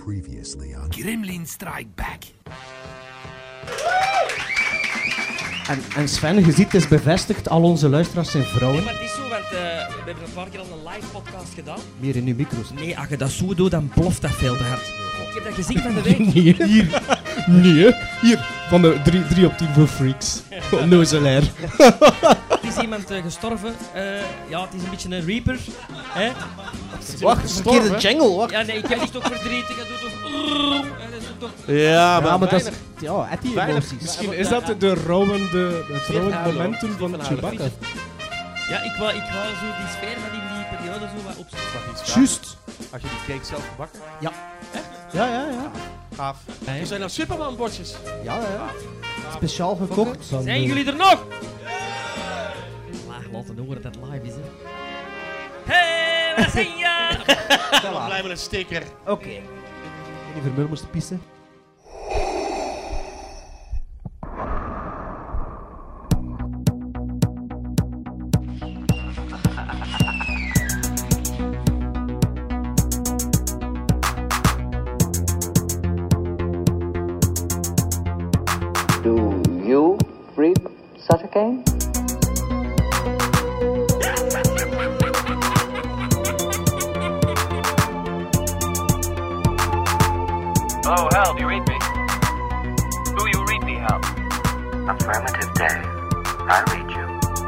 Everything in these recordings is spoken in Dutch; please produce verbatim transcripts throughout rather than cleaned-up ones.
Previously on Gremlin Strike Back. En, en Sven, je ziet, het is bevestigd, al onze luisteraars zijn vrouwen. Nee, maar het is zo, want uh, we hebben een paar keer al een live podcast gedaan. Meer in uw micro's. Nee, als je dat zo doet, dan ploft dat veel te hard. Ik heb dat gezien van de week. Nee, hier. Nee, hier. Van de drie op tien voor freaks. Onnozelaar. Er is iemand uh, gestorven. Uh, ja, het is een beetje een reaper. Hè? Wacht, verkeerde jingle, wacht. Ja, nee, ik heb die toch verdrietig. Dat doet toch... Ja, dat is toch... Ja, maar, Ja, maar dat is... weinig- Ja, het die weinig- emoties. Misschien is dat de, de rouwende, het rouwende Hallo. momentum van Chewbacca. Ja, ik wou, ik wou zo die sfeer van die periode zo wat opzetten. Juist. Had je die cake zelf gebakken? Ja, ja, ja. Gaaf. Er zijn nou Superman-bordjes. Ja, ja. Speciaal gekocht. Dan, Zijn eh, jullie er nog? Laag laten horen dat het live is, hè. Hé, waar zijn je? Dan blijven een sticker. Oké. Okay. Die Vermeulen moest pissen. Do you read such a game? Oh, Hal, do you read me? Do you read me, Hal? Affirmative, Dave. I read you.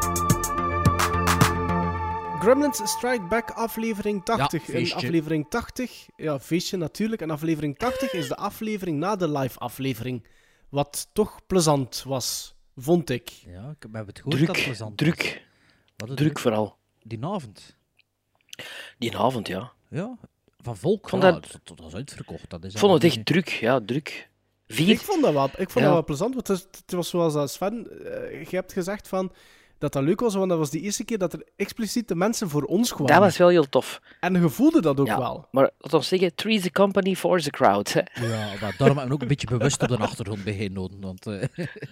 Gremlins Strike Back, aflevering tachtig. Ja, en feestje. aflevering tachtig, ja, feestje natuurlijk. En aflevering tachtig is de aflevering na de live-aflevering. Wat toch plezant was, vond ik. Ja, ik we hebben het gehoord dat het Druk, plezant druk, was. Wat is druk vooral. Die avond. Die avond, ja. Ja, van volk. Vond ja, dat- dat, dat was uitverkocht. Dat is Ik vond het allemaal echt druk, ja, druk. Ik Vier. vond dat wel, ik vond Ja. dat wel plezant, want het, het was zoals dat Sven, uh, je hebt gezegd van, dat dat leuk was, want dat was de eerste keer dat er expliciet de mensen voor ons kwamen. Dat was wel heel tof. En je voelde dat ook Ja. wel. Maar laten we zeggen, three's the company, four's the crowd. Hè. niet- Ja, maar daarom heb ik ook een beetje bewust op de achtergrond bij noten. Want, eh,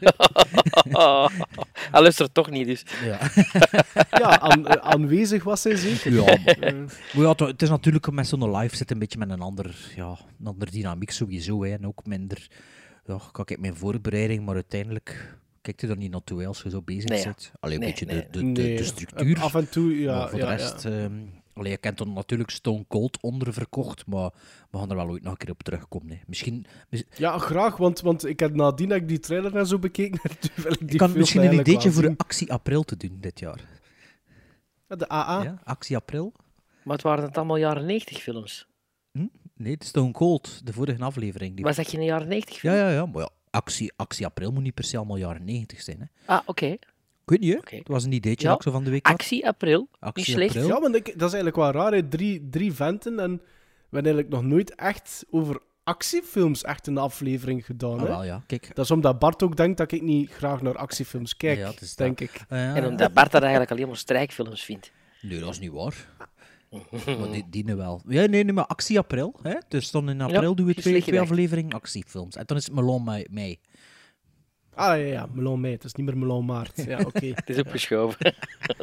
Hij luistert toch niet, dus. ja. Ja, aan, eh, aanwezig was hij zeker. Ja, maar, Eh, maar ja, het- het is natuurlijk met zo'n live zit een beetje met een ander, ja, een andere dynamiek sowieso. Hè, en ook minder, ja, kijk ik mijn voorbereiding, maar uiteindelijk kijkt je er niet naartoe hè, als je zo bezig Nee, ja. zit. Alleen Nee, een beetje nee. de, de, de, nee, de structuur. Af en toe, ja. maar voor ja, de rest, ja. ehm, allee, je kent er natuurlijk Stone Cold onder verkocht, maar we gaan er wel ooit nog een keer op terugkomen. Hè. Misschien, mis- Ja, graag, want, want ik heb nadien dat ik die trailer en zo bekeken heb, wil ik die ik kan film misschien een eigenlijk ideetje wel voor de zien. actie april te doen dit jaar. Ja, de A A. Ja, actie april? Maar het waren het allemaal jaren negentig films. Nee, de Stone Cold, de vorige aflevering. Die... Was dat geen jaren negentig film? Ja, ja, ja, maar ja, actie, actie april moet niet per se allemaal jaren negentig zijn. Hè. Ah, oké. Ik weet niet, hè? Oké. Het was een ideetje Ja. dat ik zo van de week had. Actie april. Actie Niet slecht. april. Ja, maar ik, dat is eigenlijk wel raar. Hè. Drie, drie venten en we hebben eigenlijk nog nooit echt over actiefilms echt een aflevering gedaan. Ah, Hè. wel, ja. Kijk. Dat is omdat Bart ook denkt dat ik niet graag naar actiefilms kijk, Ja, het is dat. denk ik. Eh, En omdat Bart dat eigenlijk alleen maar strijkfilms vindt. Nee, dat is niet waar. Maar die dienen wel. Ja, nee, nee, maar actie april. Hè? Dus dan in april Ja, doen we is twee, slecht twee gedacht. afleveringen actiefilms. En dan is het Melon mei. mei. Ah ja, ja, Melon Mei. Het is niet meer Melon Maart. Ja, oké. Het is opgeschoven.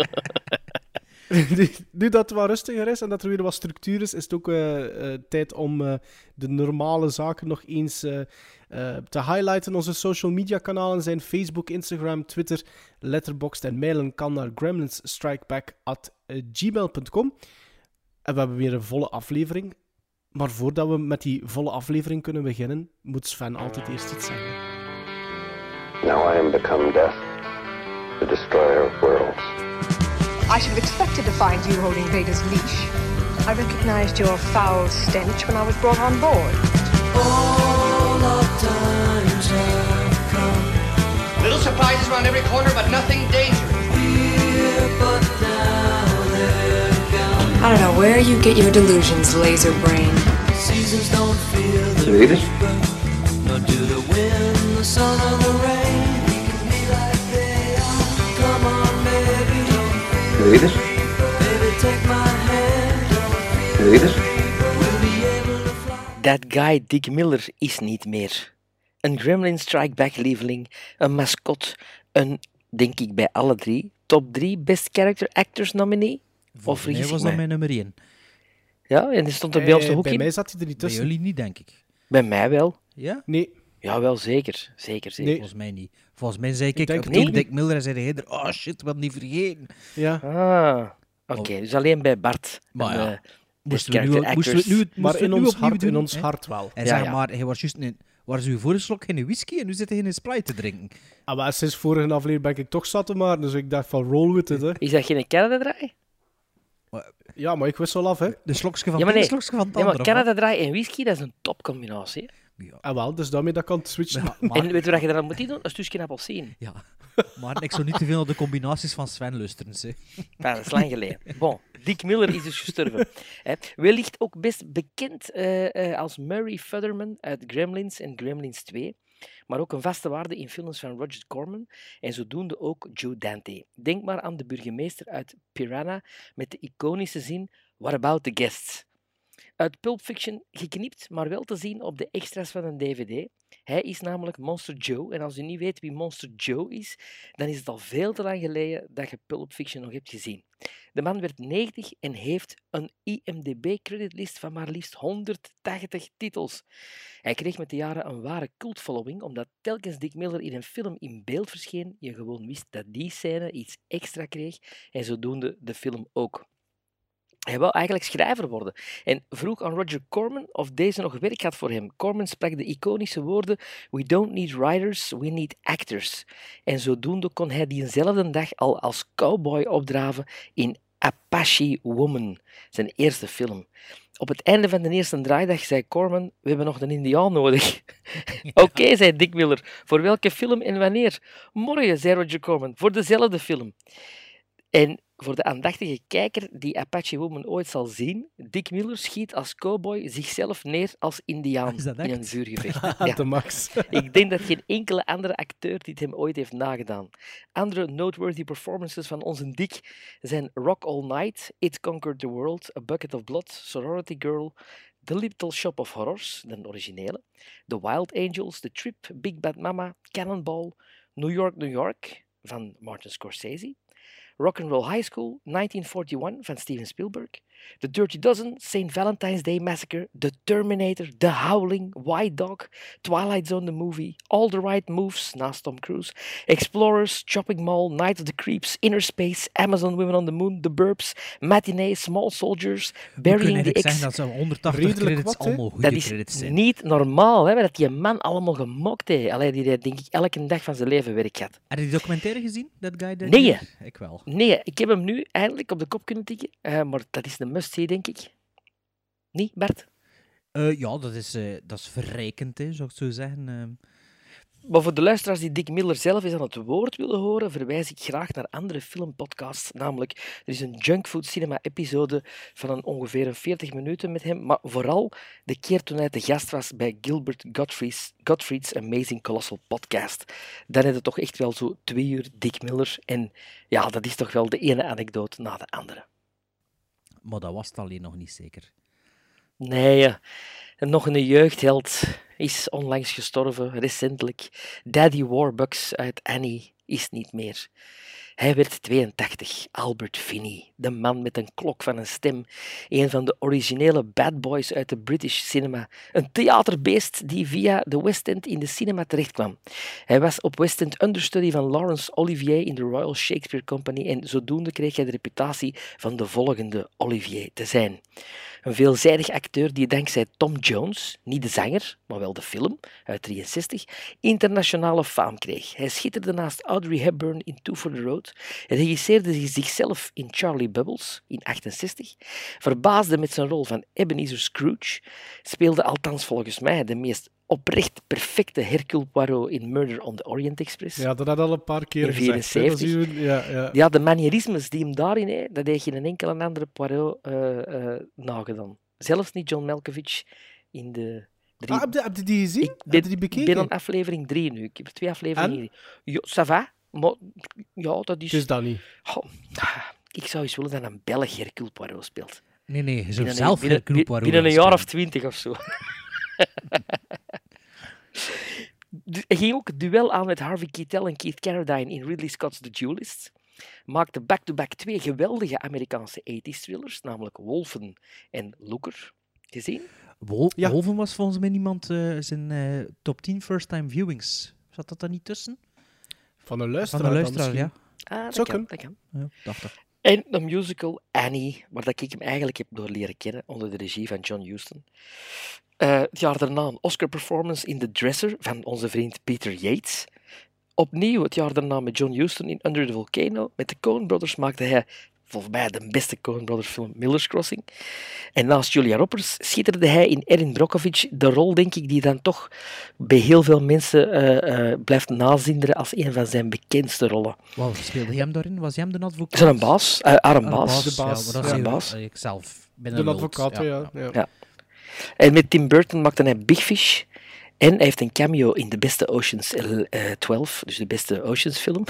nu, nu dat het wat rustiger is en dat er weer wat structuur is, is het ook eh, eh, tijd om eh, de normale zaken nog eens eh, eh, te highlighten. Onze social media kanalen zijn Facebook, Instagram, Twitter, Letterboxd en mailen kan naar gremlinsstrikeback at gmail punt com. En we hebben weer een volle aflevering. Maar voordat we met die volle aflevering kunnen beginnen, moet Sven altijd eerst iets zeggen. Now I am become death, the destroyer of worlds. I should have expected to find you holding Vader's leash. I recognized your foul stench when I was brought on board. Little surprises around every corner, but nothing dangerous. I don't know where you get your delusions, laser brain. Read it. Read it. Read it. Dat guy Dick Miller is niet meer. Een Gremlin Strike Back lieveling, een mascot, een, denk ik bij alle drie, top drie Best Character Actors nominee? Of Volgens mij vergis was ik dat mij? mijn nummer één. Ja, en die stond er bij ons de Eh, hoek bij in. mij zat hij er niet Bij tussen. jullie niet, denk ik. Bij mij wel. Ja? Nee, Ja, wel zeker. Zeker, zeker. Nee. Volgens mij niet. Volgens mij zei ik, denk ik het ook toen niet. Dick Miller en zei hij er, oh shit, wat niet vergeten. ja. Ah, oké. Dus alleen bij Bart. Maar En, ja, eh, Moesten we nu, character moesten we het nu, actors. moesten Maar we in het nu ons opnieuw hart, in doen, ons hè? hart wel. En Ja, zeg ja. maar, hij was juist een, was uw vorige slok geen whisky en nu zit hij in een Sprite te drinken. Ah, maar sinds vorige aflevering ben ik toch zat te maar, dus ik dacht van roll with it, hè. Is dat geen Canada-draai? Ja, maar ik wist wel af, hè. De slokje van Ja, maar het nee. ene, slokje van het Ja, maar andere. of wat? Canada-draai en whisky, dat is een topcombinatie. hè. Ja, Ah, wel, dus daarmee dat kan switchen. maar, En maar, weet je wat je dan moet doen? Een stukje appelsien. ja. maar ik zou niet te veel naar de combinaties van Sven luisteren. Zeg. Ja, dat is lang geleden. Bon, Dick Miller is dus gestorven. Hè. Wellicht ook best bekend eh, eh, als Murray Futterman uit Gremlins en Gremlins twee. Maar ook een vaste waarde in films van Roger Corman en zodoende ook Joe Dante. Denk maar aan de burgemeester uit Piranha met de iconische zin What about the guests? Uit Pulp Fiction geknipt, maar wel te zien op de extra's van een D V D. Hij is namelijk Monster Joe. En als u niet weet wie Monster Joe is, dan is het al veel te lang geleden dat je Pulp Fiction nog hebt gezien. De man werd negentig en heeft een I M D B-creditlist van maar liefst honderdtachtig titels. Hij kreeg met de jaren een ware cultfollowing, omdat telkens Dick Miller in een film in beeld verscheen, je gewoon wist dat die scène iets extra kreeg en zodoende de film ook. Hij wou eigenlijk schrijver worden en vroeg aan Roger Corman of deze nog werk had voor hem. Corman sprak de iconische woorden We don't need writers, we need actors. En zodoende kon hij diezelfde dag al als cowboy opdraven in Apache Woman, zijn eerste film. Op het einde van de eerste draaidag zei Corman, we hebben nog een indiaan nodig. Oké, okay, zei Dick Miller, voor welke film en wanneer? Morgen, zei Roger Corman, voor dezelfde film. En voor de aandachtige kijker die Apache Woman ooit zal zien, Dick Miller schiet als cowboy zichzelf neer als indiaan Is dat in echt? een vuurgevecht. Ah, Ja. de max. Ik denk dat geen enkele andere acteur dit hem ooit heeft nagedaan. Andere noteworthy performances van onze Dick zijn Rock All Night, It Conquered the World, A Bucket of Blood, Sorority Girl, The Little Shop of Horrors, de originele, The Wild Angels, The Trip, Big Bad Mama, Cannonball, New York, New York van Martin Scorsese, Rock'n'Roll High School, negentien eenenveertig van Steven Spielberg, The Dirty Dozen, Saint Valentine's Day Massacre, The Terminator, The Howling, White Dog, Twilight Zone the Movie, All the Right Moves, naast Tom Cruise, Explorers, Chopping Mall, Night of the Creeps, Inner Space, Amazon Women on the Moon, The Burbs, Matinee, Small Soldiers, We Burying kunnen the eigenlijk X. zeggen dat zo'n honderdtachtig Redelijk credits wat, hè? allemaal goede Dat is credits zijn. niet normaal, hè, dat die man allemaal gemokt heeft. Allee, die heeft denk ik elke dag van zijn leven werk gehad. Heb je die documentaire gezien, dat guy? That Nee. Year? Ik wel. Nee, ik heb hem nu eindelijk op de kop kunnen tikken, eh, maar dat is een must-see, denk ik. Niet, Bart? Eh, ja, dat is, eh, dat is verrijkend, hè, zou ik zo zeggen. ehm. Maar voor de luisteraars die Dick Miller zelf eens aan het woord willen horen, verwijs ik graag naar andere filmpodcasts. Namelijk, er is een Junkfood Cinema-episode van een ongeveer een veertig minuten met hem, maar vooral de keer toen hij te gast was bij Gilbert Gottfried's, Gottfried's Amazing Colossal Podcast. Dan is het toch echt wel zo twee uur Dick Miller. En ja, dat is toch wel de ene anekdote na de andere. Maar dat was het alleen nog niet zeker. Nee, ja. En nog een jeugdheld is onlangs gestorven, recentelijk. Daddy Warbucks uit Annie is niet meer. Hij werd tweeëntachtig, Albert Finney, de man met een klok van een stem, een van de originele bad boys uit de British cinema, een theaterbeest die via de West End in de cinema terechtkwam. Hij was op West End understudy van Laurence Olivier in de Royal Shakespeare Company en zodoende kreeg hij de reputatie van de volgende Olivier te zijn. Een veelzijdig acteur die dankzij Tom Jones, niet de zanger, maar wel de film, uit drieënzestig, internationale faam kreeg. Hij schitterde naast Audrey Hepburn in Two for the Road, regisseerde zichzelf in Charlie Bubbles in achtenzestig, verbaasde met zijn rol van Ebenezer Scrooge, speelde althans volgens mij de meest oprecht perfecte Hercule Poirot in Murder on the Orient Express. Ja, dat had al een paar keer In gezegd. hè. Dat is vierenzeventig. uw- ja, ja. Ja, de manierismes die hem daarin heeft, dat heeft geen enkele andere Poirot uh, uh, nagedaan. Zelfs niet John Malkovich in de drie... Ah, heb, je, heb je die gezien? ik Heb ben, je die ik bekeken? ben aan aflevering drie nu. Ik heb er twee afleveringen En? gezien. Ja, ça va. Maar ja, dat is... Het is dat niet. Oh, ik zou eens willen dat een Belg Hercule Poirot speelt. Nee, nee, je zou Binnen, zelf een, binnen, Hercule Poirot binnen een willen jaar of spelen. twintig of zo. Hij ging ook het duel aan met Harvey Keitel en Keith Carradine in Ridley Scott's The Duelist. maakte back-to-back twee geweldige Amerikaanse eighties thrillers, namelijk Wolfen en Looker. Gezien? Wol- Ja. Wolven was volgens mij niemand uh, zijn uh, top tien first-time viewings. Zat dat daar niet tussen? Van een luisteraar. Van de dan luisteraar, misschien. ja. Ah, dat Zou kan, kunnen. dat kan. ja. Dacht ik. En de musical Annie, waar dat ik hem eigenlijk heb door leren kennen onder de regie van John Huston. Uh, het jaar daarna een Oscar-performance in The Dresser van onze vriend Peter Yates. Opnieuw het jaar daarna met John Huston in Under the Volcano. Met de Coen Brothers maakte hij volgens mij de beste Coen Brothers film Miller's Crossing. En naast Julia Roberts schitterde hij in Erin Brockovich, de rol, denk ik, die dan toch bij heel veel mensen uh, uh, blijft nazinderen als een van zijn bekendste rollen. Wow, speelde hij hem daarin? Was hij hem de advocaat? Is dat een baas? Uh, Arm Ah, baas. de baas. Ja, maar dat Ja, is een heel- baas. eh, Ik zelf ben De een lult. advocaat, ja. ja. Ja. En met Tim Burton maakte hij Big Fish. En hij heeft een cameo in de beste Oceans uh, twaalf, dus de beste Oceans film.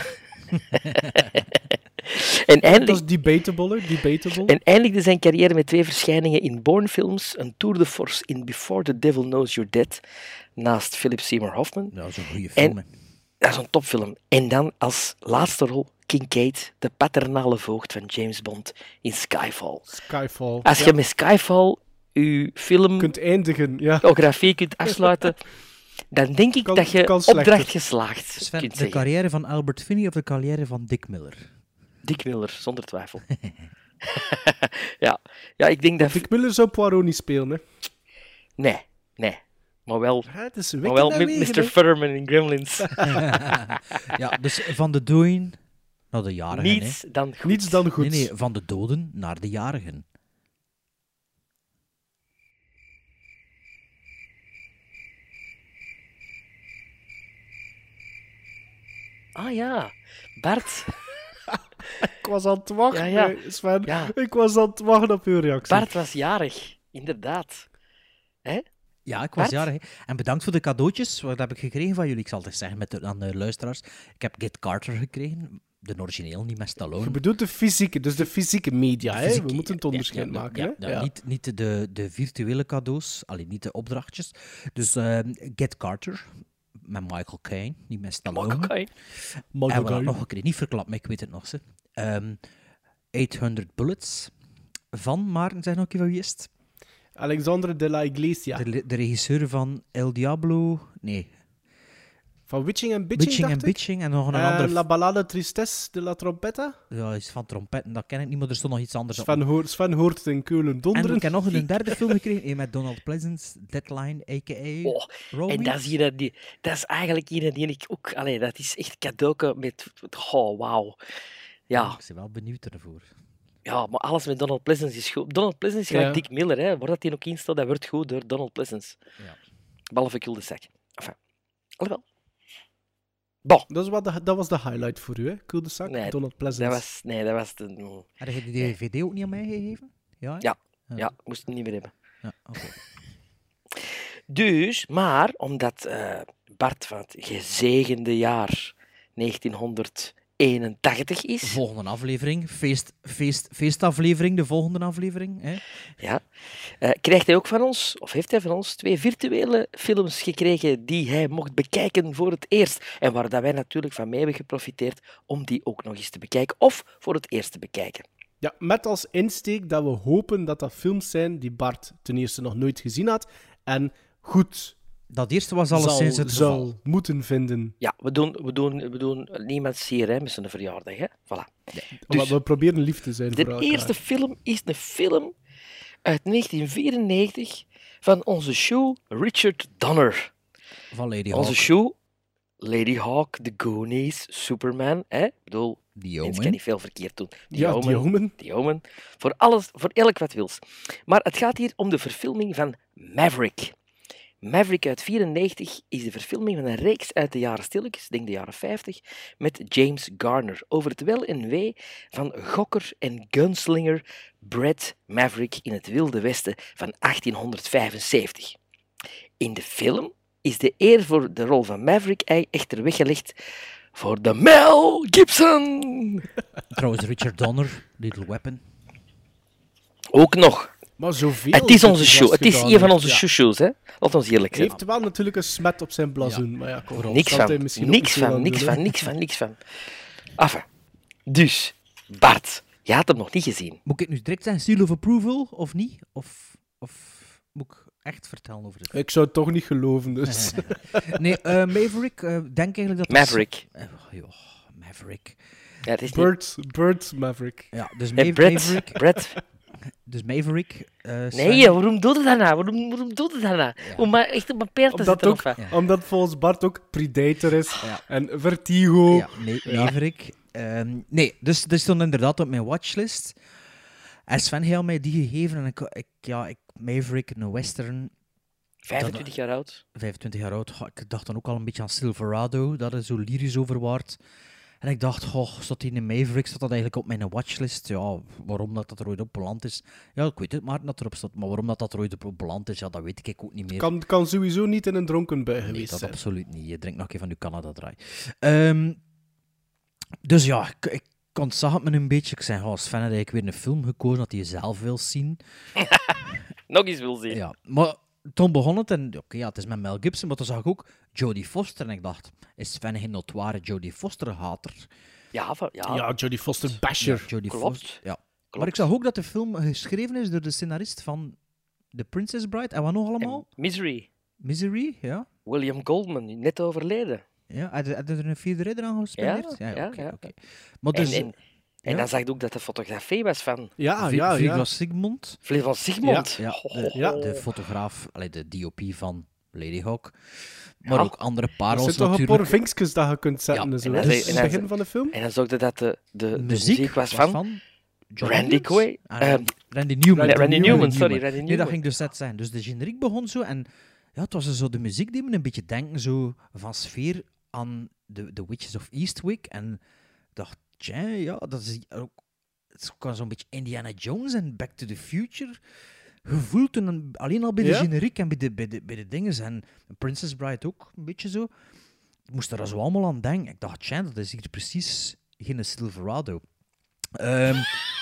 en, Dat eindig, is debatable, hè, debatable. en eindigde zijn carrière met twee verschijningen in Bourne-films, een tour de force in Before the Devil Knows You're Dead, naast Philip Seymour Hoffman. Ja, dat is een goede En- film. hè. Dat is een topfilm. En dan als laatste rol Kincaid, de paternale voogd van James Bond in Skyfall. Skyfall. Als Ja. je met Skyfall je film... kunt eindigen, ja. biografie kunt afsluiten, dan denk ik Kan- dat je kan slechter. opdracht geslaagd Sven, kunt de zeggen. carrière van Albert Finney of de carrière van Dick Miller? Dick Miller, zonder twijfel. ja. ja, ik denk dat... Dick Miller zou Poirot niet spelen, hè. Nee, nee. Maar wel, Ja, het is maar wel wikken en met wegen, mister hè. Futterman in Gremlins. Ja, dus van de doden naar de jarigen. hè. Niets dan goed. Niets dan goed. Nee, nee, van de doden naar de jarigen. Ah ja, Bart. Ik was aan het wachten, Ja, ja. hè, Sven. Ja. Ik was aan het wachten op uw reactie. Bart was jarig, inderdaad. Ja, ik was Bart? jarig. hè. En bedankt voor de cadeautjes. Wat heb ik gekregen van jullie? Ik zal het zeggen met de, aan de luisteraars. Ik heb Get Carter gekregen. De origineel, niet met Stallone. Je bedoelt de fysieke, dus de fysieke media, hè. Fysiek- We moeten het onderscheid ja, ja, maken, ja, hè. ja, Ja. Niet, niet de, de virtuele cadeaus, alleen niet de opdrachtjes. Dus ehm, Get Carter met Michael Caine, niet met Stallone. Oké. En Michael wat ik Caine. nog een keer niet verklapt, maar ik weet het nog. Ze. Ehm, achthonderd Bullets van, maar zeg nog een keer van wie is het? Alexandre de la Iglesia. De, de regisseur van El Diablo, nee, Van Witching and Bitching, Bitching en dacht ik. Bitching en nog een Eh, andere. La Ballade Tristesse de la Trompetta. Ja, iets van trompetten, dat ken ik niet, maar er stond nog iets anders op. Sven, hoort, Sven hoort het in Keulen En donderen. ik heb nog een derde film gekregen, een met Donald Pleasence, Deadline, a k a. Oh, Romance. en dat is, hier, die, dat is eigenlijk hier die ik ook... Allee, dat is echt cadeauke met... Oh, wauw. Ja, Ik ben wel benieuwd ervoor. ja, maar alles met Donald Pleasence is goed. Donald Pleasence is gelijk Ja. Dick Miller, hè. Waar dat hij ook in staat, dat wordt goed door Donald Pleasence. Ja. Behalve cul-de-sac. Enfin, alhoewel. Bon, Dat, is wat de, dat was de highlight voor u, hè? Cul-de-sac, Nee, Donald Pleasence. dat was... Nee, dat was... De, mm, Heb je die D V D ook niet aan mij gegeven? Ja? hè? Ja. ja, ik moest het niet meer hebben. Ja, oké. Dus, maar omdat eh, Bart van het gezegende jaar negentienhonderdeenentachtig is, Volgende aflevering, feest, feest, feestaflevering, de volgende aflevering. Hè? ja, eh, krijgt hij ook van ons, of heeft hij van ons, twee virtuele films gekregen die hij mocht bekijken voor het eerst. En waar dat wij natuurlijk van mee hebben geprofiteerd om die ook nog eens te bekijken, of voor het eerst te bekijken. Ja, met als insteek dat we hopen dat dat films zijn die Bart ten eerste nog nooit gezien had en goed Dat eerste was al zal, sinds het geval. zal moeten vinden. Ja, we doen, we doen, we doen niemand zeer hè, met zijn verjaardag. Hè? Voilà. Dus, we proberen lief te zijn voor De elkaar. eerste film is een film uit negentien vierennegentig van onze show Richard Donner. Van Lady Onze Hawk. show Lady Hawk, The Goonies, Superman. Hè? Ik bedoel, The mensen kan Omen. niet veel verkeerd doen. The Ja, Omen, die Omen. The Omen. Voor alles, voor elk wat wils. Maar het gaat hier om de verfilming van Maverick. Maverick uit vierennegentig is de verfilming van een reeks uit de jaren stilletjes, denk de jaren vijftig, met James Garner over het wel en wee van gokker en gunslinger Brad Maverick in het Wilde Westen van achttienhonderdvijfenzeventig. In de film is de eer voor de rol van Maverick echter weggelegd voor de Mel Gibson. Trouwens, Richard Donner, Little Weapon. Ook nog. Maar zoveel Het is dat onze die show. gast Het is gedaan een van heeft, onze ja. shows, hè. Laat ons eerlijk Hij zijn. heeft wel natuurlijk een smet op zijn blazoen. Maar ja, kom, Niks zal hij van, misschien ook niks niet veel van, aan niks doen, hè. van, niks van, niks van. Enfin, Dus, Bart, je had hem nog niet gezien. Moet ik nu direct zeggen, seal of approval, of niet? Of, of moet ik echt vertellen over het? Ik zou het toch niet geloven, dus... Nee, uh, Maverick, uh, denk eigenlijk dat... Maverick. Dat... Uh, joh, Maverick. Ja, het is niet... Bird, Bird Maverick. Ja, dus Nee, Mav- Brett. Maverick... Brett. Dus Maverick... Uh, Nee, waarom doe je dat nou? Waarom, waarom doe je dat nou? Ja. Om maar echt op mijn peer te Omdat, zitten. ook, Of wat? Ja. omdat volgens Bart ook Predator is. Ja. En Vertigo. Ja, Ma- Maverick. Um, nee, dus die stond inderdaad op mijn watchlist. En Sven heeft mij die gegeven. En ik, ik, ja, ik, Maverick, een western... vijfentwintig jaar oud. vijfentwintig jaar oud. Goh, ik dacht dan ook al een beetje aan Silverado, dat er zo lyrisch over waard. En ik dacht, goh, staat die in Maverick, staat dat eigenlijk op mijn watchlist? Ja, waarom dat, dat er ooit op beland is? Ja, ik weet het maar dat erop staat. Maar waarom dat, dat er ooit op beland is, ja, dat weet ik ook niet meer. Kan, kan sowieso niet in een dronken bui Nee, geweest dat zijn. absoluut niet. Je drinkt nog een keer van je Canada Dry. Um, dus ja, ik, ik ontzag het me een beetje. Ik zei, oh, Sven had eigenlijk weer een film gekozen dat hij zelf wil zien. Nog eens wil zien. Ja, maar toen begon het en oké, ja, het is met Mel Gibson, maar toen zag ik ook Jodie Foster en ik dacht, is Sven geen notoire Jodie Foster-hater? Ja, van, ja. Ja, Jodie Foster Basher. Ja, Jodie Klopt. Foster, ja. Klopt. Maar ik zag ook dat de film geschreven is door de scenarist van The Princess Bride en wat nog allemaal? En Misery. Misery, ja. William Goldman, net overleden. Ja, had had er een vierde ridder aan gespendeerd? Ja, ja, oké, ja. oké. Maar dus, en en, en ja. dan zag ik ook dat de fotografie was van Ja, Vi- ja, Viggo ja. Sigmund, Vlee van Sigmund. ja, de, Ja. de fotograaf, allee, de D O P van Lady Hawk. Maar Ja. ook andere Er parels zijn toch een natuurlijk. paar vinkjes dat je kunt zetten. Ja, en zo, en hè? dan Dus zei- en het dan begin van de film. En dan zag je dat de, de, de, De muziek, was van... John Randy Williams. Quaid. Ah, Eh, Randy, Randy Newman. Nee, Randy Newman, sorry, Randy Nee, dat Newman. ging dus net zijn. Dus de generiek begon zo en ja, het was zo de muziek die me een beetje denken zo van sfeer aan The, the Witches of Eastwick. En ik dacht, tja, ja, dat is ook, het is ook zo'n beetje Indiana Jones en Back to the Future gevoeld. En alleen al bij de Ja? generiek en bij de, bij de, bij de dingen. En Princess Bride ook een beetje zo. Ik moest er zo allemaal aan denken. Ik dacht, tja, dat is hier precies geen Silverado. Ehm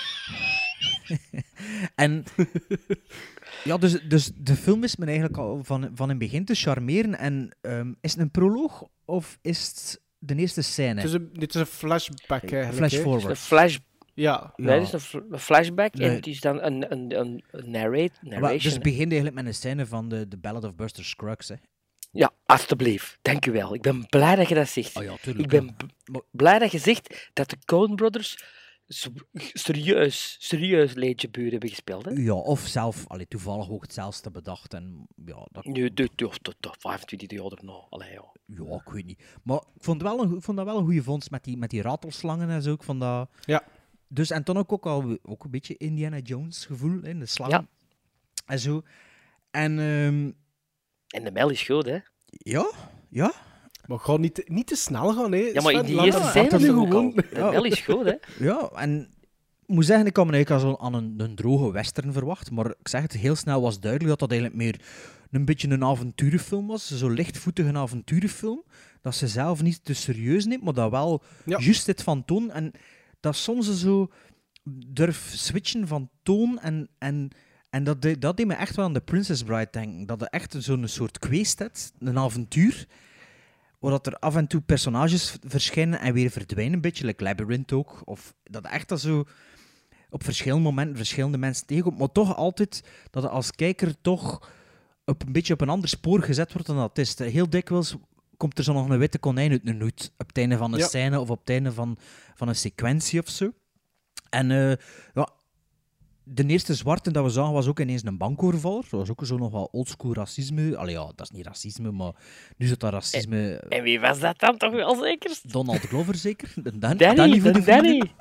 en ja, dus, dus de film is me eigenlijk al van, van in het begin te charmeren. En um, is het een proloog of is het de eerste scène? Het is een, dit is een flashback eigenlijk. Flash hè. een forward. flash... Ja. Nee, het is een, fl- een flashback Nee. en het is dan een, een, een, een narrate, Maar, narration. dus het begint eigenlijk met een scène van de, de Ballad of Buster Scruggs. Hè. Ja, alstublieft. Dank u wel. Ik ben blij dat je dat zegt. Oh ja, Ik tuurlijk. ben ja. b- Maar- blij dat je zegt dat de Coen Brothers s- serieus, serieus Leedje Buur hebben gespeeld. Hè? Ja, of zelf, allee, toevallig ook hetzelfde bedacht. En, ja, dat, Nu, de, de, de, de vijfentwintig jaar erna. Allee, ja. ja, ik weet niet. Maar ik vond, wel een, ik vond dat wel een goede vondst met die, met die ratelslangen en zo. Ik vond dat... Ja. Dus, en toen ook, ook al ook een beetje Indiana Jones gevoel in de slangen. Ja. En zo. En ehm, En de Mel is goed, hè? ja, ja. Maar ga niet, te- niet te snel gaan, hè. Ja, maar in Sven, die laat eerste dat scène Bart is nu het ook al. gewoon... De Mel is goed, hè? Ja, en ik moet zeggen, ik had me eigenlijk al zo aan een, een droge western verwacht, maar ik zeg het, heel snel was duidelijk dat dat eigenlijk meer een beetje een avonturenfilm was, zo lichtvoetig een avonturenfilm, dat ze zelf niet te serieus neemt, maar dat wel Ja. juist dit van toon, en dat soms ze zo durf switchen van toon, en, en, en dat, de- dat deed me echt wel aan The Princess Bride denken, dat het echt zo'n soort quest had, een avontuur, waar dat er af en toe personages v- verschijnen en weer verdwijnen, een beetje, like Labyrinth ook. Of dat echt dat zo op verschillende momenten verschillende mensen tegenkomt, maar toch altijd dat het als kijker toch op een beetje op een ander spoor gezet wordt dan dat het is. Heel dikwijls komt er zo nog een witte konijn uit een hoed op het einde van een Ja. scène of op het einde van, van een sequentie of zo. En eh, ja, de eerste zwarte dat we zagen was ook ineens een bankovervaller. Dat was ook zo nog wel oldschool racisme. Allee, ja, dat is niet racisme, maar nu is het dat racisme... En wie was dat dan toch wel zeker? Donald Glover zeker? Dan, Dan, Danny, voor de de Danny.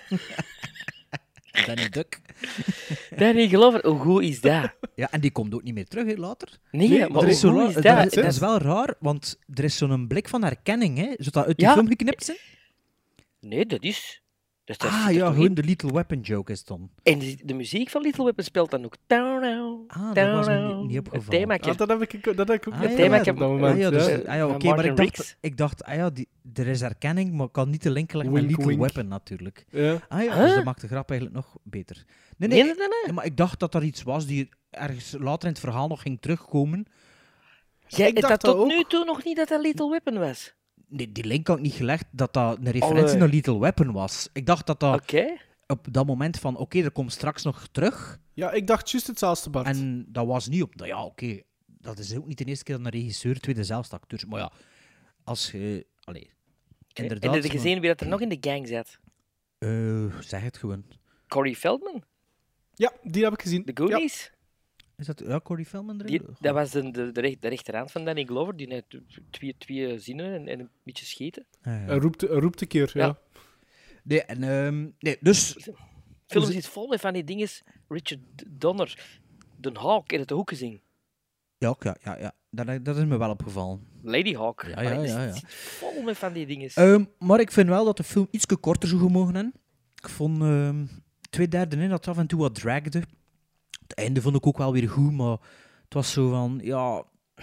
vrienden. Danny Duck. Danny Glover, hoe goed is dat? Ja, en die komt ook niet meer terug, hè, later. Nee, Nee, maar Er hoe is zo goed la- is dat, dat? dat is wel raar, want er is zo'n blik van herkenning, hè. Zou dat uit die Ja. film geknipt zijn? Nee, dat is... Dat, dat Ah zit er ja, toch gewoon in? de Little Weapon joke is het dan. En de, de muziek van Little Weapon speelt dan ook... Down, down, Ah, dat was me niet- niet Het opgevallen. themaatje. Ah, dat, heb ik, dat heb ik ook Ah, net ja, gemerkt ja. op dat Ah moment. ja, dus, ja. ah, ja, Van oké, maar Martin ik dacht, Riggs. ik dacht ah, ja, die, er is herkenning, maar ik kan niet de link leggen met Wink, Little wink. Weapon natuurlijk. Ja. Ah ja, Huh? dus dat maakt de grap eigenlijk nog beter. Nee, Nee, nee, nee, nee, nee. nee, maar ik dacht dat er iets was die ergens later in het verhaal nog ging terugkomen. Jij Ik hebt dacht dat tot dat ook. nu toe nog niet dat dat Little Weapon was. nee, die link had ik niet gelegd dat dat een referentie Allee. naar Lethal Weapon was. Ik dacht dat dat Oké. op dat moment van, oké, okay, er komt straks nog terug. Ja, ik dacht juist hetzelfde, Bart. En dat was niet op... Nou ja, oké, okay, dat is ook niet de eerste keer dat een regisseur twee dezelfde acteurs... Maar ja, als je... Allee, Okay. inderdaad... En heb je gezien wie dat er nog in de gang zat? Uh, zeg het gewoon. Corey Feldman? Ja, die heb ik gezien. De Goonies? Is dat ja, Corey Feldman erin? Die, dat was de, de, de, recht, de rechterhand van Danny Glover, die net twee, twee zinnen en, en een beetje schieten. Ah, ja. Hij roept, hij roept een keer, ja. Ja. Nee, en, um, nee, dus... De film zit vol met van die dingen. Richard Donner, de Hawk in het hoek gezien. Ja, ja, ja, ja. Dat, dat is me wel opgevallen. Lady Hawk. Ja, ja, ja, ja. Het zit vol met van die dingen. Um, maar ik vind wel dat de film iets korter zou gemogen hebben. Ik vond um, twee derde in dat af en toe wat dragde. Het einde vond ik ook wel weer goed, maar het was zo van, ja...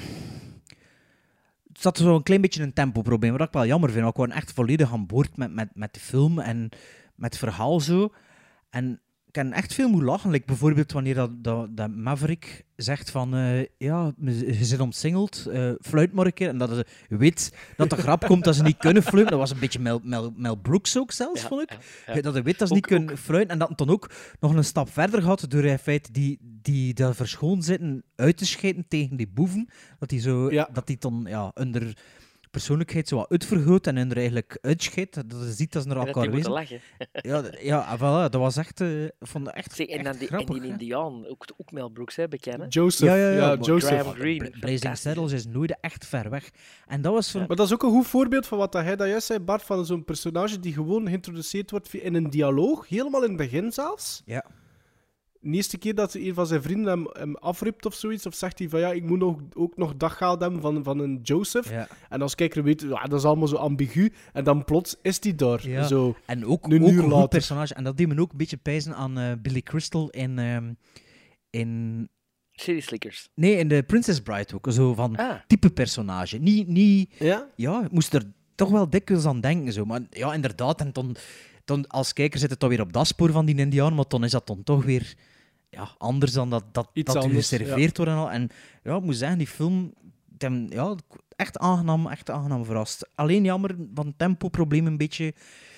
Het zat zo een klein beetje een tempoprobleem, wat ik wel jammer vind. Want ik was echt volledig aan boord met, met, met de film en met het verhaal zo. En ik heb echt veel moeten lachen. Like bijvoorbeeld wanneer dat, dat, dat Maverick zegt van... Uh, ja, je zit omsingeld, uh, fluit maar een keer. En dat ze weet dat de grap komt dat ze niet kunnen fluiten. Dat was een beetje Mel, Mel, Mel Brooks ook zelfs, Ja, vond ik. ja, ja. Dat ze weet dat ze Ook- niet kunnen fluiten. En dat het dan ook nog een stap verder gaat door het feit die, die daar verschoond zitten uit te schijten tegen die boeven. Dat die, zo, Ja. dat die dan ja, onder persoonlijkheid zo wat uitvergroot en er eigenlijk uitscheidt. Dat je ziet dat ze naar En dat elkaar die moeten wezen. lachen. Ja, d- ja, voilà, dat was echt, uh, vond ik echt, Zeg, en echt dan die, en grappig. die hè. Indiaan, ook, ook Mel Brooks, hè, bekennen. Joseph. Ja, ja, ja, maar Joseph. Graham Greene. Bra- Blazing fantastisch. Saddles is nooit echt ver weg. En dat was voor... Maar dat is ook een goed voorbeeld van wat dat hij dat juist zei, Bart, van zo'n personage die gewoon geïntroduceerd wordt via- in een dialoog, helemaal in het begin zelfs. Ja. De eerste keer dat een van zijn vrienden hem, hem afript of zoiets, of zegt hij van ja, ik moet nog, ook nog daggeld hebben van, van een Joseph. Ja. En als kijker weet, ja, dat is allemaal zo ambigu. En dan plots is hij daar. Ja. Zo. En ook, Een ook uur een goed later. personage. En dat deed me ook een beetje pijzen aan uh, Billy Crystal in... Um, in City Slickers. nee, in de Princess Bride ook. Zo van Ah, type personage. Niet... niet Ja? ja, ik moest er toch wel dikwijls aan denken. Zo. Maar ja, inderdaad. En dan, dan als kijker zit het dan weer op dat spoor van die Indiaan, maar dan is dat dan toch weer ja, anders dan dat, dat, Iets dat u anders, geserveerd wordt en al. En ja, ik moet zeggen, die film... Tem, ja, echt aangenaam, echt aangenaam verrast. Alleen jammer, van het tempoprobleem een beetje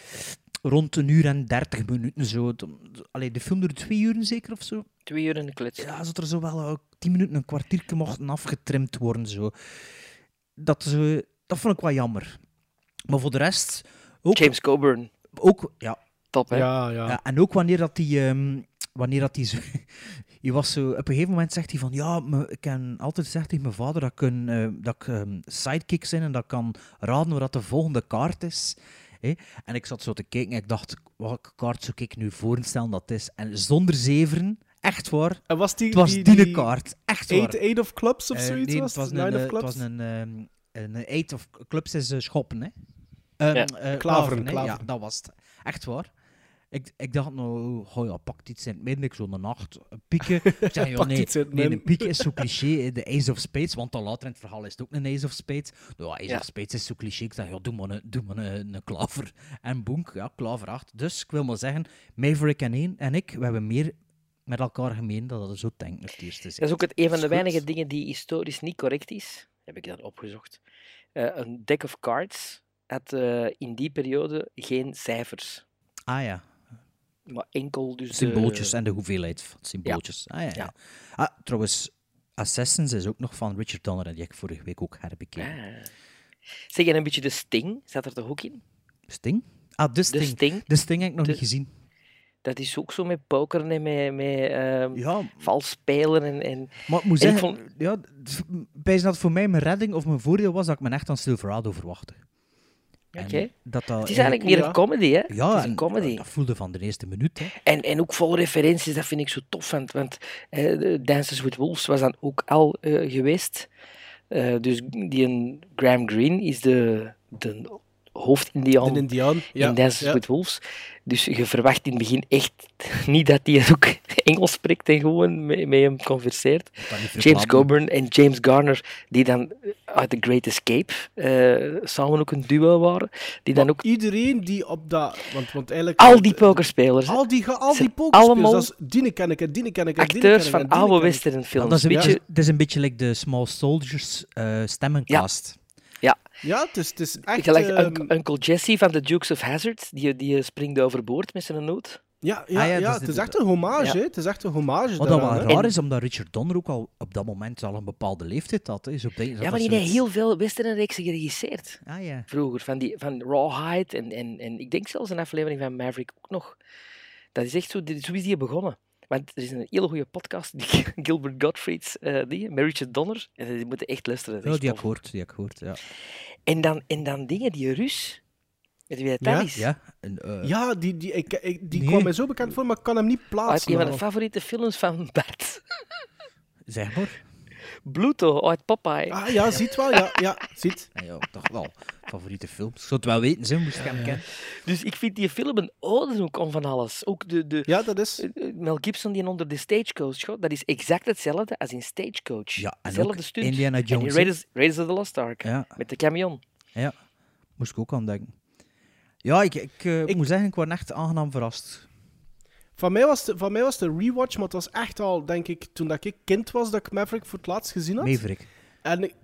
rond een uur en dertig minuten. Zo. Allee, de film duurt twee uur zeker of zo. twee uur in de klets. Ja, zou er zo wel uh, tien minuten, een kwartiertje mochten afgetrimd worden. Zo. Dat, zo, dat vond ik wel jammer. Maar voor de rest... Ook, James Coburn. ook, ja, Top, hè? Ja, ja. ja, en ook wanneer dat die... Um, wanneer dat die zo... Je was zo, op een gegeven moment zegt hij van... Ja, me, ik heb altijd gezegd tegen mijn vader dat ik, een, uh, dat ik um, sidekick ben en dat ik kan raden waar dat de volgende kaart is. Hey? En ik zat zo te kijken en ik dacht... Welke kaart zou ik nu voorstellen dat is? En zonder zeveren, echt waar... En was die... Het was die, die, die kaart, echt waar. Eight, eight of Clubs of Eh, zoiets nee, was het was een, Nine eh, of het Clubs? was een, ehm, een eight of clubs is uh, schoppen, hè? Uh, Ja. uh, Klaveren, hè? klaveren. Ja, dat was het. Echt waar. Ik, ik dacht nou, oh ja, pak iets in het midden, ik zo een nacht, een pieken. Ik zei, ja, Pakt nee, iets in het nee, een midden. piek is zo cliché, hè, de Ace of Spades, want dan later in het verhaal is het ook een Ace of Spades. Nou, Ace Ja. of Spades is zo cliché, ik zeg, ja, doe maar een, doe maar een, een klaver. En boenk, ja, klaver acht. Dus ik wil maar zeggen, Maverick en, een, en ik, we hebben meer met elkaar gemeen dan dat we zo denken het eerste Dat is ook het, een van de goed. weinige dingen die historisch niet correct is. Heb ik dan opgezocht. Eh, een deck of cards had eh, in die periode geen cijfers. Ah ja, Maar enkel dus... de- symbooltjes en de hoeveelheid van symbooltjes. Ah, ja, ja. Ja. Ah, trouwens, Assassins is ook nog van Richard Donner, en die heb ik vorige week ook herbekeken. Ah. Zeg, en een beetje de Sting, zat er toch ook in? Sting? Ah, de De Sting. Sting, De Sting heb ik nog De- niet gezien. dat is ook zo met pokeren en met, met ehm, Ja, vals spelen. En, en... maar ik moet En ik zeggen, vond- ja, het- bijna dat voor mij mijn redding of mijn voordeel was dat ik me echt aan Silverado verwachtte. En Oké. dat dat Het is eigenlijk meer ja. een comedy, hè? Ja, het is een en comedy. dat voelde van de eerste minuut. Hè. En, en ook vol referenties, dat vind ik zo tof. Want, want eh, de Dances with Wolves was dan ook al eh, geweest. Eh, dus die een Graham Greene is de, de hoofd-Indiaan Een Indiaan. Ja. in Dances ja. with Wolves. Dus je verwacht in het begin echt niet dat hij ook Engels spreekt en gewoon met, met hem converseert. Ik kan niet James verklappen. Coburn en James Garner, die dan uit The Great Escape eh, samen ook een duo waren. Die dan ook Iedereen die op dat... Want, want eigenlijk... al die pokerspelers, hè, Al die, ga- al die zijn pokerspelers, allemaal dat is die ken ik en die ken ik en die acteurs ken ik van en die oude ken ik. westernfilms. Dat is, een Beetje, beetje, dat is een beetje like de Small Soldiers uh, stemmencast. Ja. Ja, het is, het is echt... Gelijk ehm, Uncle, Uncle Jesse van de Dukes of Hazzard, die, die springt overboord met zijn noot. ja, ja, Ah, ja, ja, dat is het is dit- echt een hommage, Ja. hè. Het is echt een hommage Wat dat daaraan, wel hè. raar is, omdat Richard Donner ook al op dat moment al een bepaalde leeftijd had. Hè. Dus op de, Ja, maar die heeft heel veel westernreeksen geregisseerd. Ah ja. Vroeger, van, die, van Rawhide en, en, en ik denk zelfs een aflevering van Maverick ook nog. Dat is echt zo, dit- zo is die begonnen. Want er is een hele goede podcast, die Gilbert Gottfried's, eh die, met Richard Donner. En die moeten echt luisteren. dat is Ja, die echt heb ik tof. gehoord, die heb ik gehoord, ja. En dan, en dan dingen, die Rus. Weet je wie dat Ja? is? Ja, en, eh, Ja, die, die, ik, ik- die Nee. kwam mij zo bekend voor, maar ik kan hem niet Uit plaatsen. een van de al. favoriete films van Bart. zeg maar. Bluto uit Popeye. Ah ja, ziet wel, ja, ja, ziet. Ja, ja, toch wel. Favoriete films. Ik zou het wel weten, ze moest ik hem kennen. Dus ik vind die film een ode ook om van alles. Ook de, de, Ja, dat is... eh, eh, Mel Gibson die onder de Stagecoach schoot, dat is exact hetzelfde als in Stagecoach. Ja, en Hetzelfde ook stunt. Indiana En in Jones. hè. Raiders, Raiders of the Lost Ark, Ja, met de camion. moest ik ook aan denken. Ja, ik, ik, eh, Ik- moet zeggen, ik was echt aangenaam verrast. Van mij, was de, van mij was de rewatch, maar het was echt al, denk ik, toen dat ik kind was, dat ik Maverick voor het laatst gezien had. Maverick. En ik...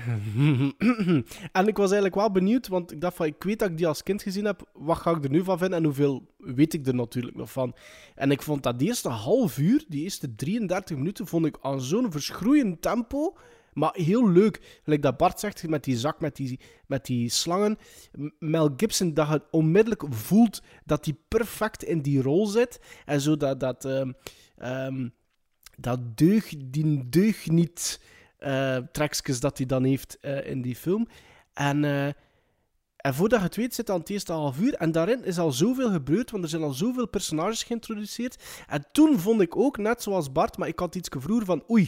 en ik was eigenlijk wel benieuwd, want ik dacht van, ik weet dat ik die als kind gezien heb, wat ga ik er nu van vinden en hoeveel weet ik er natuurlijk nog van. En ik vond dat eerste half uur, die eerste drieëndertig minuten, vond ik aan zo'n verschroeiend tempo, maar heel leuk. Gelijk dat Bart zegt, met die zak, met die, met die slangen. M- Mel Gibson, dat je onmiddellijk voelt dat hij perfect in die rol zit. En zo dat... dat ehm, ehm, dat deug, die deug niet uh, trekjes dat hij dan heeft uh, in die film. En, uh, en voordat je het weet, zit het aan het eerste half uur. En daarin is al zoveel gebeurd, want er zijn al zoveel personages geïntroduceerd. En toen vond ik ook, net zoals Bart, maar ik had iets vroeger van, oei,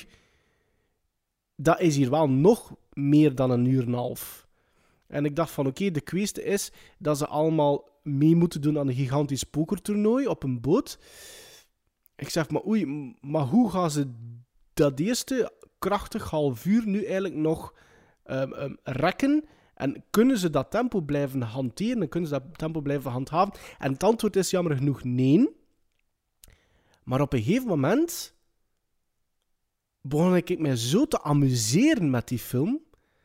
dat is hier wel nog meer dan een uur en een half. En ik dacht van, oké, okay, de kwestie is dat ze allemaal mee moeten doen aan een gigantisch pokertoernooi op een boot. Ik zeg, maar oei, m- maar hoe gaan ze dat eerste krachtig half uur nu eigenlijk nog um, um, rekken? En kunnen ze dat tempo blijven hanteren? En kunnen ze dat tempo blijven handhaven? En het antwoord is jammer genoeg nee. Maar op een gegeven moment begon ik mij zo te amuseren met die film.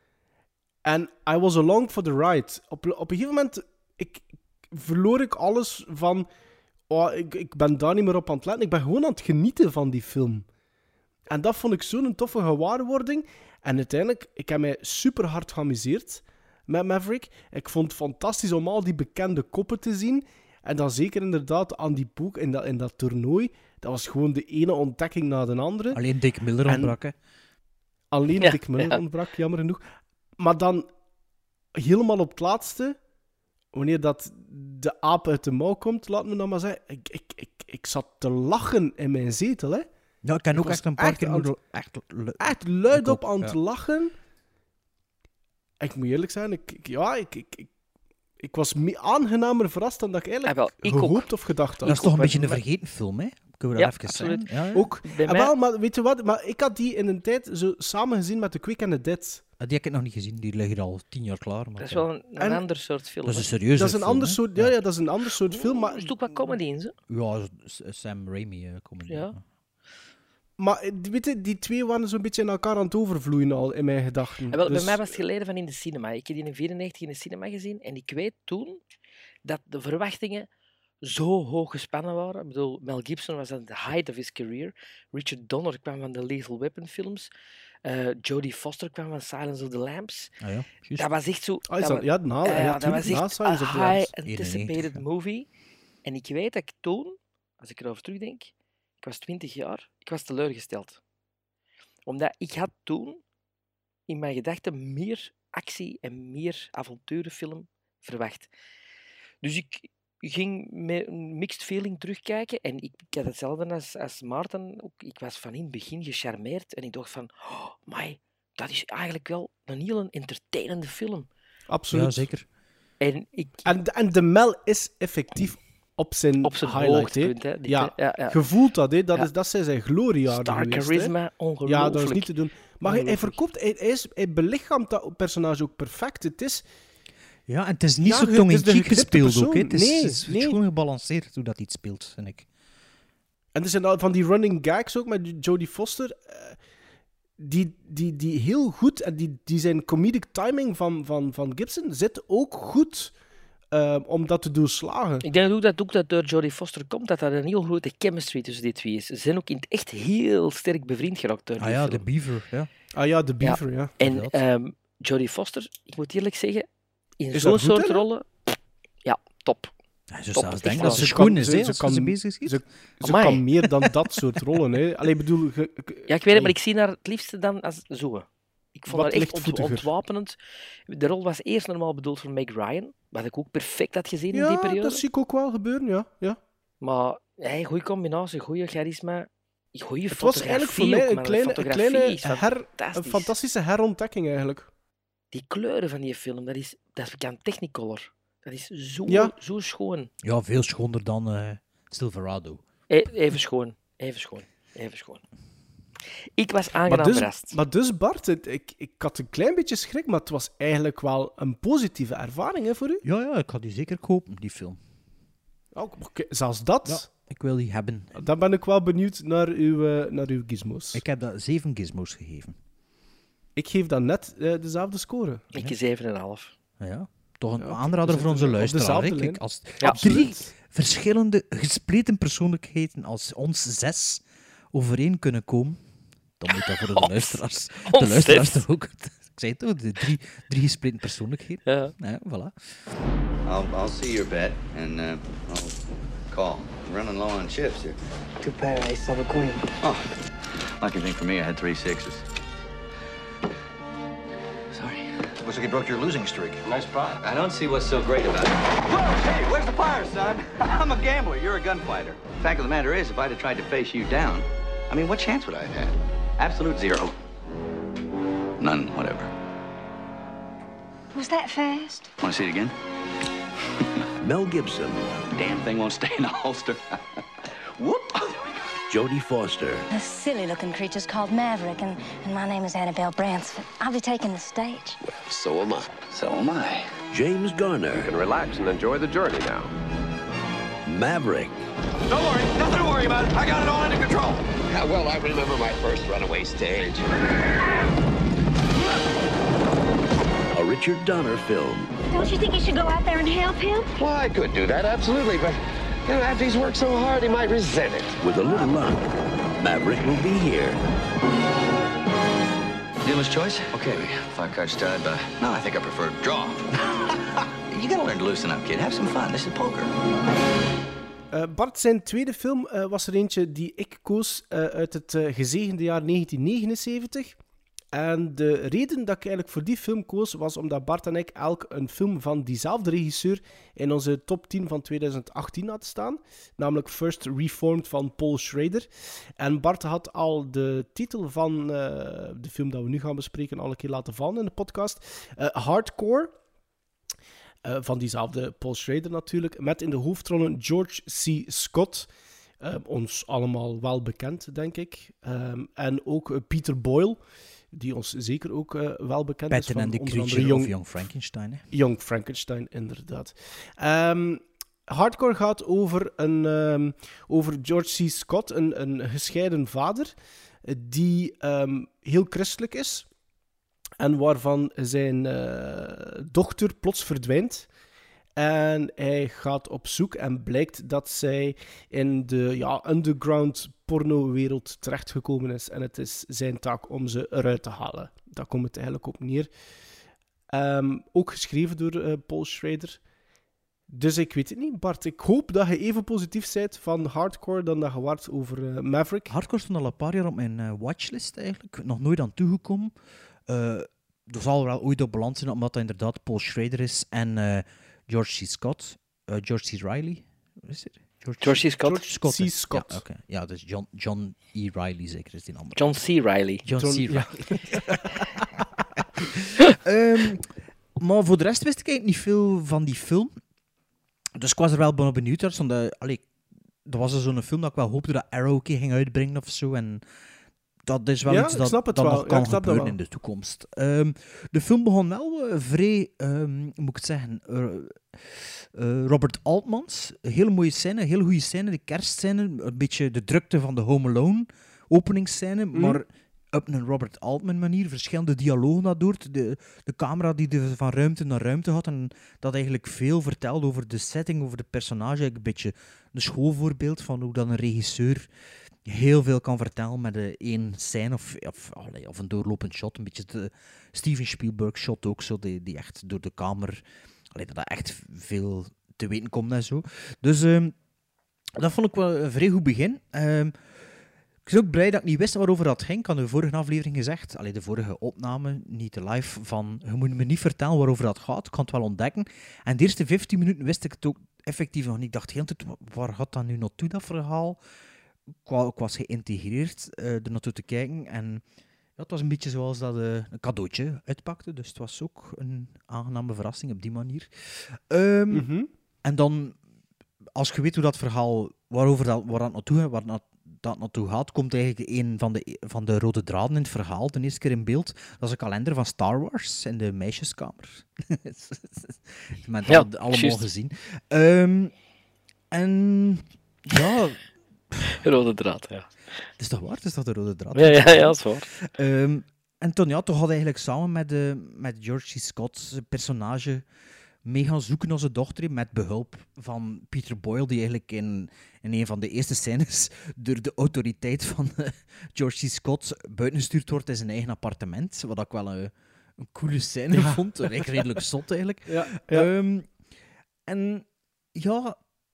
En I was along for the ride. Op, op een gegeven moment ik, verloor ik alles van... Oh, ik, ik ben daar niet meer op aan het letten. Ik ben gewoon aan het genieten van die film. En dat vond ik zo'n toffe gewaarwording. En uiteindelijk, ik heb mij super hard geamuseerd met Maverick. Ik vond het fantastisch om al die bekende koppen te zien. En dan zeker inderdaad aan die boek in dat, in dat toernooi. Dat was gewoon de ene ontdekking na de andere. Alleen Dick Miller En- ontbrak, hè. Alleen Ja, Dick Miller ja. ontbrak, jammer genoeg. Maar dan helemaal op het laatste, wanneer dat de aap uit de mouw komt, laat me dan maar zeggen, ik, ik, ik, ik zat te lachen in mijn zetel, hè. Ja, ik kan Ik ook was echt een paar echt keer aan het- moeten- echt, le- Echt luidop ook, aan ja. het lachen. Ik moet eerlijk zijn, ik, ik- ja, ik, ik, ik, ik was me- aangenamer verrast dan dat ik eigenlijk Ah, wel, ik ook. gehoopt of gedacht had. Dat is toch een maar- beetje een maar- vergeten film, hè? Kunnen we Ja, dat even absoluut. zeggen? Ja, ja. Ook, Bij en mij- wel, maar weet je wat, maar ik had die in een tijd zo samen gezien met The Quick and the Dead. Ah, die heb ik nog niet gezien, die liggen al tien jaar klaar. Maar Dat is ja. wel een, een En- ander soort film. Dat is een hè. serieuze Dat is een film, ander hè? soort, ja, ja, dat is een ander soort film, maar Er zit ook wat comedy in, ze. Ja, S- Sam Raimi eh comedy. Ja. Maar eh, weet je, die twee waren zo'n beetje in elkaar aan het overvloeien al in mijn gedachten. En wel, Dus- Bij mij was het geleden van in de cinema. Ik heb die in vierennegentig in de cinema gezien en ik weet toen dat de verwachtingen zo hoog gespannen waren. Ik bedoel, Mel Gibson was aan de height of his career. Richard Donner kwam van de Lethal Weapon films. Eh, Jodie Foster kwam van Silence of the Lambs. Ah, ja, juist. Dat was echt zo... Ah, is dat dat, wa- ja, na, ja, ja, dat tuurlijk, was na echt Silence een of the high Lambs. anticipated eenennegentig, ja. movie. En ik weet dat ik toen, als ik erover terugdenk, ik was twintig jaar, ik was teleurgesteld. Omdat ik had toen in mijn gedachten meer actie en meer avonturenfilm verwacht. Dus ik ging met een mixed feeling terugkijken en ik, ik had hetzelfde als, als Maarten. Ook, ik was van in het begin gecharmeerd en ik dacht van, oh, my, dat is eigenlijk wel een heel entertainende film. Absoluut. Ja, zeker. En ik, En, en de Mel is effectief op zijn, op zijn highlight. Hè. hoogtepunt, hè. Die- Ja, ja, ja. Je voelt dat, hè. Dat, Ja. is, dat zijn zijn gloriejaren Star geweest. hè. charisma, ongelooflijk. Ja, dat is niet te doen. Maar hij, hij Ongelooflijk. verkoopt, hij, hij, is, hij belichaamt dat personage ook perfect. Het is... Ja, en het is niet Ja, zo het tong in is de cheek gegripte gespeeld ook. Hè. persoon. Het is, Nee, het is nee. gewoon gebalanceerd hoe dat iets speelt, vind ik. En er zijn al van die running gags ook met Jodie Foster. eh, die, die, die heel goed, en die, die zijn comedic timing van, van, van Gibson zit ook goed uh, om dat te doorslagen. Ik denk ook dat ook dat door Jodie Foster komt, dat er een heel grote chemistry tussen die twee is. Ze zijn ook in het echt heel sterk bevriend geraakt door die Ah ja, film. de Beaver, ja. Ah ja, de Beaver, ja. ja. En um, Jodie Foster, ik moet eerlijk zeggen, in Is zo'n dat goed, soort hè? rollen, ja, top. Ja, zo Top, zelfs echt denk waar. dat ze Ze schoon kan- is, ze- hè, ze als kan- ze bezig is. Ze, ze Amai. kan meer dan dat soort rollen. Hè. Allee, ik bedoel... ge- ge- Ja, ik weet het, maar ik zie haar het liefste dan als zo. Ik vond Wat haar echt ont- lichtvoetiger. ontwapenend. De rol was eerst normaal bedoeld voor Meg Ryan, wat ik ook perfect had gezien in die Ja, periode. dat zie ik ook wel gebeuren, ja. ja. Maar hey, goede combinatie, goede charisma, goede Het was eigenlijk voor mij een kleine, een kleine her, een fantastisch. fantastische herontdekking, eigenlijk. Die kleuren van die film, dat is, dat is bekend Technicolor. Dat is zo, Ja. zo schoon. Ja, veel schoner dan uh, Silverado. E- even schoon, even schoon, even schoon. Ik was aangenaam Maar dus, verrast. maar dus Bart, het- ik, ik had een klein beetje schrik, maar het was eigenlijk wel een positieve ervaring hè, voor u. Ja, ja, ik ga die zeker kopen, die film. Oh, oké, zelfs dat? Ja, ik wil die hebben. Dan ben ik wel benieuwd naar uw, uh, naar uw gizmos. Ik heb dat zeven gizmos gegeven. Ik geef dan net uh, dezelfde score. Ik zeven komma vijf. Ja, toch een Ja, aanrader we voor onze zitten op luisteraar. dezelfde hè. lijn. Kijk, als Ja. drie verschillende gespleten persoonlijkheden als ons zes overeen kunnen komen, dan moet dat voor de Ons- luisteraars. De ons luisteraars zes. toch ook. Ik zei het toch, de drie, drie gespleten persoonlijkheden. Ja. Ja, voilà. I'll, I'll see your bet and uh, I'll call. I'm running low on chips here. Two pair, ace, seven, queen. Oh, lucky thing for me, I had three sixes. Sorry. Looks like you broke your losing streak. Nice pot. I don't see what's so great about it. Whoa, hey, where's the fire, son? I'm a gambler. You're a gunfighter. Fact of the matter is, if I'd have tried to face you down, I mean, what chance would I have had? Absolute zero. None, whatever. Was that fast? Want to see it again? Mel Gibson, Damn thing won't stay in the holster. Whoop. Jodie Foster, The silly-looking creature's called Maverick, and, and my name is Annabelle Bransford. I'll be taking the stage. so am I. So am I. James Garner, You can relax and enjoy the journey now. Maverick, Don't worry, nothing to worry about. I got it all under control. Yeah, well, I remember my first runaway stage. A Richard Donner film. Don't you think you should go out there and help him? Well, I could do that, absolutely, but you know, after he's worked so hard, he might resent it. With a little luck, Maverick will be here. Dealer's choice? Okay, five card stud, but no, I think I prefer draw. You gotta learn to loosen up, kid. Have some fun. This is poker. Uh, Bart, zijn tweede film uh, was er eentje die ik koos uh, uit het uh, gezegende jaar negentien negenenzeventig. En de reden dat ik eigenlijk voor die film koos, was omdat Bart en ik elk een film van diezelfde regisseur in onze top tien van twintig achttien had staan. Namelijk First Reformed van Paul Schrader. En Bart had al de titel van uh, de film dat we nu gaan bespreken al een keer laten vallen in de podcast. Uh, Hardcore. Uh, van diezelfde Paul Schrader natuurlijk. Met in de hoofdrollen George C. Scott. Uh, ons allemaal wel bekend, denk ik. Um, en ook uh, Peter Boyle. Die ons zeker ook uh, wel bekend Patton is van and the onder andere Creature Young, of Young Frankenstein. Hè? Young Frankenstein, inderdaad. Um, Hardcore gaat over, een, um, over George C. Scott, een, een gescheiden vader, uh, die um, heel christelijk is. En waarvan zijn uh, dochter plots verdwijnt. En hij gaat op zoek en blijkt dat zij in de ja, underground porno-wereld terechtgekomen is. En het is zijn taak om ze eruit te halen. Daar komt het eigenlijk op neer. Um, ook geschreven door uh, Paul Schrader. Dus ik weet het niet, Bart. Ik hoop dat je even positief bent van Hardcore dan dat je waart over uh, Maverick. Hardcore stond al een paar jaar op mijn uh, watchlist eigenlijk. Nog nooit aan toegekomen. Uh, er zal wel ooit op balans zijn, omdat dat inderdaad Paul Schrader is en uh, George C. Scott. Uh, George C. Riley. Wat is het? George, George C. Scott. George Scott, C. hè? Scott. Ja, okay. Ja, dus John, John E. Riley zeker is die andere. John C. Riley. John, John- C. ja. Riley. um, maar voor de rest wist ik eigenlijk niet veel van die film. Dus ik was er wel ben- benieuwd naar. Zodat, allee, dat was zo'n film dat ik wel hoopte dat Arrow een keer ging uitbrengen of zo. En dat is wel Ja, iets ik dat, snap het dat wel. nog Ja, kan ik snap dat gebeuren wel. in de toekomst. Um, de film begon wel uh, vrij, um, hoe moet ik het zeggen, uh, uh, Robert Altmans. Een hele mooie scène, een hele goede scène. De kerstscène, een beetje de drukte van de Home Alone openingsscène. Mm. Maar op een Robert Altman manier. Verschillende dialogen dat door. De, de camera die de, van ruimte naar ruimte had. En dat eigenlijk veel vertelde over de setting, over de personage. Een beetje een schoolvoorbeeld van hoe dan een regisseur heel veel kan vertellen met een één scène of, of, of een doorlopend shot. Een beetje de Steven Spielberg shot ook zo, die, die echt door de kamer... Allee, dat dat echt veel te weten komt en zo. Dus um, dat vond ik wel een vrij goed begin. Um, ik was ook blij dat ik niet wist waarover dat ging. Ik had in de vorige aflevering gezegd, allee, de vorige opname, niet de live, van je moet me niet vertellen waarover dat gaat. Ik kan het wel ontdekken. En de eerste vijftien minuten wist ik het ook effectief nog niet. Ik dacht heel de tijd, waar gaat dat nu naartoe, dat verhaal? Ik was geïntegreerd uh, er naartoe te kijken. En ja, het was een beetje zoals dat uh, een cadeautje uitpakte. Dus het was ook een aangename verrassing op die manier. Um, mm-hmm. En dan, als je weet hoe dat verhaal, waarover dat, waar dat naartoe, waar dat, dat naartoe gaat, komt eigenlijk een van de, van de rode draden in het verhaal de eerste keer in beeld. Dat is een kalender van Star Wars in de meisjeskamer. Met ja, al, allemaal just. gezien. Um, en ja... Rode draad, ja. Het is toch waar? Het is toch de rode draad? Ja, ja, ja, dat is waar. Um, en toen, ja, toch had hij eigenlijk samen met, uh, met George C. Scott's personage mee gaan zoeken naar zijn dochter, met behulp van Peter Boyle, die eigenlijk in, in een van de eerste scènes door de autoriteit van uh, George C. Scott buitengestuurd wordt in zijn eigen appartement, wat ik wel een, een coole scène ja. vond. Eigenlijk redelijk zot, eigenlijk. Ja, ja. Um, en ja...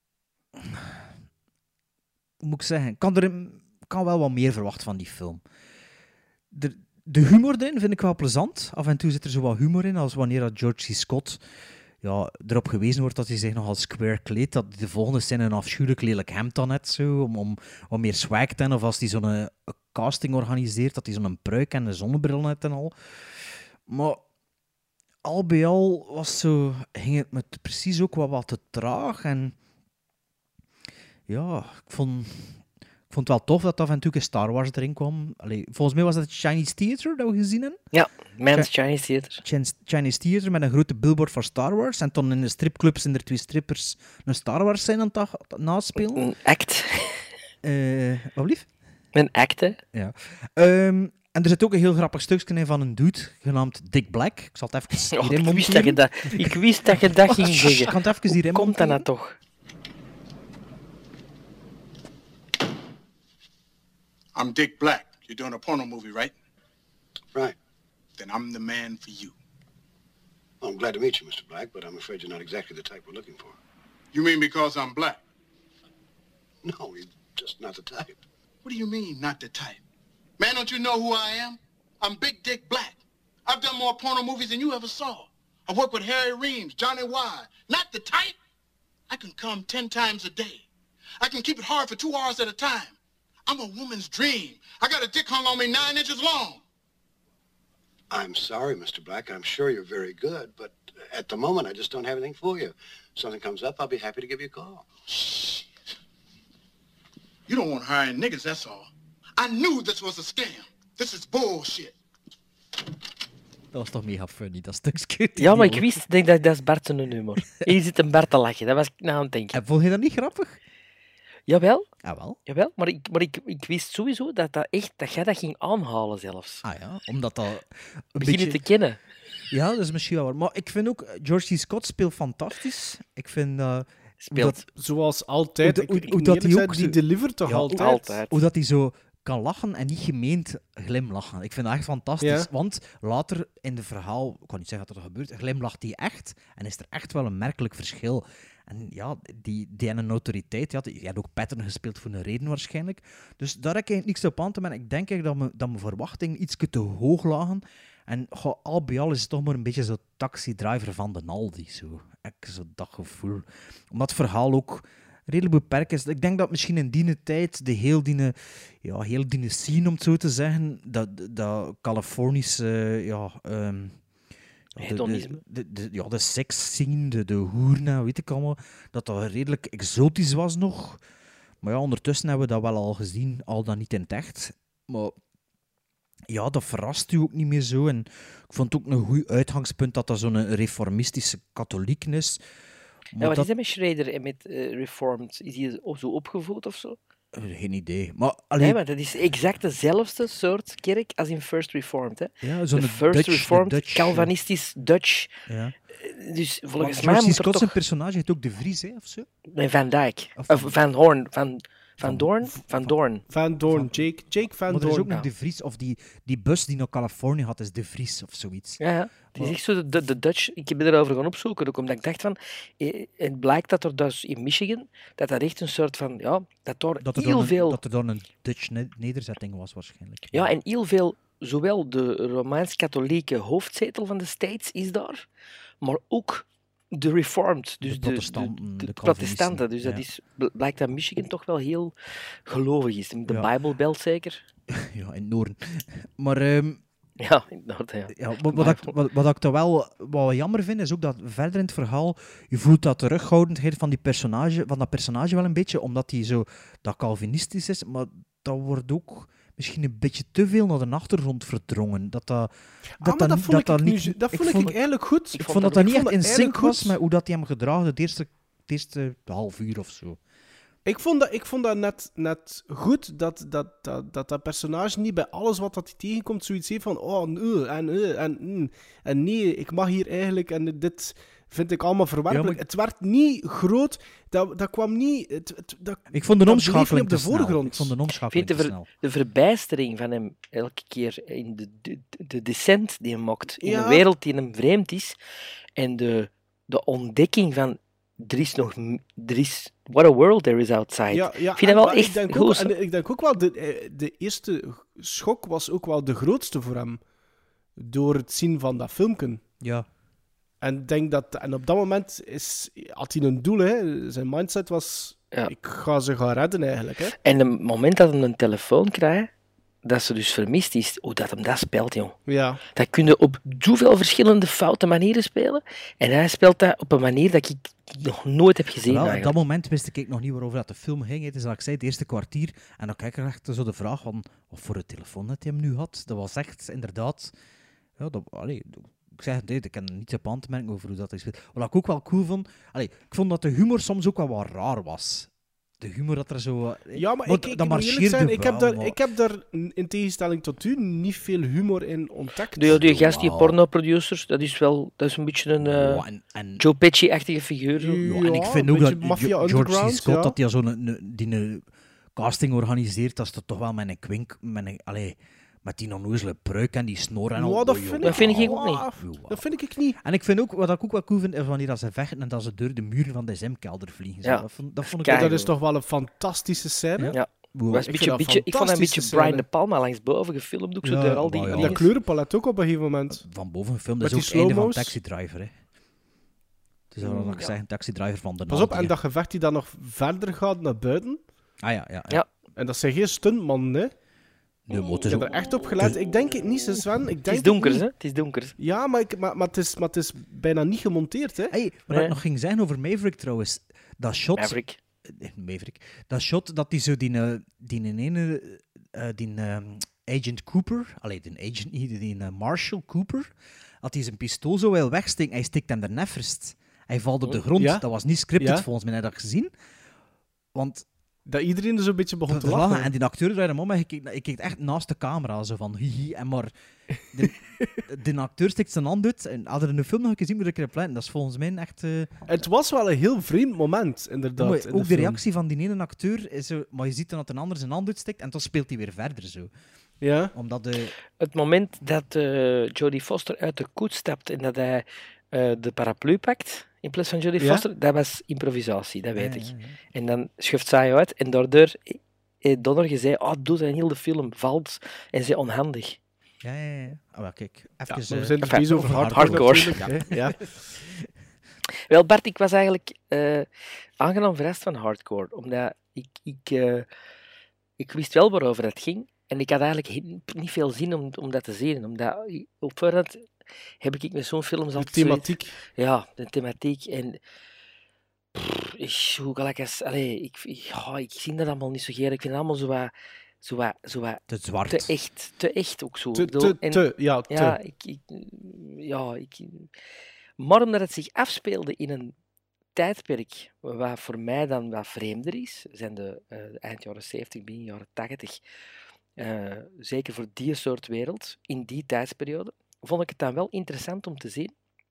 Hoe moet ik zeggen? Ik kan, er, kan wel wat meer verwachten van die film. De, de humor erin vind ik wel plezant. Af en toe zit er zo wat humor in, als wanneer dat George C. Scott ja, erop gewezen wordt dat hij zich nogal square kleedt, dat de volgende scène een afschuwelijk lelijk hemd aan heeft, zo, om, om, om meer swag te hebben. Of als hij zo'n een casting organiseert, dat hij zo'n pruik en een zonnebril heeft en al. Maar al bij al was zo, ging het me precies ook wat, wat te traag. En ja, ik vond, ik vond het wel tof dat af en toe een Star Wars erin kwam. Allee, volgens mij was dat het Chinese Theater dat we gezien hebben. Ja, Man's Chinese Theater. Chinese Theater met een grote billboard voor Star Wars. En toen in de stripclubs zijn er twee strippers een Star Wars zijn aan het naspelen. Een act. Uh, wat blieft? Een act, hè? Ja. Um, en er zit ook een heel grappig stukje in van een dude genaamd Dick Black. Ik zal het even oh, ik, wist dat je dat, ik wist dat je dat ging zeggen. Ik kan het even Hoe komt dat nou toch? I'm Dick Black. You're doing a porno movie, right? Right. Then I'm the man for you. Well, I'm glad to meet you, Mister Black, but I'm afraid you're not exactly the type we're looking for. You mean because I'm black? No, you're just not the type. What do you mean, not the type? Man, don't you know who I am? I'm Big Dick Black. I've done more porno movies than you ever saw. I worked with Harry Reams, Johnny Wise. Not the type? I can come ten times a day. I can keep it hard for two hours at a time. I'm a woman's dream. I got a dick hung on me nine inches long. I'm sorry, Mister Black. I'm sure you're very good, but at the moment I just don't have anything for you. If something comes up, I'll be happy to give you a call. Shh. You don't want to hire niggas, that's all. I knew this was a scam. This is bullshit. Dat was toch mega funny, dat stukje. Ja, maar ik wist, denk dat dat is Bart zijn humor. Hier zit een Bart te lachen, dat was ik nou aan het denken. En vond je dat niet grappig? Jawel. Ah, wel? Jawel, maar, ik, maar ik, ik wist sowieso dat, dat, echt, dat jij dat ging aanhalen zelfs. Ah ja, omdat dat... Een Begin beetje... te kennen. Ja, dat is misschien wel waar. Maar ik vind ook, George C. Scott speelt fantastisch. Ik vind... Uh, speelt. Dat, zoals altijd. Hoe, hoe, hoe, hoe dat hij ook... Die delivert toch ja, altijd? altijd. Hoe dat hij zo kan lachen en niet gemeend glimlachen. Ik vind dat echt fantastisch. Ja. Want later in het verhaal, ik kan niet zeggen dat er gebeurt, glimlacht hij echt. En is er echt wel een merkelijk verschil. En ja, die, die en een autoriteit, ja, die had ook Patton gespeeld voor een reden waarschijnlijk. Dus daar heb ik eigenlijk niks op aan te merken. Ik denk eigenlijk dat, me, dat mijn verwachtingen iets te hoog lagen. En goh, al bij al is het toch maar een beetje zo'n taxidriver van de Aldi. Zo. Ik, zo dat gevoel. Omdat het verhaal ook redelijk beperkt is. Ik denk dat misschien in die tijd de heel die, ja, heel die scene, om het zo te zeggen, dat, dat Californische... Ja, um, De, de, de, de, ja, de seksscene, de, de hoerna, weet ik allemaal, dat dat redelijk exotisch was nog. Maar ja, ondertussen hebben we dat wel al gezien, al dan niet in het echt. Maar ja, dat verrast u ook niet meer zo. En ik vond het ook een goed uitgangspunt dat dat zo'n reformistische katholiek is. Maar ja, wat dat... is dat met Schrader en met uh, Reformed? Is hij zo opgevoed of zo? Uh, geen idee. Maar, allee... Nee, maar dat is exact dezelfde soort kerk als in First Reformed. Hè. Ja, zo'n de First Dutch, Reformed, Dutch, Calvinistisch, Dutch. Ja. Dus volgens maar mij moet er Scott toch... zijn personage heet ook De Vries, hè, of zo? Nee, Van Dijk. Of Of van... Van Horn. Van... Van Doorn? Van Doorn. Van Doorn, Jake, Jake Van Maar er is Doorn. ook nog De Vries, of die, die bus die naar Californië had, is De Vries of zoiets. Ja, ja. Het is echt zo de, de, de Dutch... Ik ben erover gaan opzoeken, ook omdat ik dacht van... eh, Het blijkt dat er dus in Michigan, dat dat echt een soort van... Ja, dat daar Dat er heel dan een, veel... dat er dan een Dutch ne- nederzetting was, waarschijnlijk. Ja, en heel veel... Zowel de Romaans-katholieke hoofdzetel van de States is daar, maar ook de Reformed, dus De de, protestanten, de, de de protestanten. Dus Calvinisten, dat is, bl- blijkt dat Michigan toch wel heel gelovig is. De Ja. Bible Belt zeker? Ja, in het noorden. Maar... ehm, Ja, in het noorden, ja. Ja, wat, wat, ik, wat, wat ik toch wel wat jammer vind, is ook dat verder in het verhaal, je voelt dat terughoudendheid van, die personage, van dat personage wel een beetje, omdat hij zo dat Calvinistisch is, maar dat wordt ook misschien een beetje te veel naar de achtergrond verdrongen. Dat dat, dat, Ah, maar dat vond ik, dat nu- niet, dat vond ik, vond, eigenlijk goed. Ik vond dat dat niet vond echt in dat eigenlijk sync was goed. met hoe dat hij hem gedraagde het eerste, het eerste half uur of zo. Ik vond dat, ik vond dat net, net goed, dat dat, dat, dat dat personage niet bij alles wat dat hij tegenkomt zoiets heeft van oh, nee, en uh, en mm, en nee, ik mag hier eigenlijk, en dit vind ik allemaal verwerpelijk. Ja, maar... Het werd niet groot, dat, dat kwam niet... Het, het, dat, Ik vond de dat bleef omschakeling niet op de te snel. voorgrond. Ik vond de Ik omschakeling vind te de, ver- snel. de verbijstering van hem elke keer in de, de, de descent die hij maakt, in Ja. een wereld die hem vreemd is, en de, de ontdekking van er is nog... m- Er is, what a world there is outside. Ja, ja, ik vind dat wel maar echt ik denk goed. ook, zo. en ik denk ook wel, de, eh, de eerste schok was ook wel de grootste voor hem. Door het zien van dat filmpje. Ja. En, denk dat, en op dat moment is, had hij een doel. Hè. Zijn mindset was, Ja. ik ga ze gaan redden eigenlijk. Hè. En het moment dat hij een telefoon krijgt, dat ze dus vermist is, hoe dat hem dat speelt, jong. Ja. Dat kun je op zoveel verschillende foute manieren spelen. En hij speelt dat op een manier dat ik nog nooit heb gezien. Wel, op eigenlijk. dat moment wist ik nog niet waarover dat de film ging. Het is dat ik zei, het eerste kwartier. En dan kijk ik echt zo de vraag van, wat voor een telefoon dat hij hem nu had. Dat was echt, inderdaad... Ja, dat, allee, ik zeg het, ik kan er niets op aan te merken over hoe dat is. Wat ik ook wel cool vond... Allee, ik vond dat de humor soms ook wel wat raar was. De humor dat er zo... Ja, maar want ik, ik, dat moet eerlijk marcheerde zijn, ik, heb wel, daar, maar- ik heb daar, in tegenstelling tot u, niet veel humor in ontdekt. Die, die gast, die Wauw. porno-producers, dat is wel dat is een beetje een eh, Ja, en, en, Joe Pesci-achtige figuur. zo. ja, en ik Ja, vind een ook dat beetje Mafia Jo- George Underground, C. Scott, ja. dat hij zo'n een, die een casting organiseert, dat is toch wel met een kwink... Met, een, allee, met die onnozele pruik en die snor en Ja, al. dat Oh, vind, joh. Dat vind ik ook Ah, niet. Dat vind ik niet. En ik vind ook, wat ik ook wel cool vind, is wanneer dat ze vechten en dat ze door de muren van de zimkelder vliegen. Zo. Ja. Dat, vond, dat vond ik Kei- Dat is toch wel een fantastische scène. Ja. Ja. Wow. Was een Ik beetje, vind dat beetje, ik vond dat een beetje fantastische Brian scène. De Palma langs boven gefilmd. Ook zo Ja, door al die maar ja. En dingen. dat kleurenpalet ook op een gegeven moment. Van boven een film, dat Met is ook die het einde van slow-mo's. Taxi Driver. Hè. Dus dat wil ik Ja. zeggen, Taxi Driver van de Pas op, naam, en die- dat gevecht die dan nog verder gaat naar buiten. Ah ja, ja. ja. Ja. En dat zijn geen stuntmannen, hè. Nee, maar het Ik is heb ook- er echt op gelet. Ik denk het niet, hè, Sven. Ik denk Het is donker, niet. hè? Het is donker. Ja, maar, ik, maar, maar, het is, maar het is bijna niet gemonteerd, hè. Hey, wat Nee. ik nog ging zeggen over Maverick trouwens, dat shot... Maverick. Eh, Maverick. Dat shot dat die zo die, eh, die ene, eh, die ehm, Agent Cooper, allee, die agent niet, die eh, Marshall Cooper, dat hij zijn pistool zo wil wegsteken, hij stikt hem er nefferst. Hij valt op de grond. Ja. Dat was niet scripted Ja. volgens mij, heb je dat gezien? Want Dat iedereen er zo'n beetje begon te te lachen. lachen. En die acteur draaide hem om en ik keek, ik keek echt naast de camera, zo van hihi. En maar de, de acteur stikt zijn hand uit. En hadden we de film nog een keer gezien, moet ik er pleiten. Dat is volgens mij echt... eh, Het was wel een heel vreemd moment, inderdaad. maar in ook de, film. reactie van die ene acteur is zo... Maar je ziet dan dat een ander zijn hand uitstikt en dan speelt hij weer verder zo. Ja. Omdat de... Het moment dat eh, Jodie Foster uit de koets stapt en dat hij eh, de paraplu pakt in plaats van Jodie Ja. Foster, dat was improvisatie, dat weet Ja, ik. ja, ja. En dan schuift zij uit en daardoor heeft Donner gezegd, oh, doe dat in heel de film, valt en ze onhandig. Ja, ja, ja. Oh, wel, kijk. Even, Ja, maar we eh, zijn dus enfin, bezig over hardcore. hardcore. natuurlijk, hè. Ja. Wel, Bart, ik was eigenlijk eh, aangenaam verrast van hardcore, omdat ik, ik, eh, ik wist wel waarover het ging en ik had eigenlijk he- niet veel zin om, om dat te zien, omdat op voorhand heb ik met zo'n films De altijd zoiets- thematiek. Ja, de thematiek en... Pff, ik, hoe kan ik eens... Allee, ik, ik, ja, ik zie dat allemaal niet zo graag. Ik vind het allemaal zo wat... Zo wat, zo wat te zwart. te echt, te echt ook zo. Te, Ik bedoel, te, en- te, ja, te. ja, ik, ik, ja, ik... Maar omdat het zich afspeelde in een tijdperk, wat voor mij dan wat vreemder is, zijn de, uh, de eind jaren zeventig, begin jaren tachtig, uh, zeker voor die soort wereld, in die tijdsperiode, vond ik het dan wel interessant om te zien.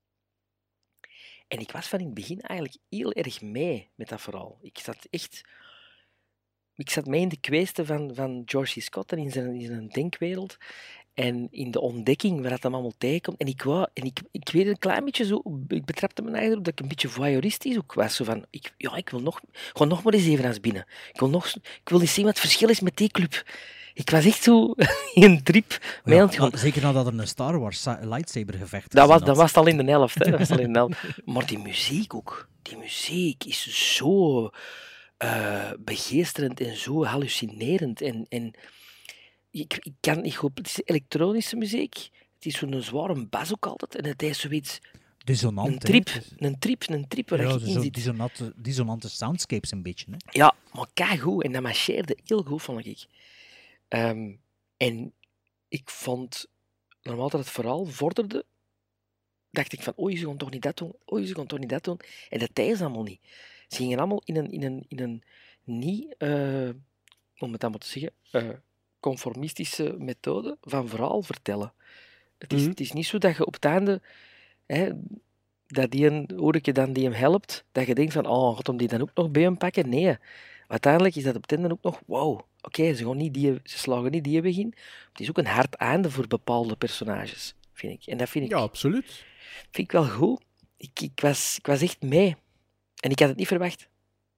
En ik was van in het begin eigenlijk heel erg mee met dat verhaal. Ik zat echt... Ik zat mee in de kweesten van, van George C. Scott en in zijn, in zijn denkwereld. En in de ontdekking waar dat hem allemaal tegenkomt. En ik wou... En ik, ik weet een klein beetje zo... Ik betrapte me eigenlijk dat ik een beetje voyeuristisch ook was. Zo van... Ik, ja, ik wil nog... Gewoon nog maar eens even eens binnen. Ik wil, nog, ik wil eens zien wat het verschil is met die club. Ik was echt zo in een trip. Ja, ja, gaan... Zeker nadat er een Star Wars lightsaber gevecht dat was. Dat was het al in de helft. Hè. Dat was al in de helft. Maar die muziek ook. Die muziek is zo uh, begeesterend en zo hallucinerend. En, en ik, ik kan niet goed... Het is elektronische muziek. Het is zo'n zware bas ook altijd. En het is zoiets... Dissonant, een trip, een trip, een trip waar ja, je in zit. Dissonante, dissonante soundscapes een beetje. Hè? Ja, maar keigoed. En dat marcheerde heel goed, vond ik. Um, en ik vond, normaal dat het verhaal vorderde, dacht ik van, oei, ze gaan toch niet dat doen, oei, ze gaan toch niet dat doen. En dat tijdens allemaal niet. Ze gingen allemaal in een, in een, in een niet, uh, om het allemaal te zeggen, uh, conformistische methode van verhaal vertellen. Het is, mm-hmm. het is niet zo dat je op het einde, hè, dat die een, hoor ik je dan die hem helpt, dat je denkt van, oh, gaat hem die dan ook nog bij hem pakken? Nee. Uiteindelijk is dat op het einde ook nog, wow, oké, okay, ze, gaan niet die, ze slagen niet die weg in. Het is ook een hard einde voor bepaalde personages, vind ik. En dat vind ik... Ja, absoluut. Vind ik wel goed. Ik, ik, was, ik was echt mee. En ik had het niet verwacht.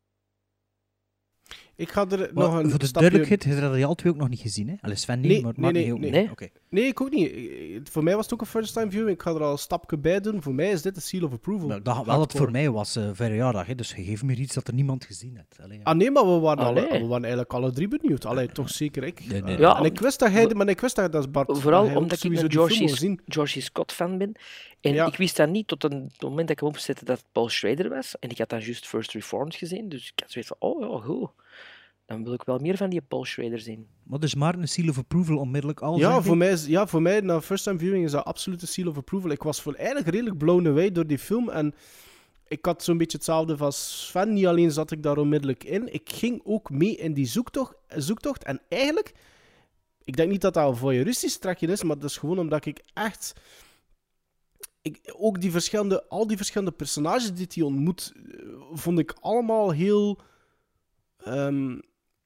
Ik ga er maar nog een voor de stapje... duidelijkheid, je hebt die al twee ook nog niet gezien, hè? Allee, Sven niet, nee, maar nee, nee, nee, ook nee. niet. Nee? Okay. nee, ik ook niet. Voor mij was het ook een first time viewing. Ik ga er al een stapje bij doen. Voor mij is dit een seal of approval. Nou, dat, wel het voor mij was uh, verjaardag, hè? Dus je geeft me iets dat er niemand gezien heeft. Allee, ja. Ah nee, maar we waren, alle, Allee. we waren eigenlijk alle drie benieuwd. Allee, toch zeker ik. Nee, nee, Uh, ja, en ik wist dat hij... Maar ik wist dat, dat is Bart. Vooral dat hij omdat ik sowieso een die film George, wil zien. George Scott fan ben. En Ja. ik wist dat niet tot een, het moment dat ik hem opzette dat het Paul Schrader was. En ik had dan juist First Reformed gezien. Dus ik had zoiets van, oh ja, goed. Dan wil ik wel meer van die Paul Schrader zien. Maar dus maar een seal of approval onmiddellijk al. Ja, zeg voor mij, is, ja, voor mij, na first time viewing, is dat absoluut een seal of approval. Ik was voor eigenlijk redelijk blown away door die film. En ik had zo'n beetje hetzelfde als Sven. Niet alleen zat ik daar onmiddellijk in. Ik ging ook mee in die zoektocht. zoektocht. En eigenlijk, ik denk niet dat dat een voyeuristisch trekje is, maar dat is gewoon omdat ik echt... Ik, ook die verschillende, al die verschillende personages die hij ontmoet, vond ik allemaal heel... Um,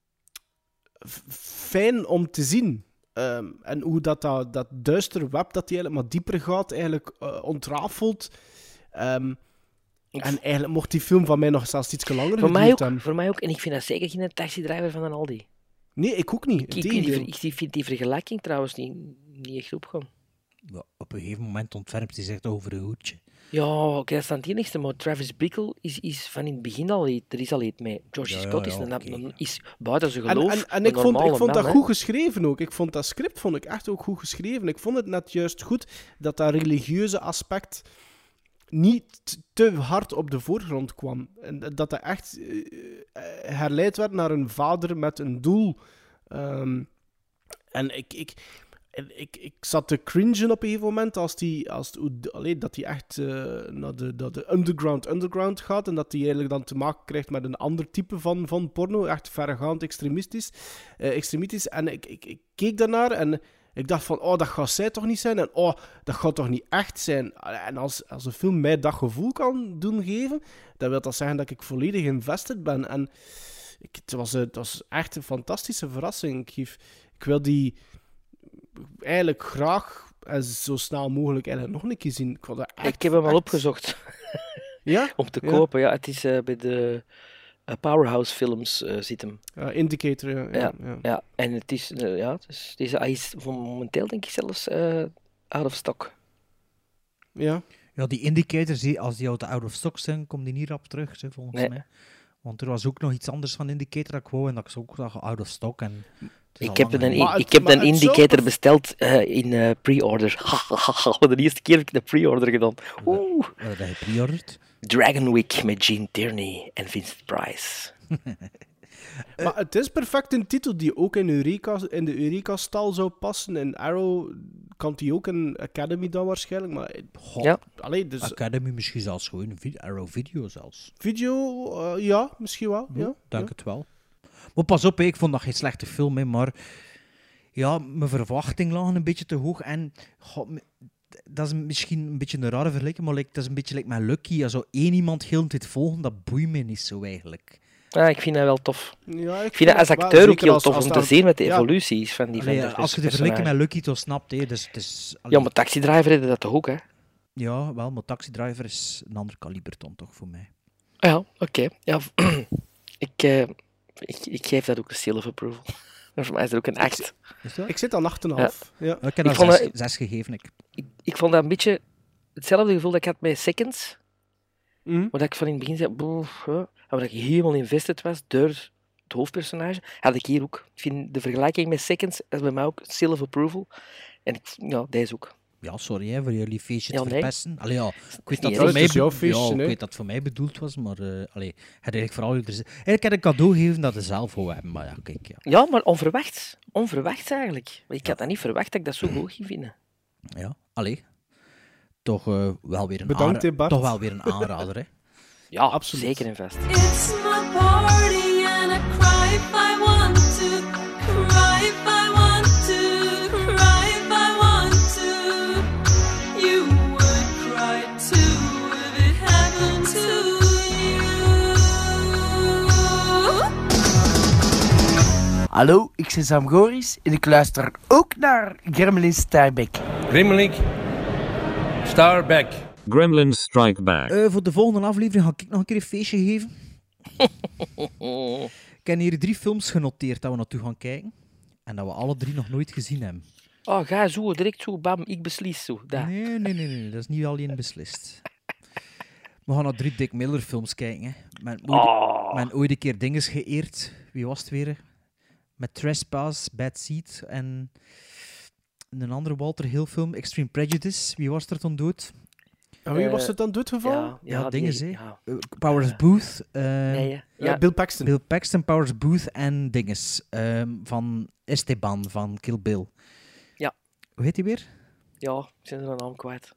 fijn om te zien. Um, en hoe dat, dat, dat duistere web dat die eigenlijk maar dieper gaat, eigenlijk uh, ontrafelt. Um, en eigenlijk mocht die film van mij nog zelfs iets langer voor mij, ook, hebben. voor mij ook. En ik vind dat zeker geen taxidriver van een Aldi. Nee, ik ook niet. Ik, ik, die, ik vind die vergelijking trouwens niet, niet echt opgaan. Ja, op een gegeven moment ontwerpt hij zich over een hoedje. Ja, oké, okay, dat is het enigste, maar Travis Bickle is, is van in het begin al iets, er is al iets mee. George ja, Scott ja, is, ja, een, okay. een, is buiten zijn geloof. En, en, en een ik vond, ik vond man, dat hè? goed geschreven ook. Ik vond dat script vond ik echt ook goed geschreven. Ik vond het net juist goed dat dat religieuze aspect niet te hard op de voorgrond kwam. En dat dat echt uh, herleid werd naar een vader met een doel. Um, en ik... ik Ik, ik zat te cringen op een gegeven moment als die, als die, allee, dat hij echt uh, naar de, naar de underground underground gaat en dat hij eigenlijk dan te maken krijgt met een ander type van, van porno, echt verregaand extremistisch. Uh, extremistisch. En ik, ik, ik keek daarnaar en ik dacht van, oh, dat gaat zij toch niet zijn? En oh, dat gaat toch niet echt zijn? En als, als een film mij dat gevoel kan doen geven, dan wil dat zeggen dat ik volledig invested ben. En ik, het, was, het was echt een fantastische verrassing. Ik, geef, ik wil die... eigenlijk graag en zo snel mogelijk eigenlijk nog een keer zien. Ik, echt, ik heb hem echt... al opgezocht. Ja? Om te ja. kopen. Ja, het is uh, bij de uh, Powerhouse Films uh, zit hem. Uh, Indicator, ja. Ja, ja, ja. ja. En het is, uh, ja, het is, het is, hij is momenteel denk ik zelfs uh, out of stock. Ja. Ja, die Indicators, als die out of stock zijn, komt die niet rap terug, zeg, volgens nee. mij. Want er was ook nog iets anders van Indicator dat ik wou en dat ik ook zag out of stock. En ik heb een, maar ik het, heb een indicator zelf... besteld uh, in uh, pre-order. De eerste keer heb ik de pre-order gedaan. Oeh. Wat heb je pre-orderd? Dragon Week met Gene Tierney en Vincent Price. Maar het is perfect een titel die ook in, Eureka, in de Eureka-stal zou passen. In Arrow kan die ook in Academy dan waarschijnlijk. Maar, Goh, Ja. allee, dus Academy misschien zelfs gewoon, vid- Arrow Video zelfs. video, eh, ja, misschien wel. Ja, Ja, denk ja. het wel. Maar pas op, hè, ik vond dat geen slechte film, hè, maar ja, mijn verwachting lag een beetje te hoog. En goh, me- dat is misschien een beetje een rare vergelijking, maar like, dat is een beetje like met Lucky. Als zo één iemand heel de tijd volgen, dat boeit me niet zo eigenlijk. Ja, ik vind dat wel tof. Ja, Ik vind dat als wel, acteur ook zeker heel als- tof als om dat- te zien met de ja. evoluties van die Allee, van de als je de pers- vergelijking met personages. Lucky toch snapt, hè, dus het is... allee, Ja, maar Taxi Driver hadden dat toch ook, hè? ja, wel, maar Taxi Driver is een ander kaliber dan toch voor mij. Ja, oké. Ja, ik, eh, ik, ik geef dat ook een seal of approval. Voor mij is er ook een acht. Is dat? Ik zit aan acht komma vijf. Ja. Ja, ik heb Ik dat vond zes, dat- zes gegeven. Ik. Ik, ik vond dat een beetje hetzelfde gevoel dat ik had met Seconds. Mhm. Maar dat ik van in het begin zei, boef, hè, en waar ik helemaal invested was door het hoofdpersonage, had ik hier ook. Ik vind de vergelijking met Seconds is bij mij ook seal of approval. En ik, ja, deze ook. Ja, sorry hè, voor jullie feestje te Ja, nee. verpesten. Allee, ja, ik weet dat niet voor erg. mij Het is jouw be- feestje, ja, ik hè. weet dat het voor mij bedoeld was, maar uh, allee, had eigenlijk vooral er z- eigenlijk had ik een cadeau gegeven dat ze zelf wou hebben, maar ja, kijk, ja. Ja, maar onverwachts. Onverwachts eigenlijk. Want ik had dat niet verwacht dat ik dat zo goed ging vinden. Ja, allee. Toch uh, wel weer een Bedankt, aanra- hè, Bart. toch wel weer een aanrader, hè. Ja, Absoluut. zeker en vast. It's my party and I cry if I want to, cry if I want to, cry if I want to. You would cry too if it happened to you. Hallo, ik ben Sam Goris en ik luister ook naar Gremlin Starbeck. Gremlin Starback. Gremlins Strike Back. Uh, voor de volgende aflevering ga ik nog een keer een feestje geven. Ik heb hier drie films genoteerd dat we naartoe gaan kijken. En dat we alle drie nog nooit gezien hebben. Oh, ga zo, direct zo, bam, ik beslis zo. Dat. Nee, nee, nee, nee, dat is niet alleen beslist. We gaan naar drie Dick Miller films kijken. Hè. Men ooit, Oh. men ooit een keer dinges geëerd. Wie was het weer? Met Trespass, Bad Seed en een andere Walter Hill film, Extreme Prejudice. Wie was er dan dood? En wie Eh, was het dan doodgevallen? Ja, Ja, ja dinges, die- hè. ja. Uh, Powers Booth. uh, Nee, ja. Ja, Ja. Bill Paxton. Bill Paxton, Powers Booth en dinges. um, van Esteban, van Kill Bill. Ja. Hoe heet hij weer? Ja, ik ben zijn naam kwijt.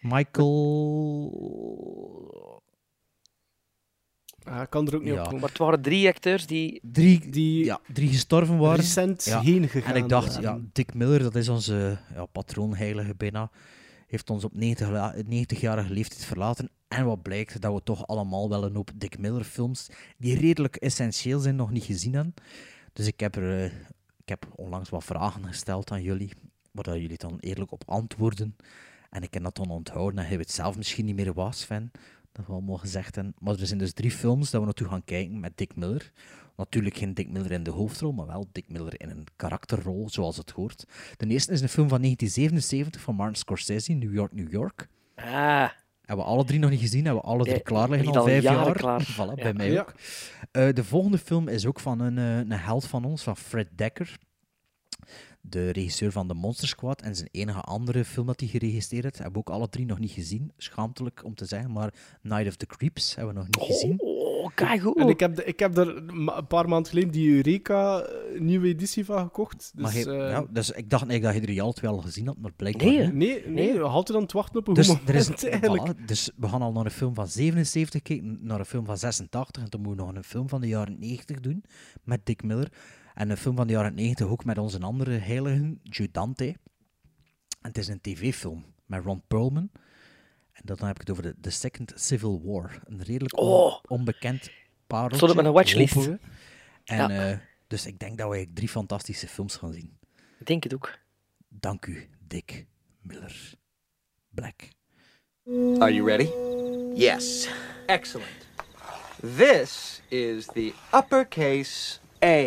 Michael... Ah, ik kan er ook niet Ja. op komen. Maar het waren drie acteurs die... Drie, Die ja, drie gestorven waren. recent Ja. heen gegaan. En ik dacht, waren. ja, Dick Miller, dat is onze ja, patroonheilige bijna, heeft ons op negentig-jarige leeftijd verlaten. En wat blijkt, dat we toch allemaal wel een hoop Dick Miller films, die redelijk essentieel zijn, nog niet gezien hebben. Dus ik heb, er, uh, ik heb onlangs wat vragen gesteld aan jullie, waar dat jullie dan eerlijk op antwoorden. En ik heb dat dan onthouden en hij weet zelf misschien niet meer was fan. Dat we allemaal gezegd hebben. Maar er zijn dus drie films dat we naartoe gaan kijken met Dick Miller. Natuurlijk geen Dick Miller in de hoofdrol, maar wel Dick Miller in een karakterrol, zoals het hoort. De eerste is een film van negentien zevenenzeventig van Martin Scorsese, New York, New York. Ah, Hebben we alle drie nog niet gezien, hebben we alle drie Nee, klaar liggen ligt al al vijf jaren jaar. klaar. Voilà, Ja. bij mij Ja. ook. Uh, de volgende film is ook van een, uh, een held van ons, van Fred Dekker. De regisseur van The Monster Squad en zijn enige andere film dat hij geregisseerd heeft, hebben we ook alle drie nog niet gezien. Schaamtelijk om te zeggen, maar Night of the Creeps hebben we nog niet gezien. oh, kijk goed. En ik heb, de, ik heb er ma- een paar maanden geleden die Eureka eh, nieuwe editie van gekocht. Dus, Maar hij- eh, ja, dus ik dacht eigenlijk dat je er al twee al gezien had, maar blijkbaar Nee, hè? niet. nee, nee, we hadden dan te wachten op een Dus, goed er is, moment, eigenlijk. voilà, dus we gaan al naar een film van zevenenzeventig kijken, naar een film van zesentachtig en dan moeten we nog een film van de jaren negentig doen met Dick Miller. En een film van de jaren negentig ook met onze andere heilige, Joe Dante. En het is een tv-film met Ron Perlman. En dan heb ik het over de, The Second Civil War. Een redelijk on- Oh. onbekend pareltje. Stond op mijn watchlist. hopen we. En, Ja. eh, dus ik denk dat we eigenlijk drie fantastische films gaan zien. Ik denk het ook. Dank u, Dick Miller. Black. Are you ready? Yes. Excellent. This is the uppercase A.